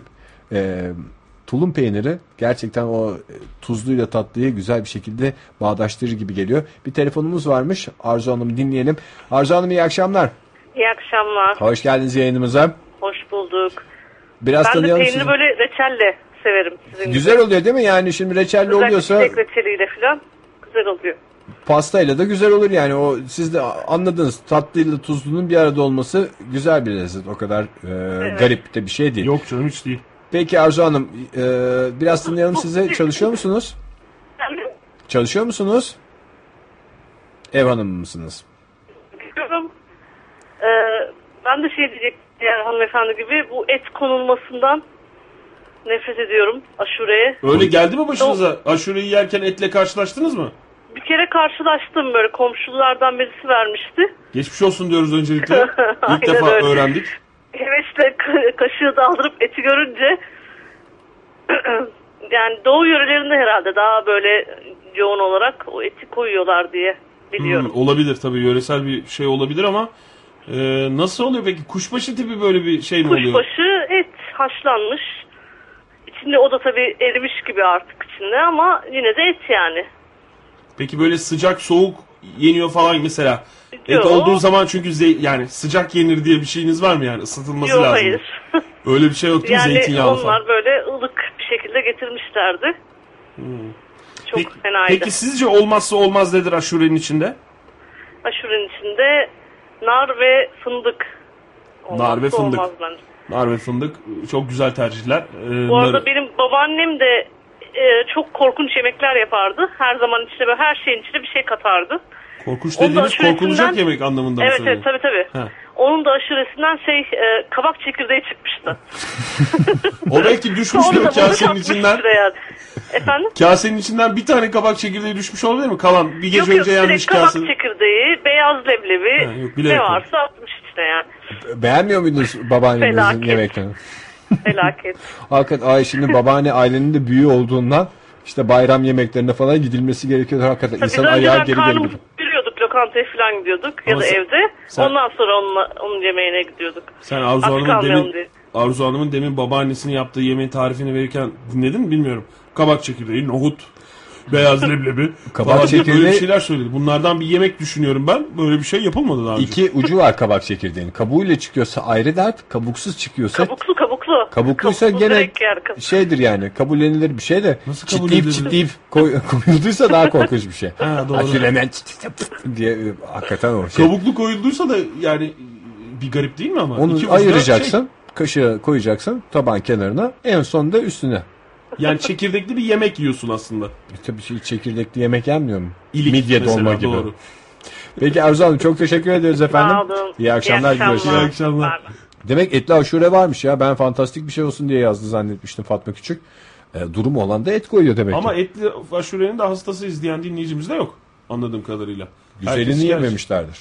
tulum peyniri gerçekten o tuzluyla tatlıyı güzel bir şekilde bağdaştırır gibi geliyor. Bir telefonumuz varmış. Arzu Hanım'ı dinleyelim. Arzu Hanım, iyi akşamlar. İyi akşamlar. Hoş geldiniz yayınımıza. Hoş bulduk. Biraz Ben de tanıyalım peyniri sizi. böyle reçelle severim. Sizin Güzel gibi. oluyor değil mi? Yani şimdi reçelli Özellikle oluyorsa çiçek reçeliyle falan güzel oluyor. pastayla da güzel olur yani. O siz de anladınız. Tatlıyla tuzlunun bir arada olması güzel bir lezzet. O kadar garip de bir şey değil. Yok canım, hiç değil. Peki Arzu Hanım, biraz tanıyalım sizi. Çalışıyor musunuz? Çalışıyor musunuz? Ev hanımı mısınız? Biliyorum. Ben de şey diyecektim yani hanımefendi gibi, bu et konulmasından nefret ediyorum aşureye. Öyle geldi mi başınıza? Aşureyi yerken etle karşılaştınız mı? Bir kere karşılaştım, böyle komşulardan birisi vermişti. Geçmiş olsun diyoruz öncelikle. İlk Aynen defa öyle. öğrendik. Hevesle kaşığı daldırıp eti görünce yani doğu yörelerinde herhalde daha böyle yoğun olarak o eti koyuyorlar diye biliyorum. Olabilir tabii, yöresel bir şey olabilir ama nasıl oluyor peki? Kuşbaşı tipi böyle bir şey mi oluyor? Kuşbaşı et haşlanmış. İçinde o da tabii erimiş gibi artık içinde ama yine de et yani. Peki böyle sıcak soğuk yeniyor falan mesela. Et Yok. olduğu zaman çünkü yani sıcak yenir diye bir şeyiniz var mı yani? Isıtılması Yok, lazım. hayır. Öyle bir şey yok değil mi? Yani Zeytinyağlı onlar falan. böyle ılık bir şekilde getirmişlerdi. Çok fenaydı. Peki sizce olmazsa olmaz nedir aşurenin içinde? Aşurenin içinde nar ve fındık. Nar ve fındık. Olmaz bence. Nar ve fındık çok güzel tercihler. Bu arada benim babaannem de çok korkunç yemekler yapardı. Her zaman içine böyle her şeyin içine bir şey katardı. Korkunç Onun da dediğiniz aşuresinden- korkulacak yemek anlamında mı Evet söylüyorsun? evet tabii. Ha. Onun da aşuresinden kabak çekirdeği çıkmıştı. O belki düşmüştür Onu da kasenin atmış içinden. şuraya. Efendim? Kasenin içinden bir tane kabak çekirdeği düşmüş olabilir mi? Kalan bir gece Yok önce yenmiş direkt kabak kase. çekirdeği, beyaz leblebi Ha, yok, bilerek ne yok. varsa atmış içine yani. Beğenmiyor muydunuz babaannenizin Felaket. yemeklerini? Felaket. Hakikaten şimdi babaanne ailenin de büyüğü olduğundan işte bayram yemeklerine falan gidilmesi gerekiyor. Hakikaten Tabii insan biz ayağı önceden geri karnımızı geliyor. doyuruyorduk, lokantaya falan gidiyorduk ya Ama da sen- evde. sen- Ondan sonra onun yemeğine gidiyorduk. Sen Arzu Aç Hanım'ın kalmayalım diye. demin babaannesinin yaptığı yemeğin tarifini verirken dinledin mi bilmiyorum. Kabak çekirdeği, nohut, beyaz leblebi Kabak falan diye çekirdeği- böyle bir şeyler söyledi. Bunlardan bir yemek düşünüyorum ben. Böyle bir şey yapılmadı daha önce. İki ucu var kabak çekirdeğinin. Kabuğuyla çıkıyorsa ayrı dert, kabuksuz çıkıyorsa Kabukluysa kabukluysa Kabuklu gene direkt yer. şeydir yani, kabullenilir bir şey de Nasıl kabul çitleyip edilir? çitleyip koyulduysa daha korkunç bir şey. Ha, doğru. Aşuremen diye hakikaten o şey. Kabuklu koyulduysa da yani bir garip değil mi ama? Onu İki ucu da ayıracaksın, kaşığı koyacaksın taban kenarına, en sonunda üstüne. yani çekirdekli bir yemek yiyorsun aslında. Tabii çekirdekli yemek yenmiyor mu? İlik Midye mesela, dolma gibi. doğru. Peki Arzu Hanım çok teşekkür ediyoruz efendim. Sağ olun. İyi akşamlar diliyoruz. İyi akşamlar. Demek etli aşure varmış ya. Ben fantastik bir şey olsun diye yazdı zannetmiştim Fatma Küçük. Durum olan da et koyuyor demek Ama ki. etli aşurenin de hastası izleyen dinleyicimiz de yok. Anladığım kadarıyla. Herkes Güzelini yer. yememişlerdir.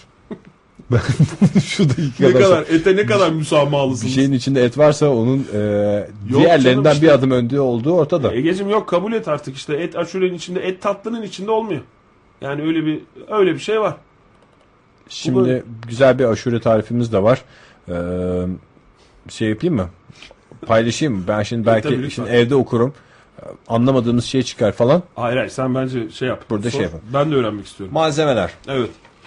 Şu dakika Ne kadar ete ne kadar müsamahallısınız. bir şeyin içinde et varsa onun diğerlerinden canım işte. bir adım önde olduğu ortada. Egeciğim yok, kabul et artık işte, et aşurenin içinde, et tatlının içinde olmuyor. Yani öyle bir şey var. Şimdi güzel bir aşure tarifimiz de var. Şey yapayım mı? Paylaşayım mı? Ben şimdi belki tabii, şimdi lütfen. evde okurum. Anlamadığımız şey çıkar falan. Hayır sen bence şey yap. Burada Sor. şey yapalım. Ben de öğrenmek istiyorum. Malzemeler. Evet.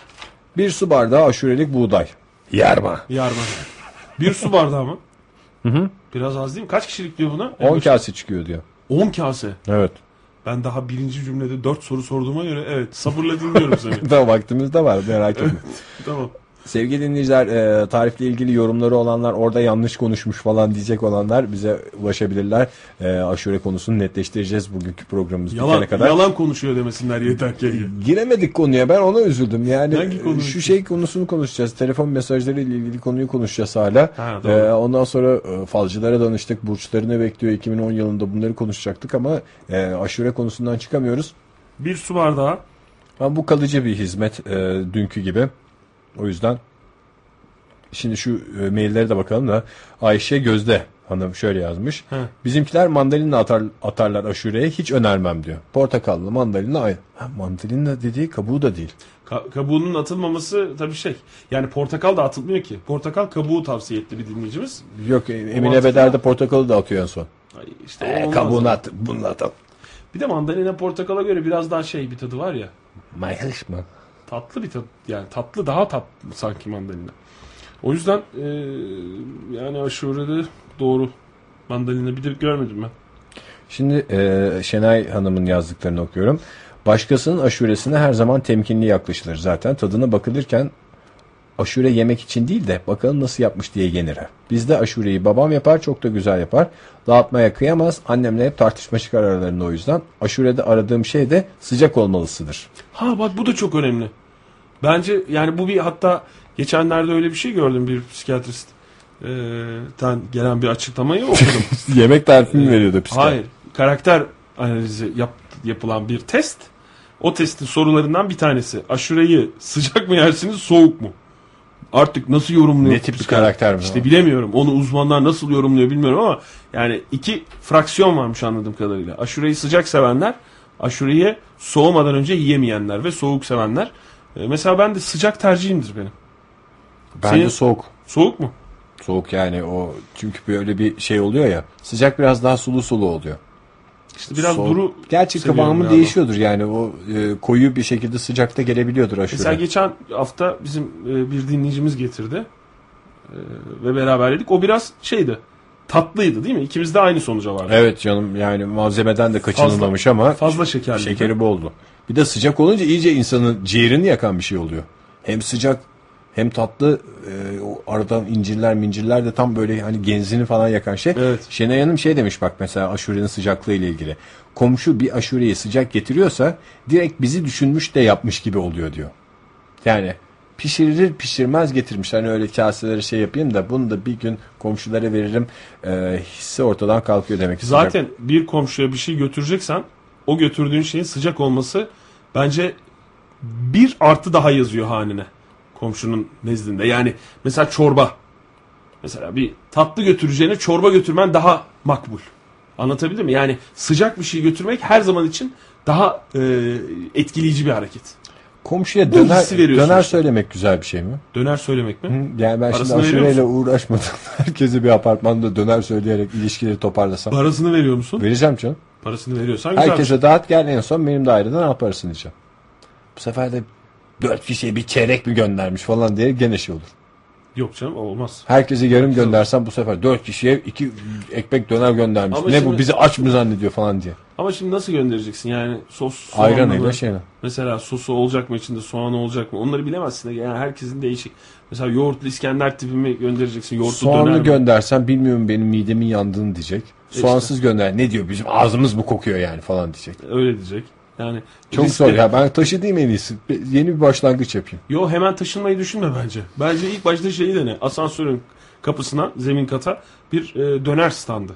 1 su bardağı aşurelik buğday. Yarma. Yarma. Bir su bardağı mı? Biraz az değil mi? Kaç kişilik diyor buna? 10 kase çıkıyor diyor. 10 kase. Evet. Ben daha birinci cümlede 4 soru sorduğuma göre evet sabırla dinliyorum seni. Daha vaktimiz de var, merak etme. Tamam. Sevgili dinleyiciler, tarifle ilgili yorumları olanlar, orada yanlış konuşmuş falan diyecek olanlar bize ulaşabilirler. Aşure konusunu netleştireceğiz bugünkü programımız bitene kadar. Yalan konuşuyor demesinler yeter ki. Giremedik konuya, ben ona üzüldüm. Yani Hangi konu? şu şey konusunu konuşacağız. Telefon mesajları ile ilgili konuyu konuşacağız hala. Ha, doğru. Ondan sonra falcılara danıştık. Burçlarını bekliyor 2010 yılında, bunları konuşacaktık ama aşure konusundan çıkamıyoruz. Bir su bardağı. Ama bu kalıcı bir hizmet, dünkü gibi. O yüzden şimdi şu maillere de bakalım da. Ayşe Gözde Hanım şöyle yazmış. He. Bizimkiler mandalina atarlar aşureye, hiç önermem diyor. Portakallı mandalina aynı. Mandalina dediği kabuğu da değil. Kabuğunun atılmaması tabii şey. Yani portakal da atılmıyor ki. Portakal kabuğu tavsiye etti bir dinleyicimiz. Yok, Emine mantıklı. Beder'de portakalı da atıyor en son. Ay, işte olmaz. Kabuğunu at, bunu at. Bir de mandalina portakala göre biraz daha şey bir tadı var ya. Mayhış mı? Tatlı bir tadı. Yani tatlı, daha tatlı sanki mandalina. O yüzden yani aşurede doğru. Mandalina bir de görmedim ben. Şimdi Şenay Hanım'ın yazdıklarını okuyorum. Başkasının aşuresine her zaman temkinli yaklaşılır zaten. Tadına bakılırken aşure yemek için değil de bakalım nasıl yapmış diye yenir. Bizde aşureyi babam yapar, çok da güzel yapar. Dağıtmaya kıyamaz. Annemle hep tartışma çıkar aralarında o yüzden. Aşurede aradığım şey de sıcak olmalısıdır. Ha bak bu da çok önemli. Bence yani bu bir, hatta geçenlerde öyle bir şey gördüm, bir psikiyatrist gelen bir açıklamayı okudum. Yemek tarifini veriyordu psikiyatr. Hayır, karakter analizi yapılan bir test. O testin sorularından bir tanesi: aşureyi sıcak mı yersiniz, soğuk mu? artık nasıl yorumluyor? Ne tip bir karakter mi? İşte bilemiyorum. Onu uzmanlar nasıl yorumluyor bilmiyorum ama yani iki fraksiyon varmış anladığım kadarıyla. Aşureyi sıcak sevenler, aşureyi soğumadan önce yiyemeyenler ve soğuk sevenler. Mesela ben de sıcak tercihimdir benim. Ben Senin... de soğuk. Soğuk mu? Soğuk yani o çünkü böyle bir şey oluyor ya. Sıcak biraz daha sulu sulu oluyor. İşte biraz soğuk. duru. Gerçi kıvamı değişiyordur yani o koyu bir şekilde sıcakta gelebiliyordur aşure. Mesela geçen hafta bizim bir dinleyicimiz getirdi ve beraber yedik. O biraz şeydi, tatlıydı değil mi? İkimiz de aynı sonuca vardık. Evet canım yani malzemeden de kaçınılmamış ama fazla şekerli. Şekeri boldu. Bir de sıcak olunca iyice insanın ciğerini yakan bir şey oluyor. Hem sıcak hem tatlı, o aradan incirler de tam böyle hani genzini falan yakan şey. Evet. Şenay Hanım şey demiş bak mesela aşurenin sıcaklığı ile ilgili. Komşu bir aşureyi sıcak getiriyorsa direkt bizi düşünmüş de yapmış gibi oluyor diyor. Yani pişirir pişirmez getirmiş. Hani öyle kaseleri şey yapayım da bunu da bir gün komşulara veririm hissi ortadan kalkıyor demek ki. Zaten bir komşuya bir şey götüreceksen o götürdüğün şeyin sıcak olması bence bir artı daha yazıyor hanine. Komşunun nezdinde. Yani mesela çorba. Mesela bir tatlı götüreceğine çorba götürmen daha makbul. Anlatabildim mi? Yani sıcak bir şey götürmek her zaman için daha etkileyici bir hareket. Komşuya döner işte. Söylemek güzel bir şey mi? Döner söylemek mi? Hı, yani ben parasını şimdi aşureyle uğraşmadım. Herkese bir apartmanda döner söyleyerek ilişkileri toparlasam. Parasını veriyor musun? Vereceğim canım. Parasını veriyorsan güzel. Herkese dağıt gel en son benim daireden al parasını diyeceğim. Bu sefer de 4 kişiye bir çeyrek mi göndermiş falan diye gene şey olur. Yok canım olmaz. Herkese yarım göndersem bu sefer 4 kişiye 2 ekmek döner göndermiş. Ama ne şimdi, bu bizi aç mı zannediyor falan diye. Ama şimdi nasıl göndereceksin yani sos ayranıyla şeyle. Mesela sosu olacak mı içinde soğanı olacak mı onları bilemezsin. Yani herkesin değişik. Mesela yoğurtlu İskender tipi mi göndereceksin yoğurtlu soğanlı döner mi? göndersen bilmiyorum benim midemin yandığını diyecek. Soğansız gönder ne diyor bizim ağzımız mı kokuyor yani falan diyecek. Öyle diyecek. Yani çok zor ya ben taşıdığım en iyisi. Yeni bir başlangıç yapayım. Yo hemen taşınmayı düşünme bence. Bence ilk başta şeyi dene. Asansörün kapısına zemin kata bir döner standı.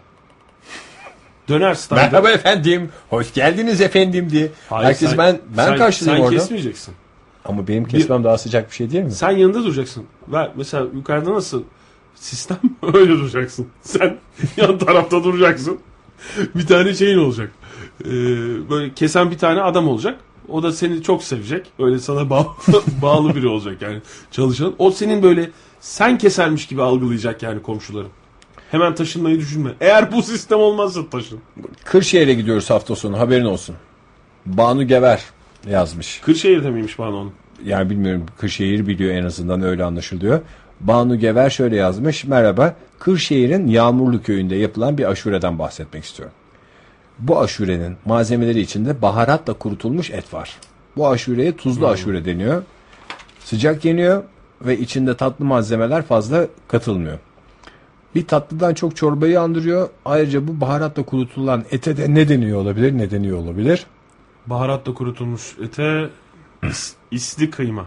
Döner standı. Merhaba efendim. Hoş geldiniz efendim diye. Hayır, herkes ben karşılayayım orada. Sen kesmeyeceksin. Ama benim kesmem daha sıcak bir şey değil mi? Sen yanında duracaksın. Ve mesela yukarıda nasıl sistem öyle duracaksın. Sen yan tarafta duracaksın. Bir tane şeyin olacak. Böyle kesen bir tane adam olacak. O da seni çok sevecek. Öyle sana bağlı biri olacak yani çalışan. O senin böyle sen kesermiş gibi algılayacak yani komşuların. Hemen taşınmayı düşünme. Eğer bu sistem olmazsa taşın. Kırşehir'e gidiyoruz hafta sonu haberin olsun. Banu Gever yazmış. Kırşehir'de miymiş Banu Hanım? Yani bilmiyorum Kırşehir biliyor en azından öyle anlaşılıyor. Banu Gever şöyle yazmış. Merhaba. Kırşehir'in Yağmurlu köyünde yapılan bir aşureden bahsetmek istiyorum. Bu aşurenin malzemeleri içinde baharatla kurutulmuş et var. Bu aşureye tuzlu aşure deniyor. Sıcak yeniyor ve içinde tatlı malzemeler fazla katılmıyor. Bir tatlıdan çok çorbayı andırıyor. Ayrıca bu baharatla kurutulan ete de ne deniyor olabilir? Ne deniyor olabilir? Baharatla kurutulmuş ete isli kıyma.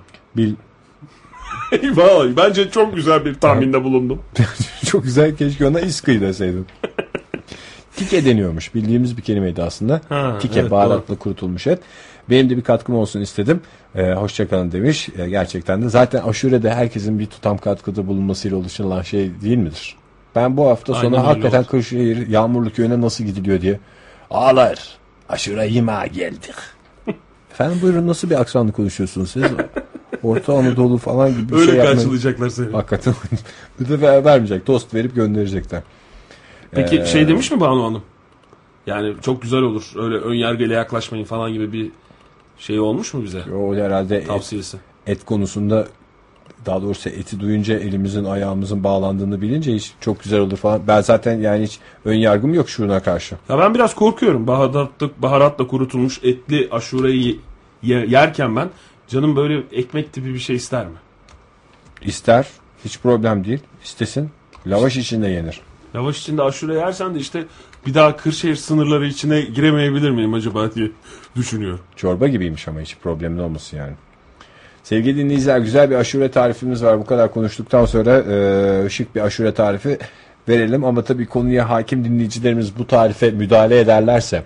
Vallahi bence çok güzel bir tahminde bulundum. Çok güzel, keşke ona iskıy deseydim. Tike deniyormuş. Bildiğimiz bir kelimeydi aslında. Tike, evet, baharatla doğru kurutulmuş et. Benim de bir katkım olsun istedim. Hoşçakalın demiş. Gerçekten de zaten aşurede herkesin bir tutam katkıda bulunmasıyla oluşturulan şey değil midir? Ben bu hafta sonu hakikaten Kırşehir Yağmurlu köyüne nasıl gidiliyor diye ağlar. Aşure yemeğe geldik. Efendim buyurun, nasıl bir aksanlı konuşuyorsunuz siz? Orta Anadolu falan gibi bir öyle şey yapmayın. Öyle karşılayacaklar seni. Hakikaten. Bir de vermeyecek. Tost verip gönderecekler. Peki şey demiş mi Banu Hanım? Yani çok güzel olur. Öyle ön yargıyla yaklaşmayın falan gibi bir şey olmuş mu bize? O herhalde tavsiyesi. Et konusunda, daha doğrusu eti duyunca elimizin ayağımızın bağlandığını bilince hiç çok güzel olur falan. Ben zaten yani hiç ön yargım yok şuna karşı. Ya ben biraz korkuyorum. Baharatla kurutulmuş etli aşureyi yerken ben canım böyle ekmek tipi bir şey ister mi? İster. Hiç problem değil. İstesin. Lavaş içinde yenir. Lavaş içinde aşure yersen de işte bir daha Kırşehir sınırları içine giremeyebilir miyim acaba diye düşünüyorum. Çorba gibiymiş ama hiç problemin olmasın yani. Sevgili dinleyiciler, güzel bir aşure tarifimiz var. Bu kadar konuştuktan sonra şık bir aşure tarifi verelim. Ama tabii konuya hakim dinleyicilerimiz bu tarife müdahale ederlerse,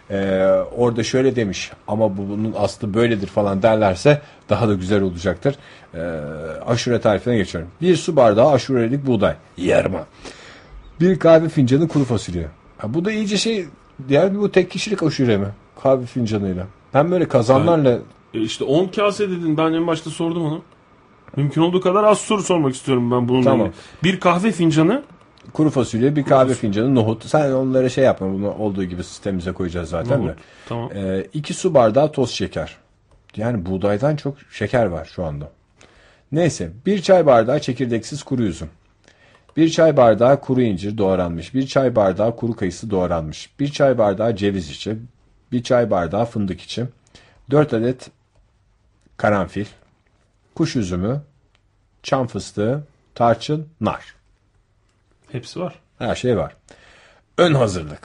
orada şöyle demiş ama bunun aslı böyledir falan derlerse daha da güzel olacaktır. Aşure tarifine geçiyorum. 1 su bardağı aşurelik buğday. Yarma. 1 kahve fincanı kuru fasulye. Bu da iyice şey, yani bu tek kişilik aşure mi? Kahve fincanıyla. Ben böyle kazanlarla... İşte 10 kase dedin, ben en başta sordum onu. Mümkün olduğu kadar az soru sormak istiyorum ben bununla ilgili. Bir kahve fincanı kuru fasulye, bir kahve fincanı nohut. Sen onlara şey yapma, bunu olduğu gibi sistemimize koyacağız zaten nohut. de. Tamam. 2 su bardağı toz şeker. Yani buğdaydan çok şeker var şu anda. Neyse, 1 çay bardağı çekirdeksiz kuru üzüm. 1 çay bardağı kuru incir doğranmış. 1 çay bardağı kuru kayısı doğranmış. 1 çay bardağı ceviz içi. 1 çay bardağı fındık içi. 4 adet karanfil. Kuş üzümü. Çam fıstığı. Tarçın. Nar. Hepsi var. Her şey var. Ön hazırlık.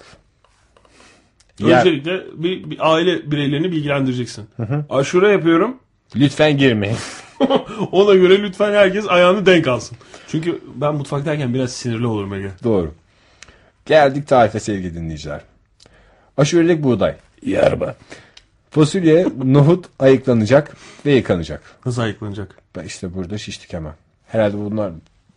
Öncelikle bir aile bireylerini bilgilendireceksin. Aşure yapıyorum. Lütfen girmeyin. Ona göre lütfen herkes ayağını denk alsın. Çünkü ben mutfaktayken biraz sinirli olurum Ege. Doğru. Geldik tarife sevgili dinleyiciler. Aşurelik buğday. Yarma. Fasulye, nohut ayıklanacak ve yıkanacak. Nasıl ayıklanacak? Ben işte burada şiştik hemen. Herhalde bunlar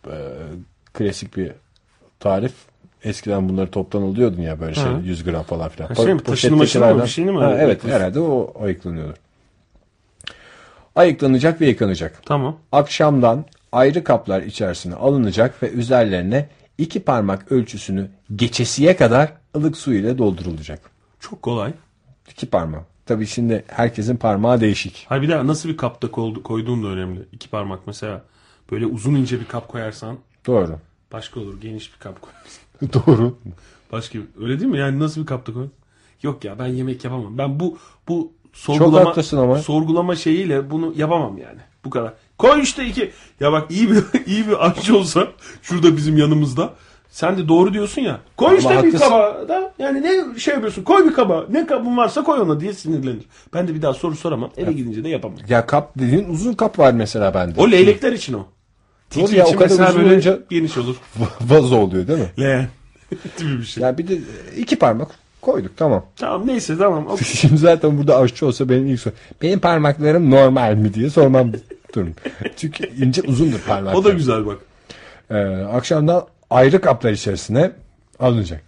klasik bir tarif. Eskiden bunları toptan alıyordun ya böyle şey 100 gram falan filan. Şey mi, taşını maşını mı bir şey mi? Evet herhalde o ayıklanıyordur. Ayıklanacak ve yıkanacak. Tamam. Akşamdan ayrı kaplar içerisine alınacak ve üzerlerine 2 parmak ölçüsünü geçesiye kadar ılık su ile doldurulacak. Çok kolay. 2 parmak. Tabii şimdi herkesin parmağı değişik. Hayır, bir daha nasıl bir kapta koyduğun da önemli. 2 parmak mesela. Böyle uzun ince bir kap koyarsan. Doğru. Başka olur. Geniş bir kap koyarsın. Doğru. Başka, öyle değil mi? Yani nasıl bir kapta koy? Yok ya, ben yemek yapamam. Ben bu Çok haklısın ama. sorgulama şeyiyle bunu yapamam yani. Bu kadar. Koy işte 2. Ya bak, iyi bir aşçı olsa şurada bizim yanımızda. Sen de doğru diyorsun ya. Koy ama işte haklısın. bir kaba da. Yani ne şey yapıyorsun? Koy bir kaba. Ne kabın varsa koy ona diye sinirlenir. Ben de bir daha soru soramam. Eve gidince de yapamam. Ya kap dediğin uzun kap var mesela bende. O leylekler için o. Doğru Tiki ya, için o kadar mesela uzun böyle olunca geniş olur. vazo oluyor değil mi? Leğen gibi bir şey. Ya bir de 2 parmak koyduk tamam. Tamam neyse tamam. Şimdi zaten burada aşçı olsa benim ilk soru. Benim parmaklarım normal mi diye sormam durum. Çünkü ince uzundur parmaklar. O da güzel bak. Akşamdan ayrı kaplar içerisine alınacak.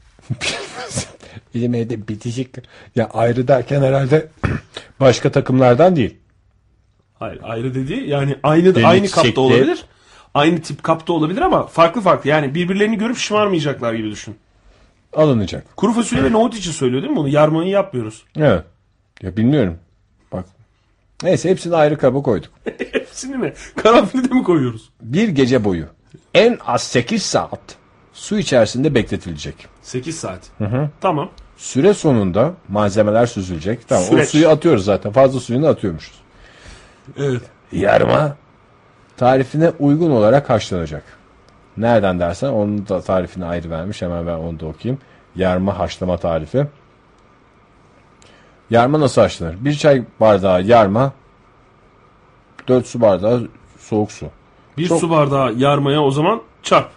Benim evde bitişik. Ya ayrı derken herhalde başka takımlardan değil. Hayır, ayrı dediği yani aynı kapta olabilir. Aynı tip kapta olabilir ama farklı. Yani birbirlerini görüp şımarmayacaklar gibi düşün. Alınacak. Kuru fasulye ve nohut için söylüyor değil mi bunu? Yarmayı yapmıyoruz. Evet. Ya bilmiyorum. Bak. Neyse hepsini ayrı kaba koyduk. Hepsini mi? Karanfili de mi koyuyoruz? Bir gece boyu en az 8 saat su içerisinde bekletilecek. 8 saat. Tamam. Süre sonunda malzemeler süzülecek. Tamam, Süreç. o suyu atıyoruz zaten. Fazla suyunu atıyormuşuz. Evet. Yarma tarifine uygun olarak haşlanacak. Nereden dersen onun da tarifini ayrı vermiş. Hemen ben onu da okuyayım. Yarma haşlama tarifi. Yarma nasıl haşlanır? 1 çay bardağı yarma, 4 su bardağı soğuk su. Bir su bardağı yarmaya o zaman çarp.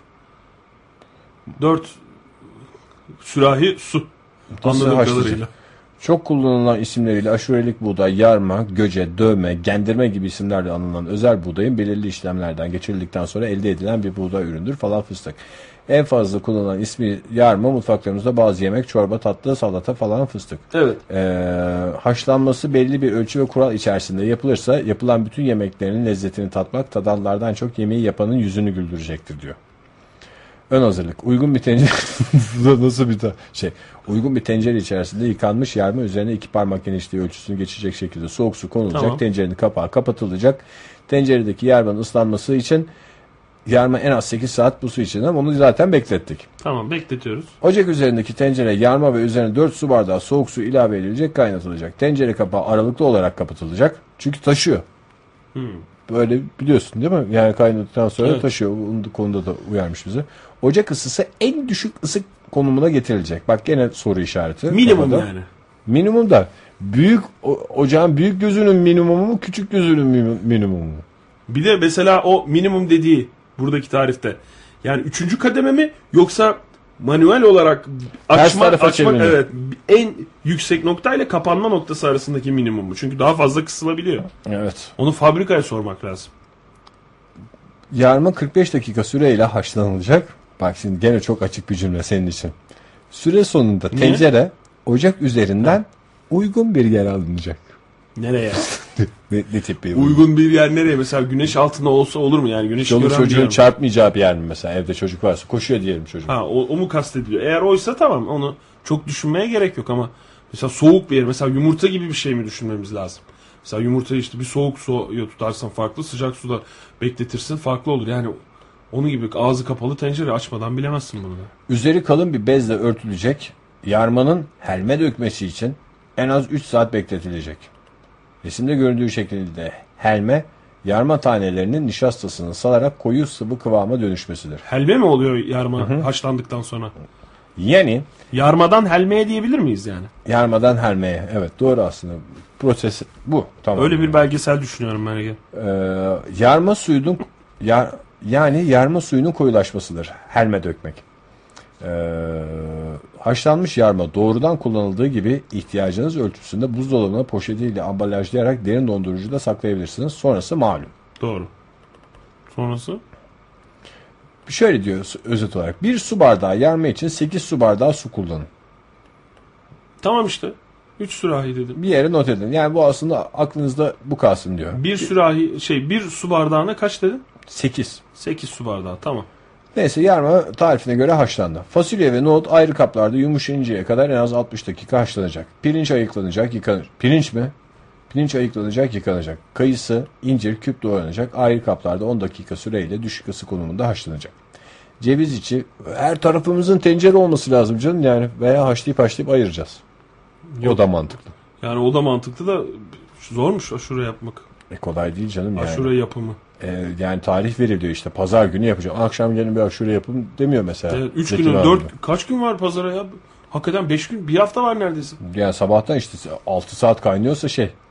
4 sürahi su. Anladığım haşlayacak? kadarıyla. Çok kullanılan isimleriyle aşurelik buğday, yarma, göce, dövme, gendirme gibi isimlerle anılan özel buğdayın belirli işlemlerden geçirildikten sonra elde edilen bir buğday üründür falan fıstık. En fazla kullanılan ismi yarma, mutfaklarımızda bazı yemek, çorba, tatlı, salata falan fıstık. Evet. Haşlanması belli bir ölçü ve kural içerisinde yapılırsa yapılan bütün yemeklerin lezzetini tatmak tadanlardan çok yemeği yapanın yüzünü güldürecektir diyor. Ön hazırlık. Uygun bir tencere nasıl bir şey? Uygun bir tencere içerisinde yıkanmış yarma üzerine 2 parmak genişliği ölçüsünü geçecek şekilde soğuk su konulacak. Tamam. Tencerenin kapağı kapatılacak. Tenceredeki yarmanın ıslanması için yarma en az 8 saat bu su içinde, ama onu zaten beklettik. Tamam, bekletiyoruz. Ocak üzerindeki tencere yarma ve üzerine 4 su bardağı soğuk su ilave edilecek, kaynatılacak. Tencere kapağı aralıklı olarak kapatılacak. Çünkü taşıyor. Böyle biliyorsun değil mi? Yani kaynadıktan sonra evet, taşıyor. Bu konuda da uyarmış bizi. Ocak ısısı en düşük ısık konumuna getirilecek. Bak gene soru işareti. Minimum orada. yani. Minimum da büyük ocağın büyük gözünün minimumu mu, küçük gözünün minimumu mu? Bir de mesela o minimum dediği buradaki tarifte yani 3. kademe mi yoksa manuel olarak tarafa açmak çeviriyor. evet en yüksek noktayla kapanma noktası arasındaki minimum bu. Çünkü daha fazla kısılabiliyor. Evet. Onu fabrikaya sormak lazım. Yarma 45 dakika süreyle haşlanılacak. Bak şimdi gene çok açık bir cümle senin için. Süre sonunda tencere ocak üzerinden uygun bir yer alınacak. Nereye? Ne tip bir Uygun bir yer nereye? Mesela güneş altında olsa olur mu yani? Güneş Çoluk gören bir yer çocuğun mi? çarpmayacağı bir yer mi mesela? Evde çocuk varsa koşuyor diyelim çocuk. Ha, o mu kastediliyor? Eğer oysa tamam, onu çok düşünmeye gerek yok ama mesela soğuk bir yer, mesela yumurta gibi bir şey mi düşünmemiz lazım? Mesela yumurtayı işte bir soğuk suya tutarsan farklı, sıcak suda bekletirsin farklı olur. Yani onun gibi ağzı kapalı tencere açmadan bilemezsin bunu da. Üzeri kalın bir bezle örtülecek. Yarmanın helme dökmesi için en az 3 saat bekletilecek. Resimde görüldüğü şekilde helme yarma tanelerinin nişastasını salarak koyu sıvı kıvama dönüşmesidir. Helme mi oluyor yarma haşlandıktan sonra? Yani Yarmadan helmeye diyebilir miyiz yani? yarmadan helmeye. Evet doğru aslında. Proses bu. Tamam. Öyle bir belgesel düşünüyorum ben Ege. Yarma suyunun yani yarma suyunun koyulaşmasıdır. Helme dökmek. Haşlanmış yarma doğrudan kullanıldığı gibi ihtiyacınız ölçüsünde buzdolabına poşetiyle ambalajlayarak derin dondurucuda saklayabilirsiniz. Sonrası malum. Doğru. Sonrası? Şöyle diyor özet olarak. 1 su bardağı yarma için 8 su bardağı su kullanın. Tamam işte. 3 sürahi dedim. Bir yere not edin. Yani bu aslında aklınızda bu kalsın diyor. Bir sürahi bir su bardağına kaç dedin? 8. 8 su bardağı, tamam. Neyse yarma tarifine göre haşlandı. Fasulye ve nohut ayrı kaplarda yumuşayıncaya kadar en az 60 dakika haşlanacak. Pirinç ayıklanacak, yıkanır. Pirinç mi? Pirinç ayıklanacak, yıkanacak. Kayısı, incir, küp doğranacak. Ayrı kaplarda 10 dakika süreyle düşük ısı konumunda haşlanacak. Ceviz içi her tarafımızın tencere olması lazım canım yani veya haşlayıp ayıracağız. Yok. O da mantıklı. Yani o da mantıklı da zormuş aşure yapmak. Kolay değil canım yani. Aşure yapımı. Yani tarih veriliyor işte pazar günü yapacağım. Akşam gelin bir aşure yapın demiyor mesela. Evet, 3 Zeki gün, abi 4 gibi. kaç gün var pazara ya? Hakikaten 5 gün, bir hafta var neredeyse. Yani sabahtan işte 6 saat kaynıyorsa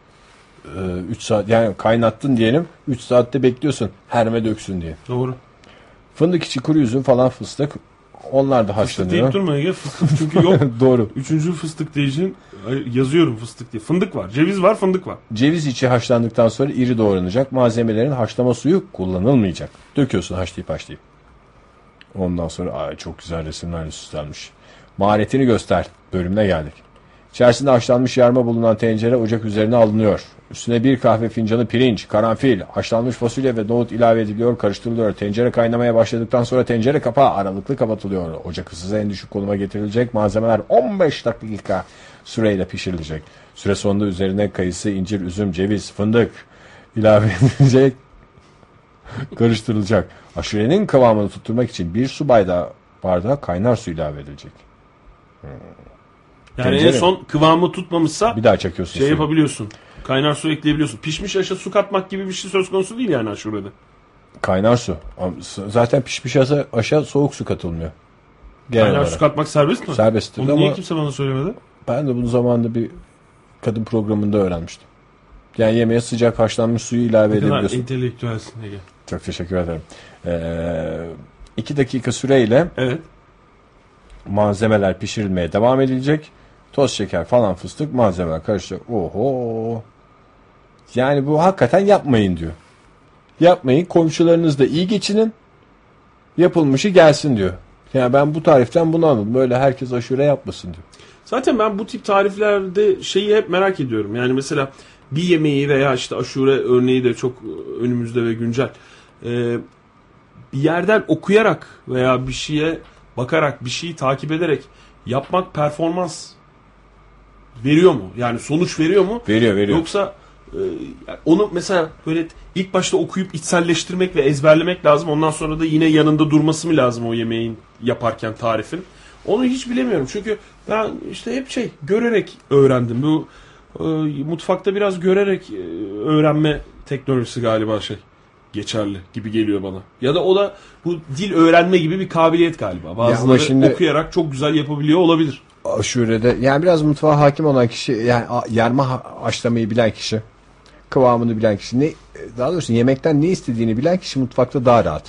3 saat yani kaynattın diyelim 3 saatte bekliyorsun herme döksün diye. Doğru. Fındık içi kuru üzüm falan fıstık onlar da Fıstık deyip haşlanıyor. durma Ege, fıstık çünkü yok. Doğru. 3. fıstık diyeceğin yazıyorum fıstık diye. Fındık var, ceviz var, fındık var. Ceviz içi haşlandıktan sonra iri doğranacak. Malzemelerin haşlama suyu kullanılmayacak. Döküyorsun haşlayıp. Ondan sonra çok güzel resimlerle süslenmiş. Maharetini göster bölümüne geldik. İçerisinde haşlanmış yarma bulunan tencere ocak üzerine alınıyor. Üstüne bir kahve fincanı pirinç, karanfil, haşlanmış fasulye ve nohut ilave ediliyor, karıştırılıyor. Tencere kaynamaya başladıktan sonra tencere kapağı aralıklı kapatılıyor. Ocak ısısı en düşük konuma getirilecek. Malzemeler 15 dakika süreyle pişirilecek. Süre sonunda üzerine kayısı, incir, üzüm, ceviz, fındık ilave edilecek. Karıştırılacak. Aşurenin kıvamını tutturmak için 1 su bardağı kaynar su ilave edilecek. Yani Tencere en son kıvamı tutmamışsa bir daha çekiyorsun suyu. yapabiliyorsun. Kaynar su ekleyebiliyorsun. Pişmiş aşa su katmak gibi bir şey söz konusu değil yani aşurede. Kaynar su. Zaten pişmiş aşağı soğuk su katılmıyor. Genel Kaynar olarak. su katmak serbest mi? Serbesttir Bunu ama niye kimse bana söylemedi? ben de bunu zamanında bir kadın programında öğrenmiştim. Yani yemeğe sıcak haşlanmış suyu ilave Ne kadar edebiliyorsun. entelektüelsin Ege. Çok teşekkür ederim. 2 dakika süreyle Evet. malzemeler pişirilmeye devam edilecek. Toz şeker falan fıstık malzemeler karışacak. Oho. Yani bu hakikaten yapmayın diyor. Yapmayın, komşularınızla iyi geçinin. Yapılmışı gelsin diyor. Yani ben bu tariften bunu anladım. Böyle herkes aşure yapmasın diyor. Zaten ben bu tip tariflerde şeyi hep merak ediyorum. Yani mesela bir yemeği veya işte aşure örneği de çok önümüzde ve güncel. Bir yerden okuyarak veya bir şeye bakarak, bir şeyi takip ederek yapmak performans veriyor mu? Yani sonuç veriyor mu? Veriyor. Yoksa onu mesela böyle ilk başta okuyup içselleştirmek ve ezberlemek lazım. Ondan sonra da yine yanında durması mı lazım o yemeğin yaparken tarifin? Onu hiç bilemiyorum. Çünkü ben işte hep görerek öğrendim. Bu mutfakta biraz görerek öğrenme teknolojisi galiba geçerli gibi geliyor bana. Ya da o da bu dil öğrenme gibi bir kabiliyet galiba. Bazıları şimdi okuyarak çok güzel yapabiliyor olabilir. Aşurede yani biraz mutfağa hakim olan kişi yani yarma haşlamayı bilen kişi kıvamını bilen kişi daha doğrusu yemekten ne istediğini bilen kişi mutfakta daha rahat.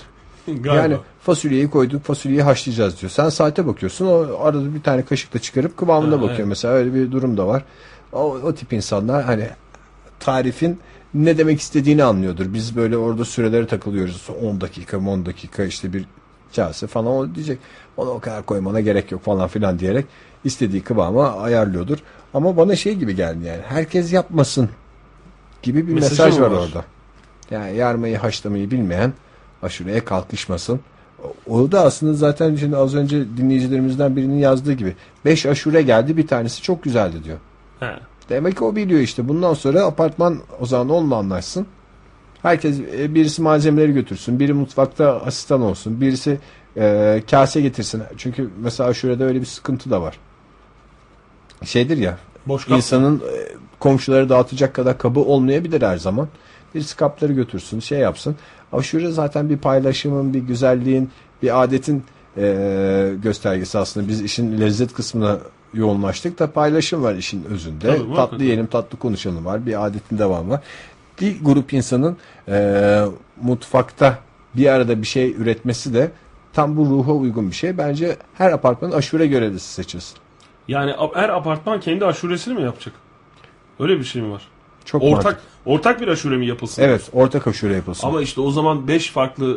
Galiba. Yani fasulyeyi koyduk, fasulyeyi haşlayacağız diyor. Sen saate bakıyorsun, o arada bir tane kaşıkla çıkarıp kıvamına bakıyor. Evet. Mesela öyle bir durum da var. O tip insanlar hani tarifin ne demek istediğini anlıyordur. Biz böyle orada sürelere takılıyoruz. 10 dakika, 10 dakika işte bir kase falan, o diyecek. Ona o kadar koymana gerek yok falan filan diyerek istediği kıvama ayarlıyordur. Ama bana şey gibi geldi yani. Herkes yapmasın gibi bir Mesajı mesaj mı var var? orada. Yani yarmayı haşlamayı bilmeyen aşureye kalkışmasın. O da aslında zaten şimdi az önce dinleyicilerimizden birinin yazdığı gibi 5 aşure geldi, bir tanesi çok güzeldi diyor. He. Demek ki o biliyor işte. Bundan sonra apartman o zaman onunla anlaşsın. Herkes birisi malzemeleri götürsün. Biri mutfakta asistan olsun. Birisi kase getirsin. Çünkü mesela aşurede öyle bir sıkıntı da var. Şeydir ya. Boş kap. İnsanın komşuları dağıtacak kadar kabı olmayabilir her zaman. Birisi kapları götürsün, şey yapsın. Aşure zaten bir paylaşımın, bir güzelliğin, bir adetin göstergesi aslında. Biz işin lezzet kısmına yoğunlaştık da paylaşım var işin özünde. Tabii, tatlı muhakkak. yiyelim, tatlı konuşalım var. Bir adetin devamı var. Bir grup insanın mutfakta bir arada bir şey üretmesi de tam bu ruha uygun bir şey. Bence her apartmanın aşure görevlisi seçilsin. Yani her apartman kendi aşuresini mi yapacak? Öyle bir şey mi var? Çok mantıklı. Ortak bir aşure mi yapılsın? Evet, ortak aşure yapılsın. Ama işte o zaman 5 farklı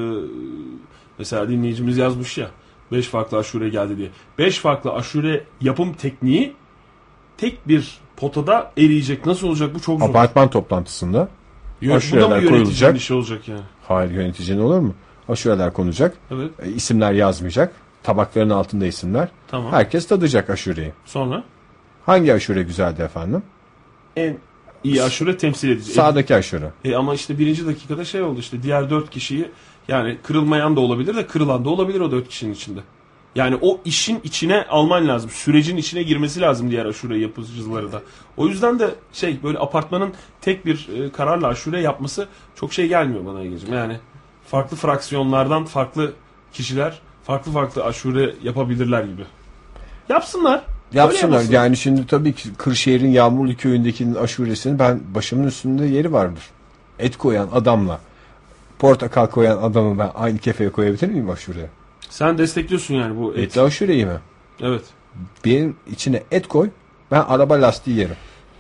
mesela dinleyicimiz yazmış ya, 5 farklı aşure geldi diye. 5 farklı aşure yapım tekniği tek bir potada eriyecek. Nasıl olacak bu? Çok zor. Apartman toplantısında Bu da mı aşureler yöneticinin koyulacak. işi olacak yani? Hayır, yöneticinin olur mu? Aşureler konacak. Evet. İsimler yazmayacak. Tabakların altında isimler. Tamam. Herkes tadacak aşureyi. Sonra Hangi aşure güzeldi efendim? en iyi aşure temsil edici. Sağdaki aşure. Ama işte birinci dakikada şey oldu, işte diğer 4 kişiyi, yani kırılmayan da olabilir de kırılan da olabilir o 4 kişinin içinde. Yani o işin içine alman lazım. Sürecin içine girmesi lazım diğer aşure yapıcıları da. O yüzden de böyle apartmanın tek bir kararla aşure yapması çok şey gelmiyor bana Ege'ciğim. Yani farklı fraksiyonlardan farklı kişiler farklı aşure yapabilirler gibi. Yapsınlar. Yapsınlar. Öyle yapsın. Yani şimdi tabii ki Kırşehir'in Yağmurlu köyündekinin aşuresinin ben başımın üstünde yeri vardır. Et koyan adamla portakal koyan adamı ben aynı kefeye koyabilir miyim aşureye? Sen destekliyorsun yani bu et. Etli aşureyi mi? Evet. Benim içine et koy, ben araba lastiği yerim.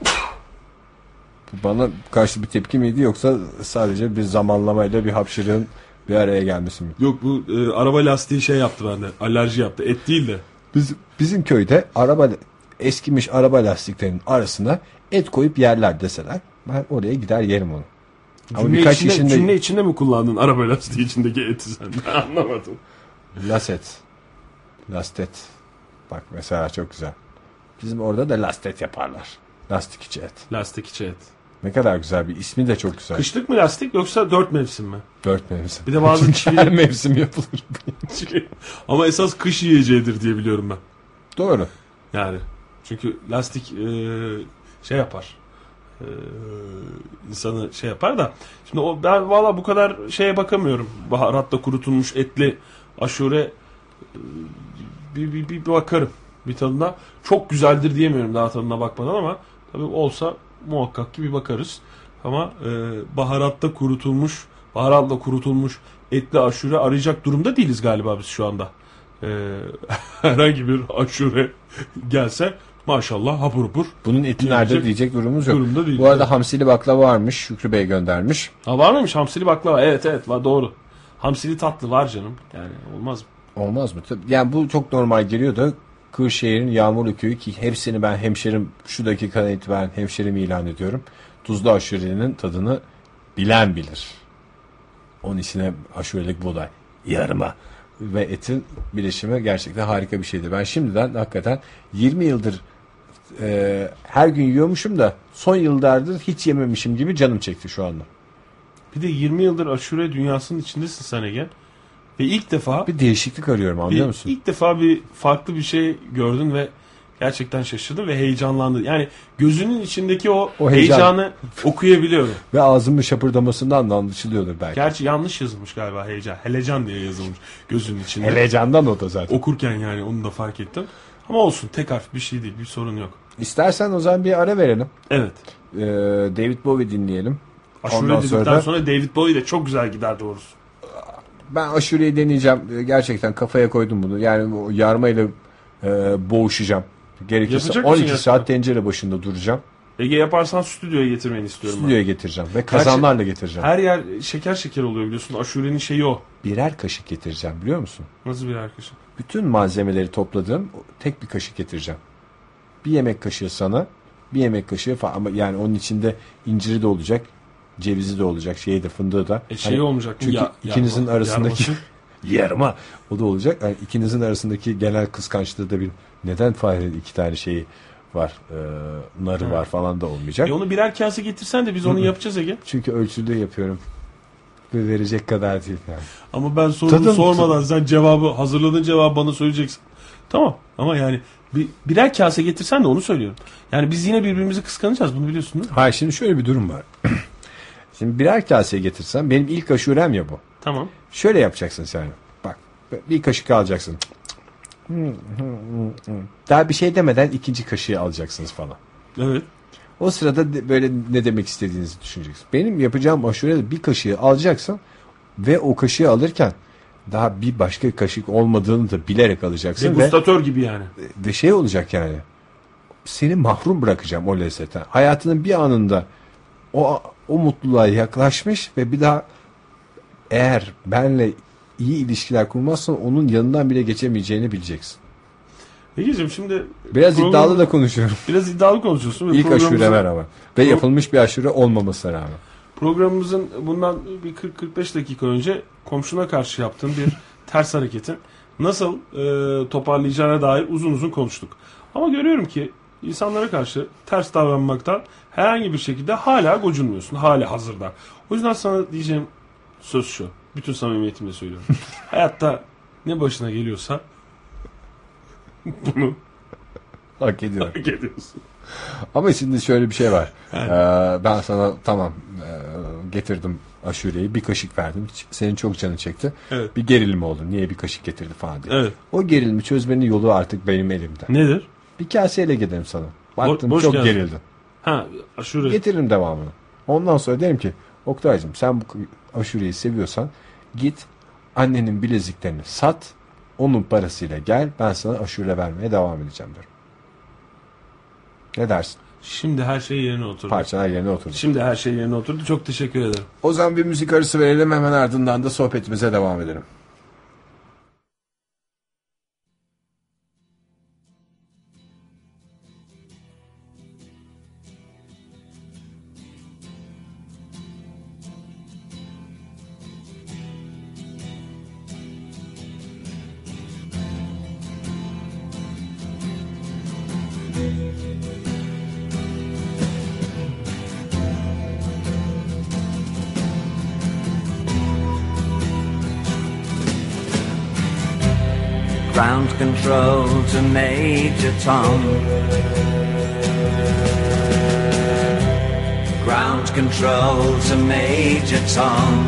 Bu bana karşı bir tepki miydi, yoksa sadece bir zamanlamayla bir hapşırığın bir araya gelmesi mi? Yok, bu araba lastiği şey yaptı bende. Alerji yaptı. Et değil de. Bizim köyde eskimiş araba lastiklerinin arasına et koyup yerler deseler, ben oraya gider yerim onu. Ama birkaç kişinin de Cümle içinde mi kullandın araba lastiği içindeki eti sen? Ben anlamadım. lastet. Bak mesela çok güzel. Bizim orada da lastet yaparlar. Lastik içi et. Lastik içi et. Ne kadar güzel, bir ismi de çok güzel. Kışlık mı lastik yoksa 4 mevsim mi? 4 mevsim. Bir de bazı Her kişiler... mevsim yapılır. Ama esas kış yiyeceğidir diye biliyorum ben. Doğru. Yani. Çünkü lastik şey yapar. İnsanı şey yapar da. Şimdi ben valla bu kadar şeye bakamıyorum. Baharatla kurutulmuş etli aşure bir bakarım. Bir tadına. Çok güzeldir diyemiyorum daha tadına bakmadan, ama tabii olsa muhakkak ki bir bakarız. Ama baharatla kurutulmuş etli aşure arayacak durumda değiliz galiba biz şu anda. Herhangi bir aşure gelse maşallah hapur hapur. Bunun eti nerede diyecek durumumuz yok. Durumda değil. Bu arada hamsili baklava varmış. Şükrü Bey göndermiş. Ha, var mıymış hamsili baklava? Evet var, doğru. Hamsili tatlı var canım. Yani olmaz mı? Olmaz mı? Yani bu çok normal geliyor da Kırşehir'in Yağmurlu köyü, ki hepsini ben hemşerim, şu dakikadan itibaren hemşerim ilan ediyorum. Tuzlu aşurenin tadını bilen bilir. Onun içine aşurelik buğday, yarıma ve etin birleşimi gerçekten harika bir şeydi. Ben şimdiden hakikaten 20 yıldır her gün yiyormuşum da son yıllardır hiç yememişim gibi canım çekti şu anda. Bir de 20 yıldır aşure dünyasının içindesin sen Ege. Ve ilk defa bir değişiklik arıyorum, anlıyor musun? İlk defa bir farklı bir şey gördün ve gerçekten şaşırdın ve heyecanlandın. Yani gözünün içindeki o heyecanı okuyabiliyorum. Ve ağzımın şapırdamasından da anlaşılıyordur belki. Gerçi yanlış yazılmış galiba heyecan. Helecan diye yazılmış gözünün içinde. Helecandan o da zaten. Okurken yani onu da fark ettim. Ama olsun, tek harf bir şey değil, bir sorun yok. İstersen o zaman bir ara verelim. Evet. David Bowie dinleyelim. Aşure dedikten sonra David Bowie de çok güzel gider doğrusu. ben aşureyi deneyeceğim. Gerçekten kafaya koydum bunu. Yani o yarmayla boğuşacağım. Gerekirse Yapacak 12 mısın saat tencere başında duracağım. Ege, yaparsan stüdyoya getirmeni istiyorum. Stüdyoya getireceğim ve kazanlarla getireceğim. Her yer şeker oluyor biliyorsun. Aşurenin şeyi o. Birer kaşık getireceğim, biliyor musun? Nasıl birer kaşık? Bütün malzemeleri topladığım tek bir kaşık getireceğim. Bir yemek kaşığı sana, bir yemek kaşığı falan, ama yani onun içinde inciri de olacak, cevizi de olacak, şeyi de, fındığı da. Şey olmayacak. Çünkü ikinizin arasındaki yarma o da olacak. Yani ikinizin arasındaki genel kıskançlığı da bir neden Fahir'in 2 tane şeyi var, narı var falan da olmayacak. Onu birer kase getirsen de biz onu yapacağız Ege. Çünkü ölçülü yapıyorum. Ve verecek kadar değil yani. Ama ben sorumu sormadan sen hazırladığın cevabı bana söyleyeceksin. Tamam, ama yani birer kase getirsen de onu söylüyorum. Yani biz yine birbirimizi kıskanacağız, bunu biliyorsun değil mi? Hayır, şimdi şöyle bir durum var. Şimdi birer kase getirsen, benim ilk aşurem ya bu. Tamam. Şöyle yapacaksın sen. Bak, bir kaşık alacaksın. Daha bir şey demeden ikinci kaşığı alacaksınız falan. Evet. O sırada böyle ne demek istediğinizi düşüneceksin. Benim yapacağım aşurede bir kaşığı alacaksın ve o kaşığı alırken daha bir başka kaşık olmadığını da bilerek alacaksın. Degustatör gibi yani. Ve şey olacak yani. Seni mahrum bırakacağım o lezzetten. Hayatının bir anında o mutluluğa yaklaşmış ve bir daha eğer benle iyi ilişkiler kurmazsan onun yanından bile geçemeyeceğini bileceksin. Egeciğim, şimdi biraz iddialı da konuşuyorum. Biraz iddialı konuşuyorsun. İlk aşure var ama. Ve yapılmış bir aşure olmamasına rağmen. Programımızın bundan bir 40-45 dakika önce komşuna karşı yaptığın bir ters hareketin nasıl toparlayacağına dair uzun uzun konuştuk. Ama görüyorum ki insanlara karşı ters davranmaktan herhangi bir şekilde hala gocunmuyorsun. Hala hazırda. O yüzden sana diyeceğim söz şu. Bütün samimiyetimle söylüyorum. Hayatta ne başına geliyorsa bunu hak ediyorum. Hak ediyorsun. Ama şimdi şöyle bir şey var. Ben sana tamam getirdim aşureyi, bir kaşık verdim. Senin çok canın çekti. Evet. Bir gerilim oldu. Niye bir kaşık getirdi falan diye. Evet. O gerilimi çözmenin yolu artık benim elimde. Nedir? Bir kaseyle giderim sana. Baktım Boş çok geldi. gerildin. Aşure. Getiririm devamını. Ondan sonra derim ki Oktay'cığım, sen bu aşureyi seviyorsan git annenin bileziklerini sat. Onun parasıyla gel, ben sana aşure vermeye devam edeceğim derim. Ne dersin? Şimdi her şey yerine oturdu. Parçalar yerine oturdu. Şimdi her şey yerine oturdu. Çok teşekkür ederim. O zaman bir müzik arası verelim, hemen ardından da sohbetimize devam edelim. Ground control to Major Tom. Ground control to Major Tom.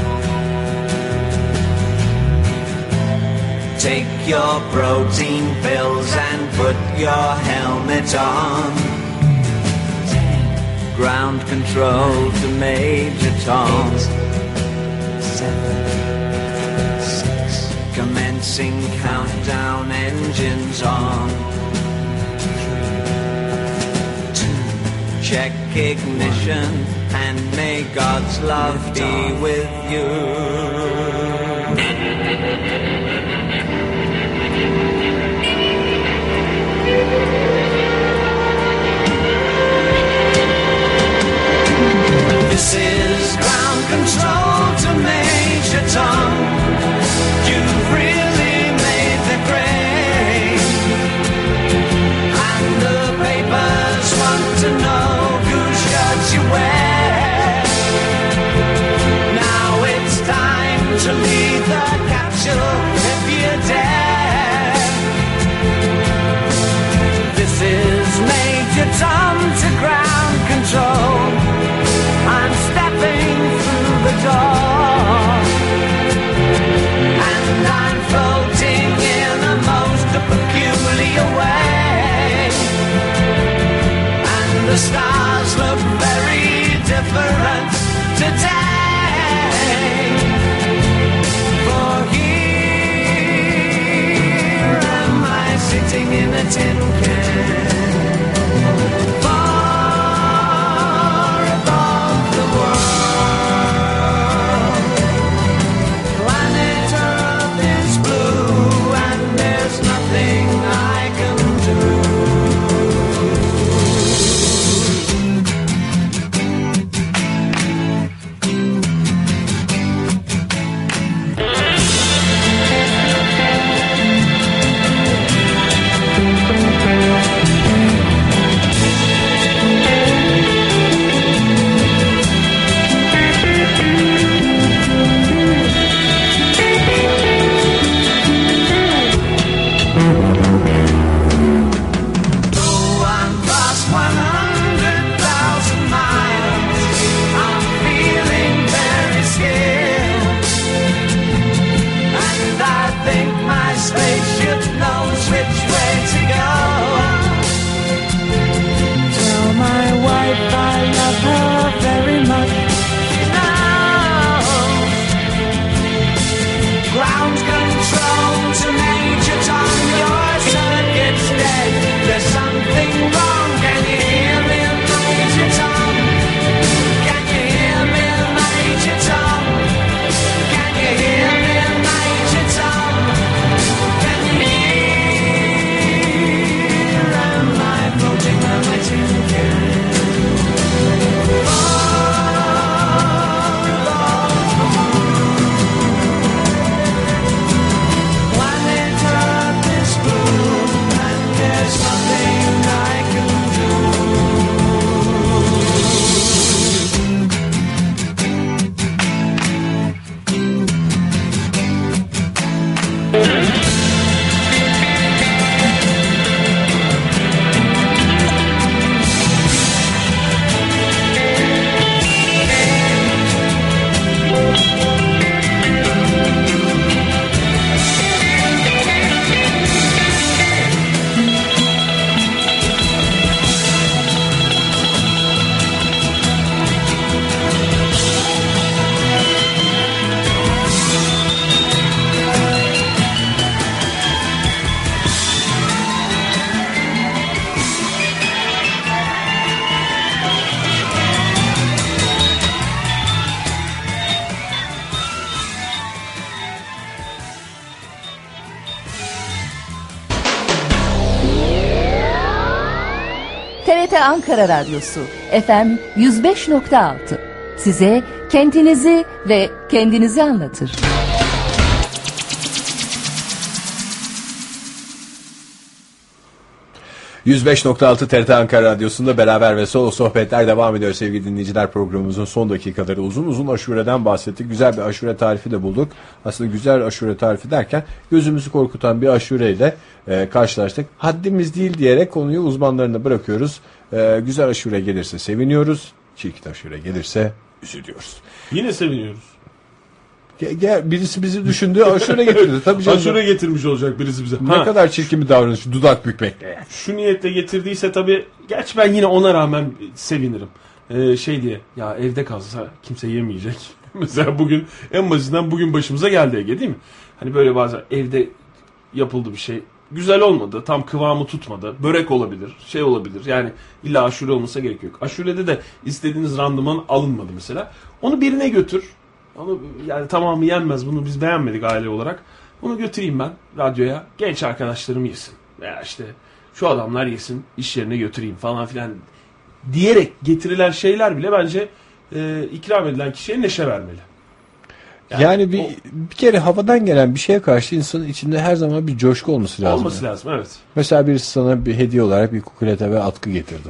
Take your protein pills and put your helmet on. Ground control to Major Tom. 7, 6, commencing countdown, engines on. 3, 2, check ignition, and may God's love be with you. This is ground control to Major Tom. You've really made the grade, and the papers want to know whose shirts you wear. Now it's time to leave the capsule if you dare. This is Major Tom to ground control. I'm stepping through the door, and I'm floating in a most peculiar way, and the stars look very different today, for in a tin can. Far above the world, planet Earth is blue, and there's nothing I can do. Spaceship knows which way to go. Tell my wife I love her very much. She knows. Ground control to Major Tom. Your circuit's dead. There's something wrong. Can you hear me, Major Tom? Can you hear me, Major Tom? Can you hear me, Major Tom? TRT Ankara Radyosu FM 105.6 size kendinizi ve kendinizi anlatır. ...105.6 TRT Ankara Radyosu'nda beraber ve solo sohbetler devam ediyor sevgili dinleyiciler. Programımızın son dakikaları uzun uzun aşureden bahsettik. Güzel bir aşure tarifi de bulduk. Aslında güzel aşure tarifi derken gözümüzü korkutan bir aşureyle karşılaştık. Haddimiz değil diyerek konuyu uzmanlarına bırakıyoruz. Güzel aşure gelirse seviniyoruz. Çirkin aşure gelirse üzülüyoruz. Yine seviniyoruz. Birisi bizi düşündü, aşure getirdi. Tabii canım. Aşure getirmiş olacak birisi bize. Ne kadar çirkin bir davranış, dudak bükmekle. Şu niyetle getirdiyse tabii, gerçi ben yine ona rağmen sevinirim. Şey diye, ya evde kalsa kimse yemeyecek. Mesela bugün, en basitinden bugün başımıza geldi Ege, değil mi? Hani böyle bazen evde yapıldı bir şey, güzel olmadı, tam kıvamı tutmadı. Börek olabilir, şey olabilir. Yani illa aşure olmasa gerek yok. Aşurede de istediğiniz randıman alınmadı mesela. Onu birine götür. Onu, yani tamamı yenmez, bunu biz beğenmedik aile olarak. Bunu götüreyim ben radyoya, genç arkadaşlarım yesin. Veya işte şu adamlar yesin, iş yerine götüreyim falan filan diyerek getirilen şeyler bile bence ikram edilen kişiye neşe vermeli. Yani bir kere havadan gelen bir şeye karşı insanın içinde her zaman bir coşku olması lazım. Olması lazım, evet. Mesela birisi sana bir hediye olarak bir kukulete ve atkı getirdi.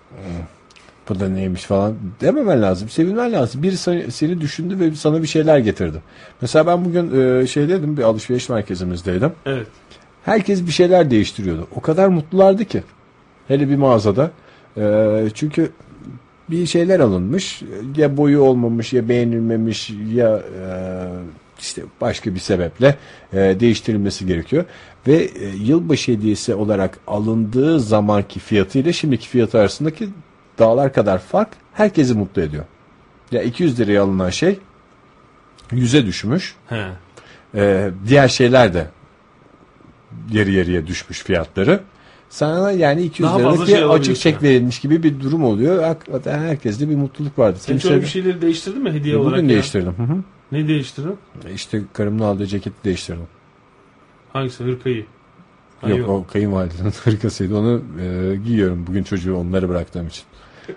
Bu da neymiş falan dememen lazım. Sevinmen lazım. Biri seni düşündü ve sana bir şeyler getirdi. Mesela ben bugün bir alışveriş merkezimizdeydim. Evet. Herkes bir şeyler değiştiriyordu. O kadar mutlulardı ki. Hele bir mağazada. Çünkü bir şeyler alınmış. Ya boyu olmamış, ya beğenilmemiş, ya işte başka bir sebeple değiştirilmesi gerekiyor. Ve yılbaşı hediyesi olarak alındığı zamanki fiyatı ile şimdiki fiyatı arasındaki dağlar kadar fark herkesi mutlu ediyor. Ya 200 liraya alınan şey 100'e düşmüş. He. Diğer şeyler de yarı yarıya düşmüş fiyatları. Sana yani 200 Daha liralık fazla bir şey açık alabiliyorsun çek yani. verilmiş gibi bir durum oluyor. Hakikaten herkeste bir mutluluk vardı. Sen şöyle bir şeyleri değiştirdin mi hediye olarak? Bugün ya? değiştirdim. Hı hı. Ne değiştirdin? İşte karımın aldığı ceketi değiştirdim. Hangisi? Hırkayı. Ha, Yok, o kayınvalidenin hırkasıydı. Onu giyiyorum bugün çocuğu onları bıraktığım için.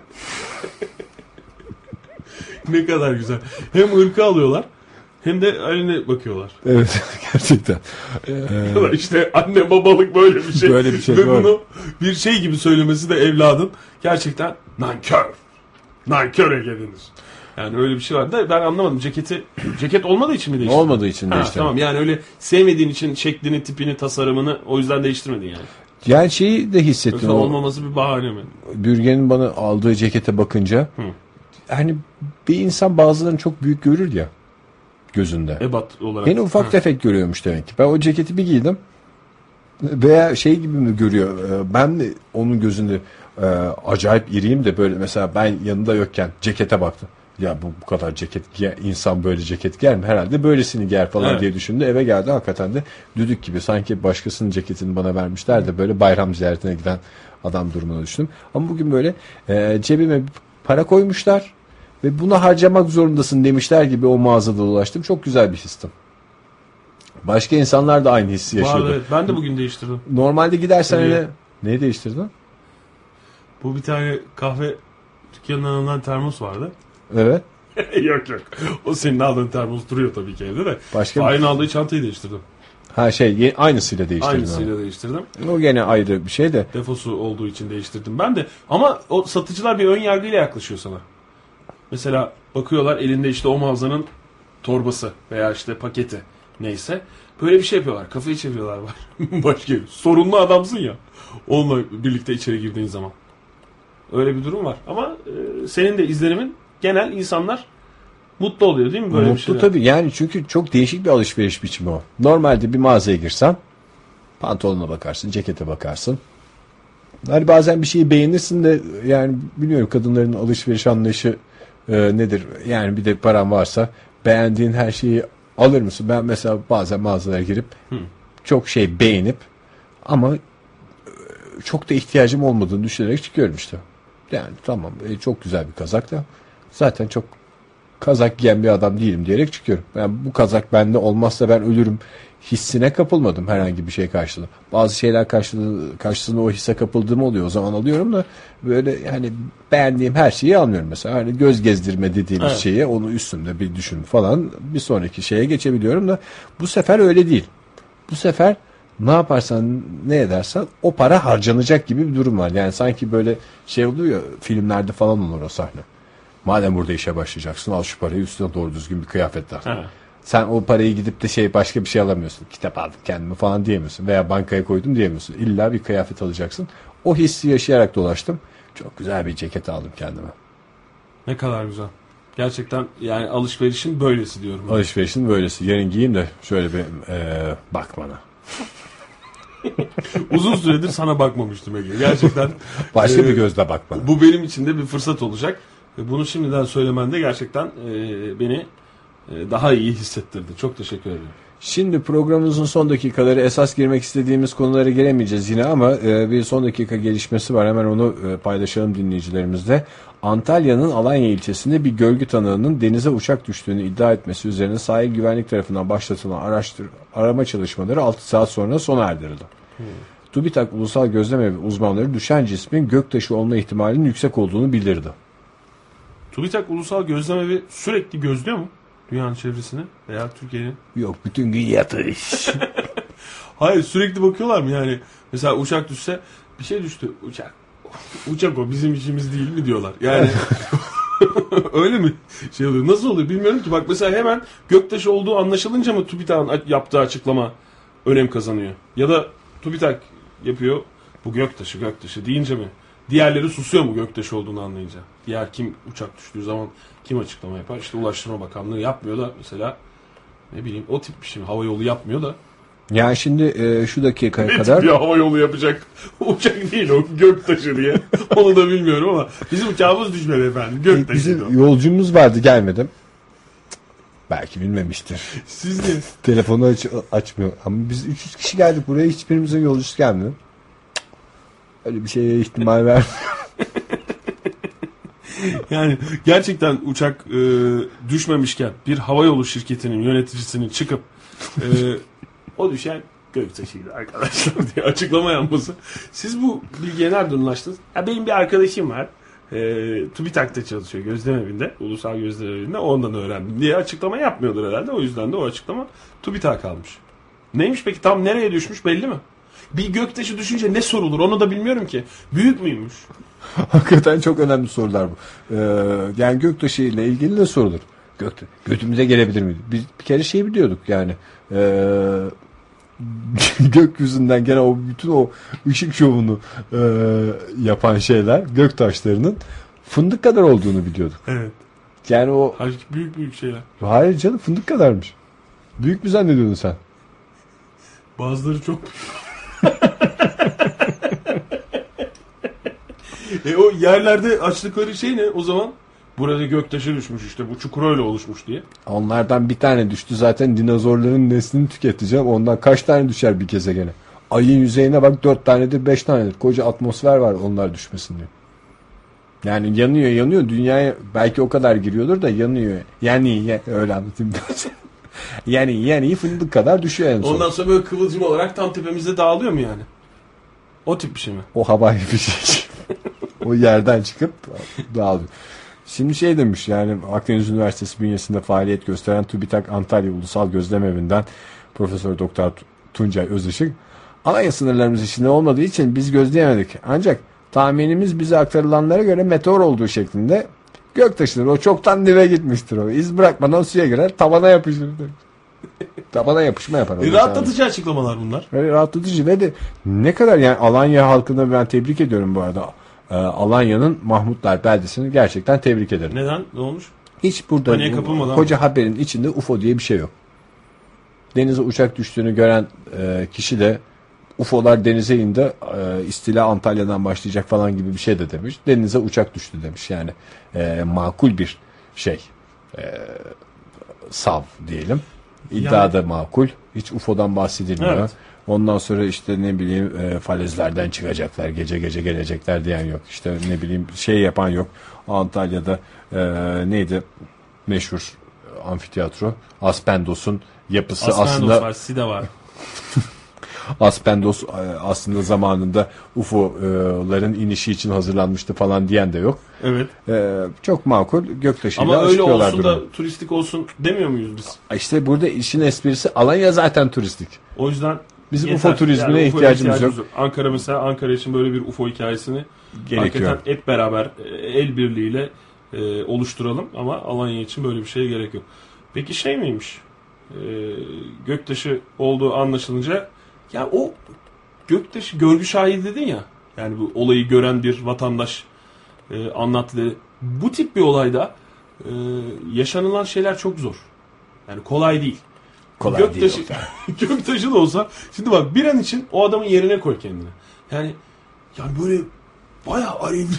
Ne kadar güzel. Hem hırka alıyorlar hem de haline bakıyorlar. Evet gerçekten. İşte anne babalık böyle bir şey. Böyle bir şey, Ve doğru. bunu bir şey gibi söylemesi de evladın gerçekten nankör. Nankör Ege denir. Yani öyle bir şey var da ben anlamadım. Ceket olmadığı için mi değiştirdin? Olmadığı için değiştirdim. Tamam yani öyle sevmediğin için şeklini, tipini, tasarımını o yüzden değiştirmedin yani. Yani şeyi de hissettim. Yoksa olmaması bir bahane mi? Bürgen'in bana aldığı cekete bakınca hani bir insan bazılarını çok büyük görür ya gözünde. Ebat olarak. Beni ufak tefek görüyormuş demek ki. Ben o ceketi bir giydim. Veya şey gibi mi görüyor? Ben mi onun gözünde acayip iriyim de böyle mesela ben yanında yokken cekete baktım. Ya bu kadar ceket giyer, insan böyle ceket giyer mi? Herhalde böylesini giyer falan Evet. diye düşündü. Eve geldi hakikaten de düdük gibi. Sanki başkasının ceketini bana vermişler de böyle bayram ziyaretine giden adam durumuna düştüm. Ama bugün böyle cebime para koymuşlar ve bunu harcamak zorundasın demişler gibi o mağazada dolaştım. Çok güzel bir histim. Başka insanlar da aynı hissi yaşıyordu. Var, evet. Ben de bugün değiştirdim. Normalde gidersen Tabii. öyle... Neyi değiştirdin? Bu bir tane kahve dükkanından alınan termos vardı. Evet. yok. O senin aldığın termos duruyor tabii ki evde de. Başka Aynı aldığı çantayı değiştirdim. Ha şey aynısıyla değiştirdin. Aynısıyla değiştirdim. O gene ayrı bir şey de. Defosu olduğu için değiştirdim ben de. Ama o satıcılar bir ön yargıyla yaklaşıyor sana. Mesela bakıyorlar elinde işte o mağazanın torbası veya işte paketi neyse. Böyle bir şey yapıyorlar. Kafayı çeviriyorlar. Başka sorunlu adamsın ya. Onunla birlikte içeri girdiğin zaman. Öyle bir durum var. Ama senin de izlenimin genel insanlar mutlu oluyor değil mi? Böyle bir Mutlu şeyler. tabii yani çünkü çok değişik bir alışveriş biçimi o. Normalde bir mağazaya girsen pantolonuna bakarsın, cekete bakarsın. Hani bazen bir şeyi beğenirsin de yani bilmiyorum kadınların alışveriş anlayışı nedir? Yani bir de paran varsa beğendiğin her şeyi alır mısın? Ben mesela bazen mağazalara girip çok şey beğenip ama çok da ihtiyacım olmadığını düşünerek çıkıyorum işte. Yani tamam çok güzel bir kazak da zaten çok kazak giyen bir adam değilim diyerek çıkıyorum. Yani bu kazak bende olmazsa ben ölürüm hissine kapılmadım herhangi bir şey karşılığında. Bazı şeyler karşısında o hisse kapıldığım oluyor. O zaman alıyorum da böyle yani beğendiğim her şeyi almıyorum mesela. Hani göz gezdirme dediğimiz şeyi onu üstümde bir düşün falan bir sonraki şeye geçebiliyorum da bu sefer öyle değil. Bu sefer ne yaparsan ne edersen o para harcanacak gibi bir durum var. Yani sanki böyle şey oluyor ya filmlerde falan olur o sahne. Madem burada işe başlayacaksın al şu parayı üstüne doğru düzgün bir kıyafet lazım. Sen o parayı gidip de başka bir şey alamıyorsun. Kitap aldım kendime falan diyemiyorsun. Veya bankaya koydum diyemiyorsun. İlla bir kıyafet alacaksın. O hissi yaşayarak dolaştım. Çok güzel bir ceket aldım kendime. Ne kadar güzel. Gerçekten yani alışverişin böylesi diyorum. Alışverişin böylesi. Yarın giyeyim de şöyle bir bak bana. Uzun süredir sana bakmamıştım Ege. Gerçekten. Başka bir gözle bak bana. Bu benim için de bir fırsat olacak. Bunu şimdiden söylemen de gerçekten beni daha iyi hissettirdi. Çok teşekkür ederim. Şimdi programımızın son dakikaları esas girmek istediğimiz konulara giremeyeceğiz yine ama bir son dakika gelişmesi var. Hemen onu paylaşalım dinleyicilerimizle. Antalya'nın Alanya ilçesinde bir görgü tanığının denize uçak düştüğünü iddia etmesi üzerine sahil güvenlik tarafından başlatılan arama çalışmaları 6 saat sonra sona erdirildi. TÜBİTAK Ulusal Gözlem Evi uzmanları düşen cismin göktaşı olma ihtimalinin yüksek olduğunu bildirdi. TÜBİTAK Ulusal Gözlem Evi sürekli gözlüyor mu? Dünyanın çevresini veya Türkiye'nin? Yok bütün gün yatış. Hayır sürekli bakıyorlar mı yani? Mesela uçak düşse bir şey düştü. Uçak o bizim işimiz değil mi diyorlar. Yani öyle mi şey oluyor? Nasıl oluyor bilmiyorum ki. Bak mesela hemen göktaşı olduğu anlaşılınca mı TÜBİTAK'ın yaptığı açıklama önem kazanıyor? Ya da TÜBİTAK yapıyor bu göktaşı deyince mi? Diğerleri susuyor mu göktaşı olduğunu anlayınca? Diğer kim uçak düştüğü zaman kim açıklama yapar? İşte Ulaştırma Bakanlığı yapmıyor da mesela ne bileyim o tip bir şey. Hava yolu yapmıyor da. Yani şimdi şu dakikaya Ne kadar... tip bir hava yolu yapacak? Uçak değil o göktaşı diye. Onu da bilmiyorum ama bizim uçağımız düşmedi efendim. Göktaşı. Bizim yolcumuz vardı gelmedim. Belki bilmemiştir. Siz de Telefonu açmıyor. Ama biz 300 kişi geldik buraya hiçbirimizin yolcusu gelmiyor. öyle bir şeye ihtimal ver. Yani gerçekten uçak düşmemişken bir havayolu şirketinin yöneticisinin çıkıp o düşen göktaşıydı arkadaşlar diye açıklama yapması. Siz bu bilgiye nereden ulaştınız? Ya benim bir arkadaşım var. TÜBİTAK'ta çalışıyor gözlemevinde. Ulusal gözlemevinde. Ondan öğrendim diye açıklama yapmıyordur herhalde. O yüzden de o açıklama TÜBİTAK kalmış. Neymiş peki? Tam nereye düşmüş belli mi? Bir göktaşı düşünce ne sorulur onu da bilmiyorum ki. Büyük müymüş? Hakikaten çok önemli sorular bu. Yani göktaşı ile ilgili ne sorulur? Götümüze gelebilir miydi? Biz bir kere şey biliyorduk yani. Gökyüzünden gene o bütün o ışık şovunu yapan şeyler göktaşlarının fındık kadar olduğunu biliyorduk. Evet. Yani o Halbuki büyük şeyler. hayır canım fındık kadarmış. Büyük mü zannediyordun sen? Bazıları çok o yerlerde açtıkları şey ne o zaman? Burada göktaşı düşmüş işte bu çukur öyle oluşmuş diye. Onlardan bir tane düştü zaten dinozorların neslini tüketeceğim. Ondan kaç tane düşer bir gezegene? Ayın yüzeyine bak 4 tanedir 5 tanedir. Koca atmosfer var onlar düşmesin diye. Yani yanıyor. Dünyaya belki o kadar giriyordur da yanıyor. Yani öyle anlatayım biraz. yani fındık kadar düşüyor en son. Ondan sonra böyle kıvılcım olarak tam tepemizde dağılıyor mu yani? O tip bir şey mi? O havai bir şey. O yerden çıkıp dağılıyor. Şimdi şey demiş yani Akdeniz Üniversitesi bünyesinde faaliyet gösteren TÜBİTAK Antalya Ulusal Gözlemevi'nden Profesör Doktor Tuncay Özışık Alanya sınırlarımız içinde olmadığı için biz gözleyemedik. Ancak tahminimiz bize aktarılanlara göre meteor olduğu şeklinde göktaşıdır. O çoktan dibe gitmiştir o. İz bırakmadan suya girer tabana yapışır. Tabana yapışma yapar. Rahatlatıcı açıklamalar bunlar. Böyle rahatlatıcı ve de ne kadar yani Alanya halkını ben tebrik ediyorum bu arada. Alanya'nın Mahmutlar beldesini gerçekten tebrik ederim. Neden? Ne olmuş? Hiç burada koca haberin içinde UFO diye bir şey yok. Denize uçak düştüğünü gören kişi de UFO'lar denize indi istila Antalya'dan başlayacak falan gibi bir şey de demiş. Denize uçak düştü demiş yani makul bir şey sav diyelim. İddia da makul. Hiç UFO'dan bahsedilmiyor. Evet. Ondan sonra işte ne bileyim falezlerden çıkacaklar gece gelecekler diyen yok. İşte ne bileyim şey yapan yok. Antalya'da neydi meşhur amfiteyatro Aspendos'un yapısı aslında var, Sida var. Aspendos aslında zamanında UFO'ların inişi için hazırlanmıştı falan diyen de yok. Evet. Çok makul göktaşıyla ama öyle olsun durumu. da turistik olsun demiyor muyuz biz? İşte burada işin esprisi Alanya zaten turistik. O yüzden bizim UFO turizmine ihtiyacımız yok. Ankara mesela Ankara için böyle bir UFO hikayesini gerekiyor. Hakikaten hep beraber el birliğiyle oluşturalım ama Alanya için böyle bir şeye gerek yok. Peki şey miymiş? Göktaşı olduğu anlaşılınca ya o göktaşı görgü şahidi dedin ya. Yani bu olayı gören bir vatandaş anlattı dedi. Bu tip bir olayda yaşanılan şeyler çok zor. Yani kolay değil. Göktaşı, göktaşı da olsa şimdi bak bir an için o adamın yerine koy kendini. Yani böyle bayağı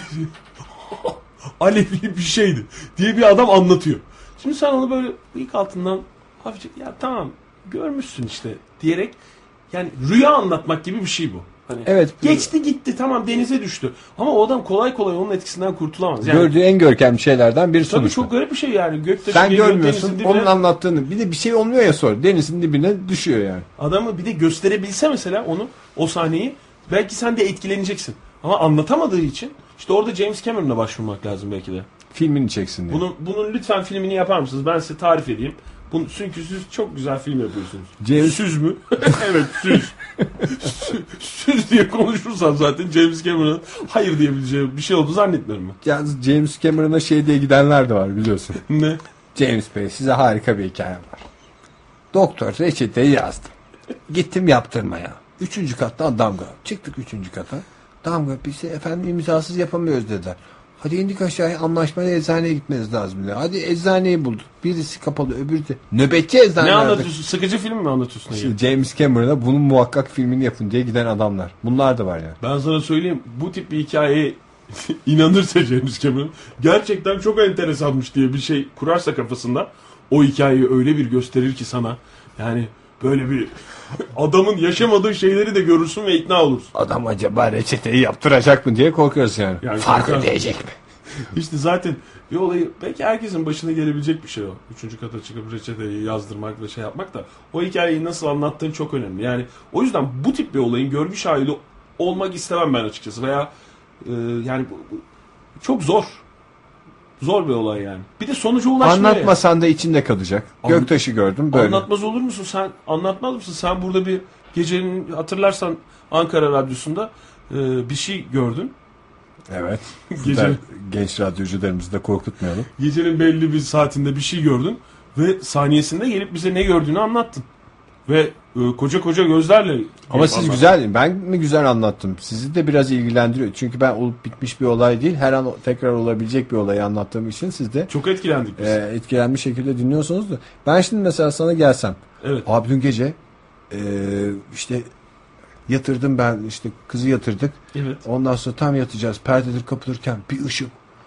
alevli bir şeydi diye bir adam anlatıyor. Şimdi sen onu böyle ilk altından hafifçe ya tamam görmüşsün işte diyerek yani rüya anlatmak gibi bir şey bu. Hani evet. Geçti gitti tamam denize düştü. Ama o adam kolay kolay onun etkisinden kurtulamaz. Yani, gördüğü en görkemli şeylerden biri sonuçta. Tabii çok garip bir şey yani. Göktaşı sen görmüyorsun onun anlattığını. Bir de bir şey olmuyor ya sonra. Denizin dibine düşüyor yani. Adamı bir de gösterebilse mesela onu o sahneyi belki sen de etkileneceksin. Ama anlatamadığı için işte orada James Cameron'a başvurmak lazım belki de. Filmini çeksin diye. Bunun lütfen filmini yapar mısınız? Ben size tarif edeyim. Çünkü siz çok güzel film yapıyorsunuz. Süz mü? Evet süz. Süz diye konuşursan zaten James Cameron'ın hayır diyebileceği bir şey olduğunu zannetmiyorum ben. Ya James Cameron'a şey diye gidenler de var biliyorsun. Ne? James Bey size harika bir hikayem var. Doktor reçeteyi yazdım. Gittim yaptırmaya. 3. kattan damga. Çıktık 3. kata. Damga biz efendim imzasız yapamıyoruz dediler. Hadi indik aşağıya anlaşmayla eczaneye gitmeniz lazım dedi. Hadi eczaneyi bulduk. Birisi kapalı öbürü de nöbetçi eczane. Ne anlatıyorsun? Sıkıcı film mi anlatıyorsun? İşte James Cameron'a bunun muhakkak filmini yapın diye giden adamlar. Bunlar da var yani. Ben sana söyleyeyim bu tip bir hikayeye inanırsa James Cameron gerçekten çok enteresanmış diye bir şey kurarsa kafasında o hikayeyi öyle bir gösterir ki sana yani böyle bir adamın yaşamadığı şeyleri de görürsün ve ikna olursun. Adam acaba reçeteyi yaptıracak mı diye korkuyoruz yani. Yani Fark korkarsın. edecek mi? İşte zaten bir olayı belki herkesin başına gelebilecek bir şey o. 3. kata çıkıp reçeteyi yazdırmak ve şey yapmak da o hikayeyi nasıl anlattığın çok önemli. Yani o yüzden bu tip bir olayın görgü şahidi olmak istemem ben açıkçası. Veya yani çok zor. Zor bir olay yani. Bir de sonuca ulaşmıyor. Anlatmasan da içinde kalacak. Göktaşı gördüm böyle. Anlatmaz olur musun? Sen anlatmaz mısın? Sen burada bir gecenin hatırlarsan Ankara Radyosu'nda bir şey gördün. Evet. Gece, Genç radyocularımızı da korkutmayalım. gecenin belli bir saatinde bir şey gördün ve saniyesinde gelip bize ne gördüğünü anlattın. Ve koca koca gözlerle. Ama siz anlattın. güzel, ben mi güzel anlattım? Sizi de biraz ilgilendiriyor. Çünkü ben olup bitmiş bir olay değil, her an tekrar olabilecek bir olayı anlattığım için siz de Çok etkilendik biz. etkilenmiş şekilde dinliyorsunuz da. Ben şimdi mesela sana gelsem. Evet. Abi dün gece işte yatırdım ben, işte kızı yatırdık. Evet. Ondan sonra tam yatacağız. Perdeleri kapatırken bir ışık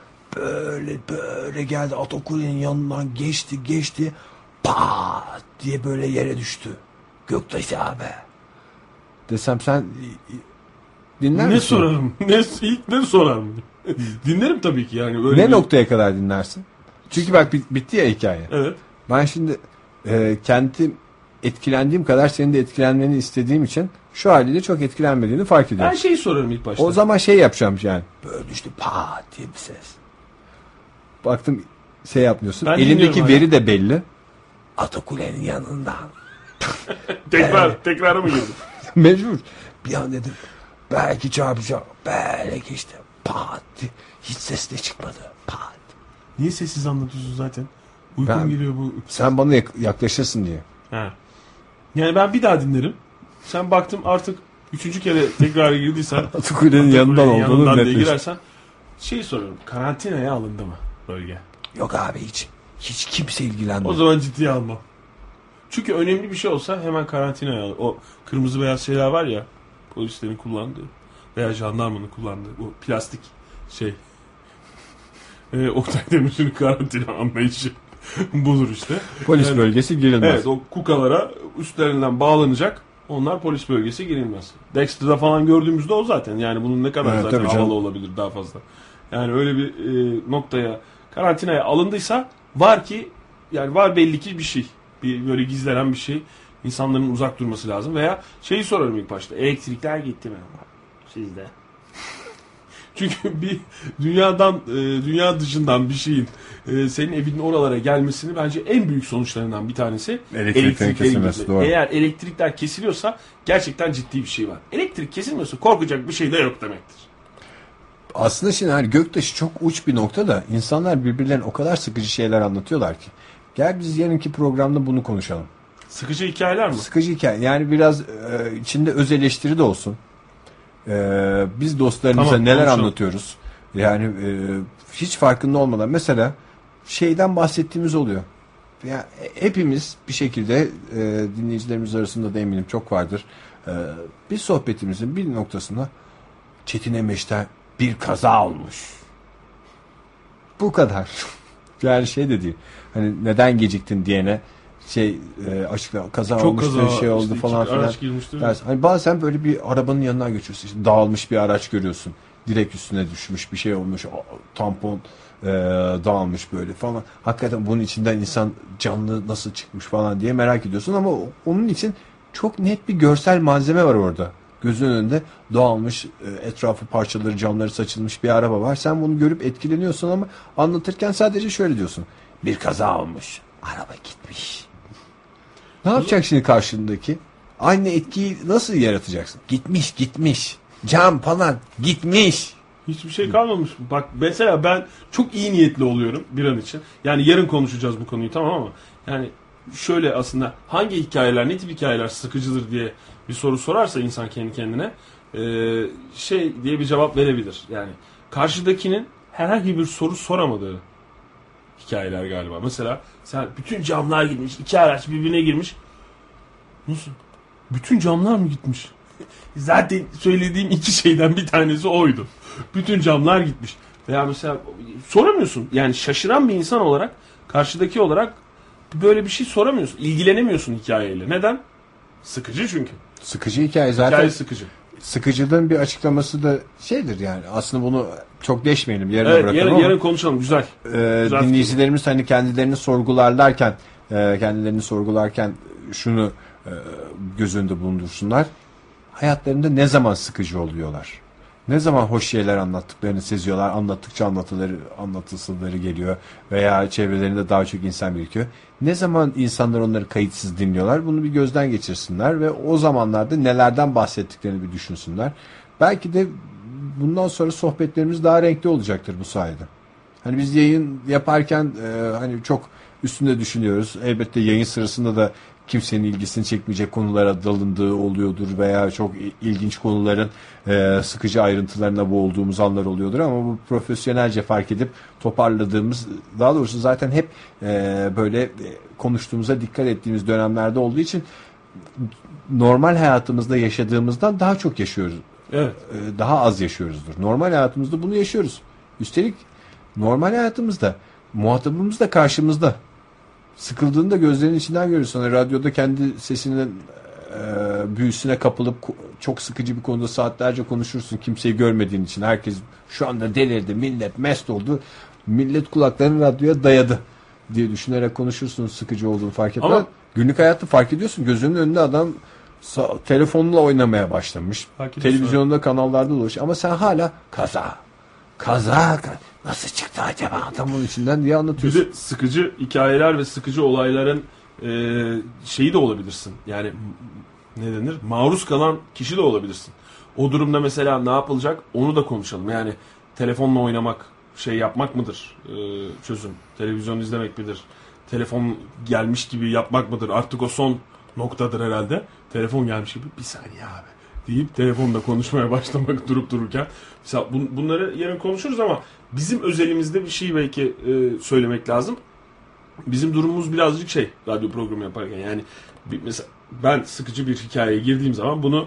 böyle geldi. Atakule'nin yanından geçti. Pat diye böyle yere düştü. Göktaş abi. Desem sen dinler Ne misin? sorarım? İlk ne sorarım? Dinlerim tabii ki yani. Öyle Ne bir- noktaya kadar dinlersin? Çünkü bak bitti ya hikaye. Evet. Ben şimdi kendim etkilendiğim kadar senin de etkilenmeni istediğim için şu haliyle çok etkilenmediğini fark ediyorum. Ben şeyi sorarım ilk başta. O zaman şey yapacağım yani. Böyle düştü pat diye bir ses. Baktım şey yapmıyorsun. Ben Elindeki dinliyorum veri de belli. Atakule'nin yanından. Tekrara mı girdin? Mecbur. Bir an dedim belki çarpacağım. Böyle geçti. Pat diye. Hiç ses de çıkmadı. Pat. Niye sessiz anlatıyorsun zaten? Uykum Ben- geliyor bu. Sen bana yaklaşırsın diye. Ha. Yani ben bir daha dinlerim. Sen baktım artık 3. kere tekrara girdiysen Atakule'nin yanından olduğunu diye netleştir. girersen şey soruyorum. Karantinaya alındı mı bölge? Yok abi hiç kimse ilgilenmedi. O zaman ciddiye almam. Çünkü önemli bir şey olsa hemen karantinaya al. O kırmızı beyaz şeyler var ya, polislerin kullandığı veya jandarmanın kullandığı o plastik şey. Oktay Demirci'nin karantina anlayışı budur işte. Polis Yani- bölgesi girilmez. Evet, o kukalara üstlerinden bağlanacak. Onlar polis bölgesi girilmez. Dexter'da falan gördüğümüzde o zaten. Yani bunun ne kadar Evet, zaten tabii canım. havalı olabilir daha fazla. Yani öyle bir noktaya, karantinaya alındıysa var ki, yani var belli ki bir şey. Bir böyle gizlenen bir şey. İnsanların uzak durması lazım. Veya şeyi sorarım ilk başta. Elektrikler gitti mi? Sizde. Çünkü bir dünya dışından bir şeyin senin evinin oralara gelmesini bence en büyük sonuçlarından bir tanesi Elektriklerin kesilmesi, ilgili. doğru. Eğer elektrikler kesiliyorsa gerçekten ciddi bir şey var. Elektrik kesilmiyorsa korkacak bir şey de yok demektir. Aslında şimdi hani Göktaşı çok uç bir nokta da insanlar birbirlerine o kadar sıkıcı şeyler anlatıyorlar ki. Gel biz yarınki programda bunu konuşalım. Sıkıcı hikayeler mi? Sıkıcı hikaye. Yani biraz içinde öz eleştiri de olsun. Biz dostlarımıza Tamam, neler konuşalım. anlatıyoruz. Yani hiç farkında olmadan. Mesela şeyden bahsettiğimiz oluyor. Yani hepimiz bir şekilde dinleyicilerimiz arasında da eminim çok vardır. Bir sohbetimizin bir noktasında Çetin Emeş'ten bir kaza olmuş. Bu kadar. Yani şey de değil. Hani neden geciktin diyene açıkla kaza Çok olmuştu, kaza, şey oldu işte falan iki filan. araç girmiştir. Dersin. Hani bazen böyle bir arabanın yanına geçiyorsun. İşte dağılmış bir araç görüyorsun. Direkt üstüne düşmüş bir şey olmuş. Tampon dağılmış böyle falan. Hakikaten bunun içinden insan canlı nasıl çıkmış falan diye merak ediyorsun ama onun için çok net bir görsel malzeme var orada. Gözünün önünde dağılmış, etrafı parçaları, camları saçılmış bir araba var. Sen bunu görüp etkileniyorsun ama anlatırken sadece şöyle diyorsun. Bir kaza olmuş. Araba gitmiş. Ne yapacak şimdi karşındaki? Aynı etkiyi nasıl yaratacaksın? Gitmiş. Cam falan gitmiş. Hiçbir şey kalmamış. Bak mesela ben çok iyi niyetli oluyorum bir an için. Yani yarın konuşacağız bu konuyu, tamam ama yani şöyle aslında hangi hikayeler, ne tip hikayeler sıkıcıdır diye bir soru sorarsa insan kendi kendine şey diye bir cevap verebilir. Yani karşıdakinin herhangi bir soru soramadığı hikayeler galiba. Mesela sen bütün camlar gitmiş, iki araç birbirine girmiş. Nasıl? Bütün camlar mı gitmiş? Zaten söylediğim iki şeyden bir tanesi oydu. Bütün camlar gitmiş. Veya mesela soramıyorsun. Yani şaşıran bir insan olarak, karşıdaki olarak böyle bir şey soramıyorsun. İlgilenemiyorsun hikayeyle. Neden? Sıkıcı çünkü. Sıkıcı hikaye zaten. Hikaye sıkıcı. Sıkıcılığın bir açıklaması da şeydir yani. Aslında bunu çok deşmeyelim. Yarına Evet, bırakalım yarın konuşalım. Güzel. Güzel dinleyicilerimiz hani kendilerini sorgularken şunu göz önünde bulundursunlar. Hayatlarında ne zaman sıkıcı oluyorlar? Ne zaman hoş şeyler anlattıklarını seziyorlar, anlattıkça anlatılsıları geliyor veya çevrelerinde daha çok insan birikiyor. Ne zaman insanlar onları kayıtsız dinliyorlar, bunu bir gözden geçirsinler ve o zamanlarda nelerden bahsettiklerini bir düşünsünler. Belki de bundan sonra sohbetlerimiz daha renkli olacaktır bu sayede. Hani biz yayın yaparken hani çok üstünde düşünüyoruz. Elbette yayın sırasında da kimsenin ilgisini çekmeyecek konulara dalındığı oluyordur veya çok ilginç konuların sıkıcı ayrıntılarına boğulduğumuz anlar oluyordur ama bu profesyonelce fark edip toparladığımız, daha doğrusu zaten hep böyle konuştuğumuza dikkat ettiğimiz dönemlerde olduğu için normal hayatımızda yaşadığımızdan daha çok yaşıyoruz. Evet. Daha az yaşıyoruzdur. Normal hayatımızda bunu yaşıyoruz. Üstelik normal hayatımızda muhatabımız da karşımızda. Sıkıldığında gözlerinin içinden görüyorsun. Hani radyoda kendi sesinin büyüsüne kapılıp çok sıkıcı bir konuda saatlerce konuşursun. Kimseyi görmediğin için. Herkes şu anda delirdi. Millet mest oldu. Millet kulaklarını radyoya dayadı diye düşünerek konuşursun, sıkıcı olduğunu fark etmeden. Ama günlük hayatta fark ediyorsun. Gözünün önünde adam telefonla oynamaya başlamış. Televizyonda kanallarda dolaşıyor. Ama sen hala kaza nasıl çıktı acaba adamın içinden diye anlatıyorsun. Bir de sıkıcı hikayeler ve sıkıcı olayların şeyi de olabilirsin. Yani ne denir? Maruz kalan kişi de olabilirsin. O durumda mesela ne yapılacak? Onu da konuşalım. Yani telefonla oynamak, şey yapmak mıdır çözüm? Televizyon izlemek midir? Telefon gelmiş gibi yapmak mıdır? Artık o son noktadır herhalde. Telefon gelmiş gibi bir saniye abi deyip telefonda konuşmaya başlamak durup dururken. Mesela bunları yarın konuşuruz ama bizim özelimizde bir şey belki söylemek lazım. Bizim durumumuz birazcık radyo programı yaparken yani mesela ben sıkıcı bir hikayeye girdiğim zaman bunu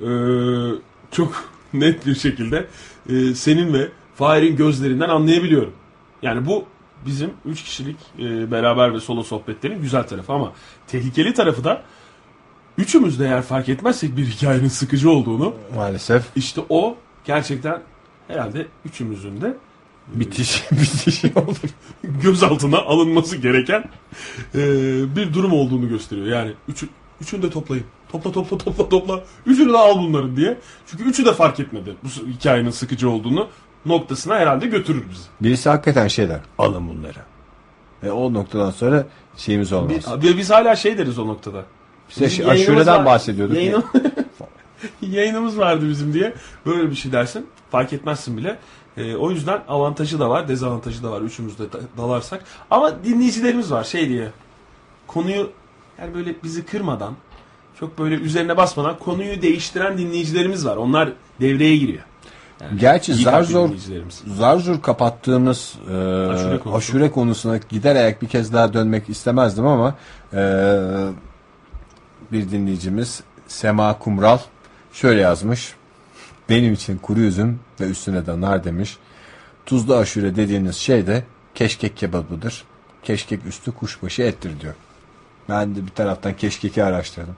çok net bir şekilde senin ve Fahir'in gözlerinden anlayabiliyorum. Yani bu bizim 3 kişilik beraber ve solo sohbetlerin güzel tarafı ama tehlikeli tarafı da üçümüz de eğer fark etmezsek bir hikayenin sıkıcı olduğunu maalesef işte o gerçekten herhalde üçümüzün de bitiş olur. Gözaltına alınması gereken bir durum olduğunu gösteriyor. Yani üçünü de toplayın. Topla. Üçünü de al bunların diye. Çünkü üçü de fark etmedi bu hikayenin sıkıcı olduğunu noktasına herhalde götürür bizi. Birisi hakikaten der. Alın bunları. O noktadan sonra şeyimiz olmaz. Biz hala deriz o noktada. Bize aşureden bahsediyorduk. Yayınımız vardı bizim diye. Böyle bir şey dersin. Fark etmezsin bile. O yüzden avantajı da var, dezavantajı da var. Üçümüz de dalarsak. Ama dinleyicilerimiz var diye. Konuyu yani böyle bizi kırmadan, çok böyle üzerine basmadan konuyu değiştiren dinleyicilerimiz var. Onlar devreye giriyor. Yani gerçi zar zor kapattığımız aşure konusuna giderek bir kez daha dönmek istemezdim ama bir dinleyicimiz Sema Kumral şöyle yazmış. Benim için kuru üzüm ve üstüne de nar demiş. Tuzlu aşure dediğiniz şey de keşkek kebabıdır. Keşkek üstü kuşbaşı ettir diyor. Ben de bir taraftan keşkeki araştırdım.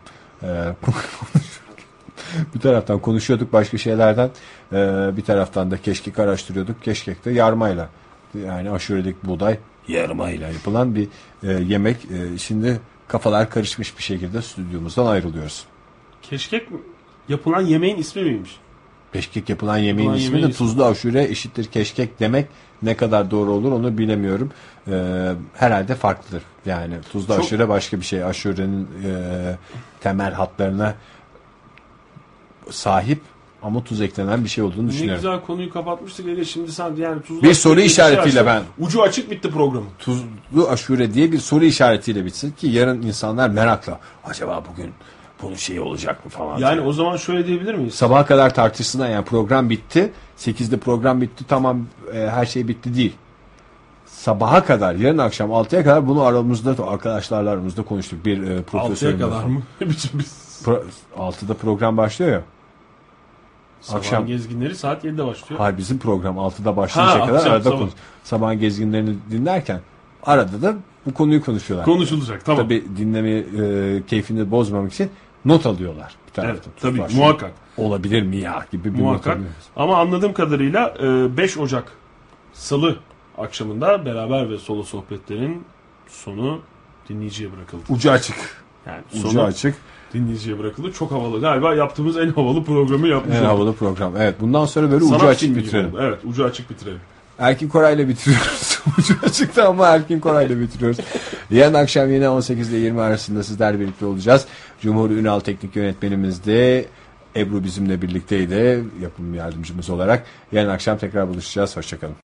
Bir taraftan konuşuyorduk başka şeylerden. Bir taraftan da keşkek araştırıyorduk. Keşkek de yarmayla. Yani aşuredeki buğday yarmayla yapılan bir yemek. Şimdi kafalar karışmış bir şekilde stüdyomuzdan ayrılıyoruz. Keşkek yapılan yemeğin ismi miymiş? Keşkek yapılan yemeğin ismi de tuzlu aşure eşittir keşkek demek. Ne kadar doğru olur onu bilemiyorum. Herhalde farklıdır. Yani tuzlu aşure başka bir şey. Aşurenin temel hatlarına sahip ama tuz eklenen bir şey olduğunu düşünüyorum. Ne güzel konuyu kapatmıştık. Şimdi sen yani tuzlu bir soru işaretiyle ben. Ucu açık bitti programı. Tuzlu aşure diye bir soru işaretiyle bitsin ki yarın insanlar merakla acaba bugün bunun şeyi olacak mı falan. Yani o zaman şöyle diyebilir miyiz? Sabaha kadar tartışsınlar yani program bitti. 8'de program bitti tamam her şey bitti değil. Sabaha kadar yarın akşam 6'ya kadar bunu aramızda arkadaşlarla aramızda konuştuk. Bir profesörümüz. 6'ya kadar mı? 6'da program başlıyor ya. Sabahın gezginleri saat 7'de başlıyor. Hayır bizim program 6'da başlayacak kadar arada konuş. Sabahın gezginlerini dinlerken arada da bu konuyu konuşuyorlar. Konuşulacak tamam. Tabii dinleme keyfini bozmamak için not alıyorlar bir Evet, tarafta. tabii Var. muhakkak. Olabilir mi ya gibi bir not Muhakkak. alıyoruz. Ama anladığım kadarıyla 5 Ocak Salı akşamında beraber ve solo sohbetlerin sonu dinleyiciye bırakıldı. Ucu açık. Yani Ucu sonu açık. dinleyiciye bırakıldı. Çok havalı. Galiba yaptığımız en havalı programı yapmış En olduk. havalı program. Evet, bundan sonra böyle Sanat ucu açık filmi gibi bitirelim. oldu. Evet, ucu açık bitirelim. Erkin Koray'la bitiriyoruz. Ucu açıkta ama Erkin Koray'la bitiriyoruz. Yarın akşam yine 18 ile 20 arasında sizler birlikte olacağız. Cumhur Ünal teknik yönetmenimiz de Ebru bizimle birlikteydi. Yapım yardımcımız olarak. Yarın akşam tekrar buluşacağız. Hoşçakalın.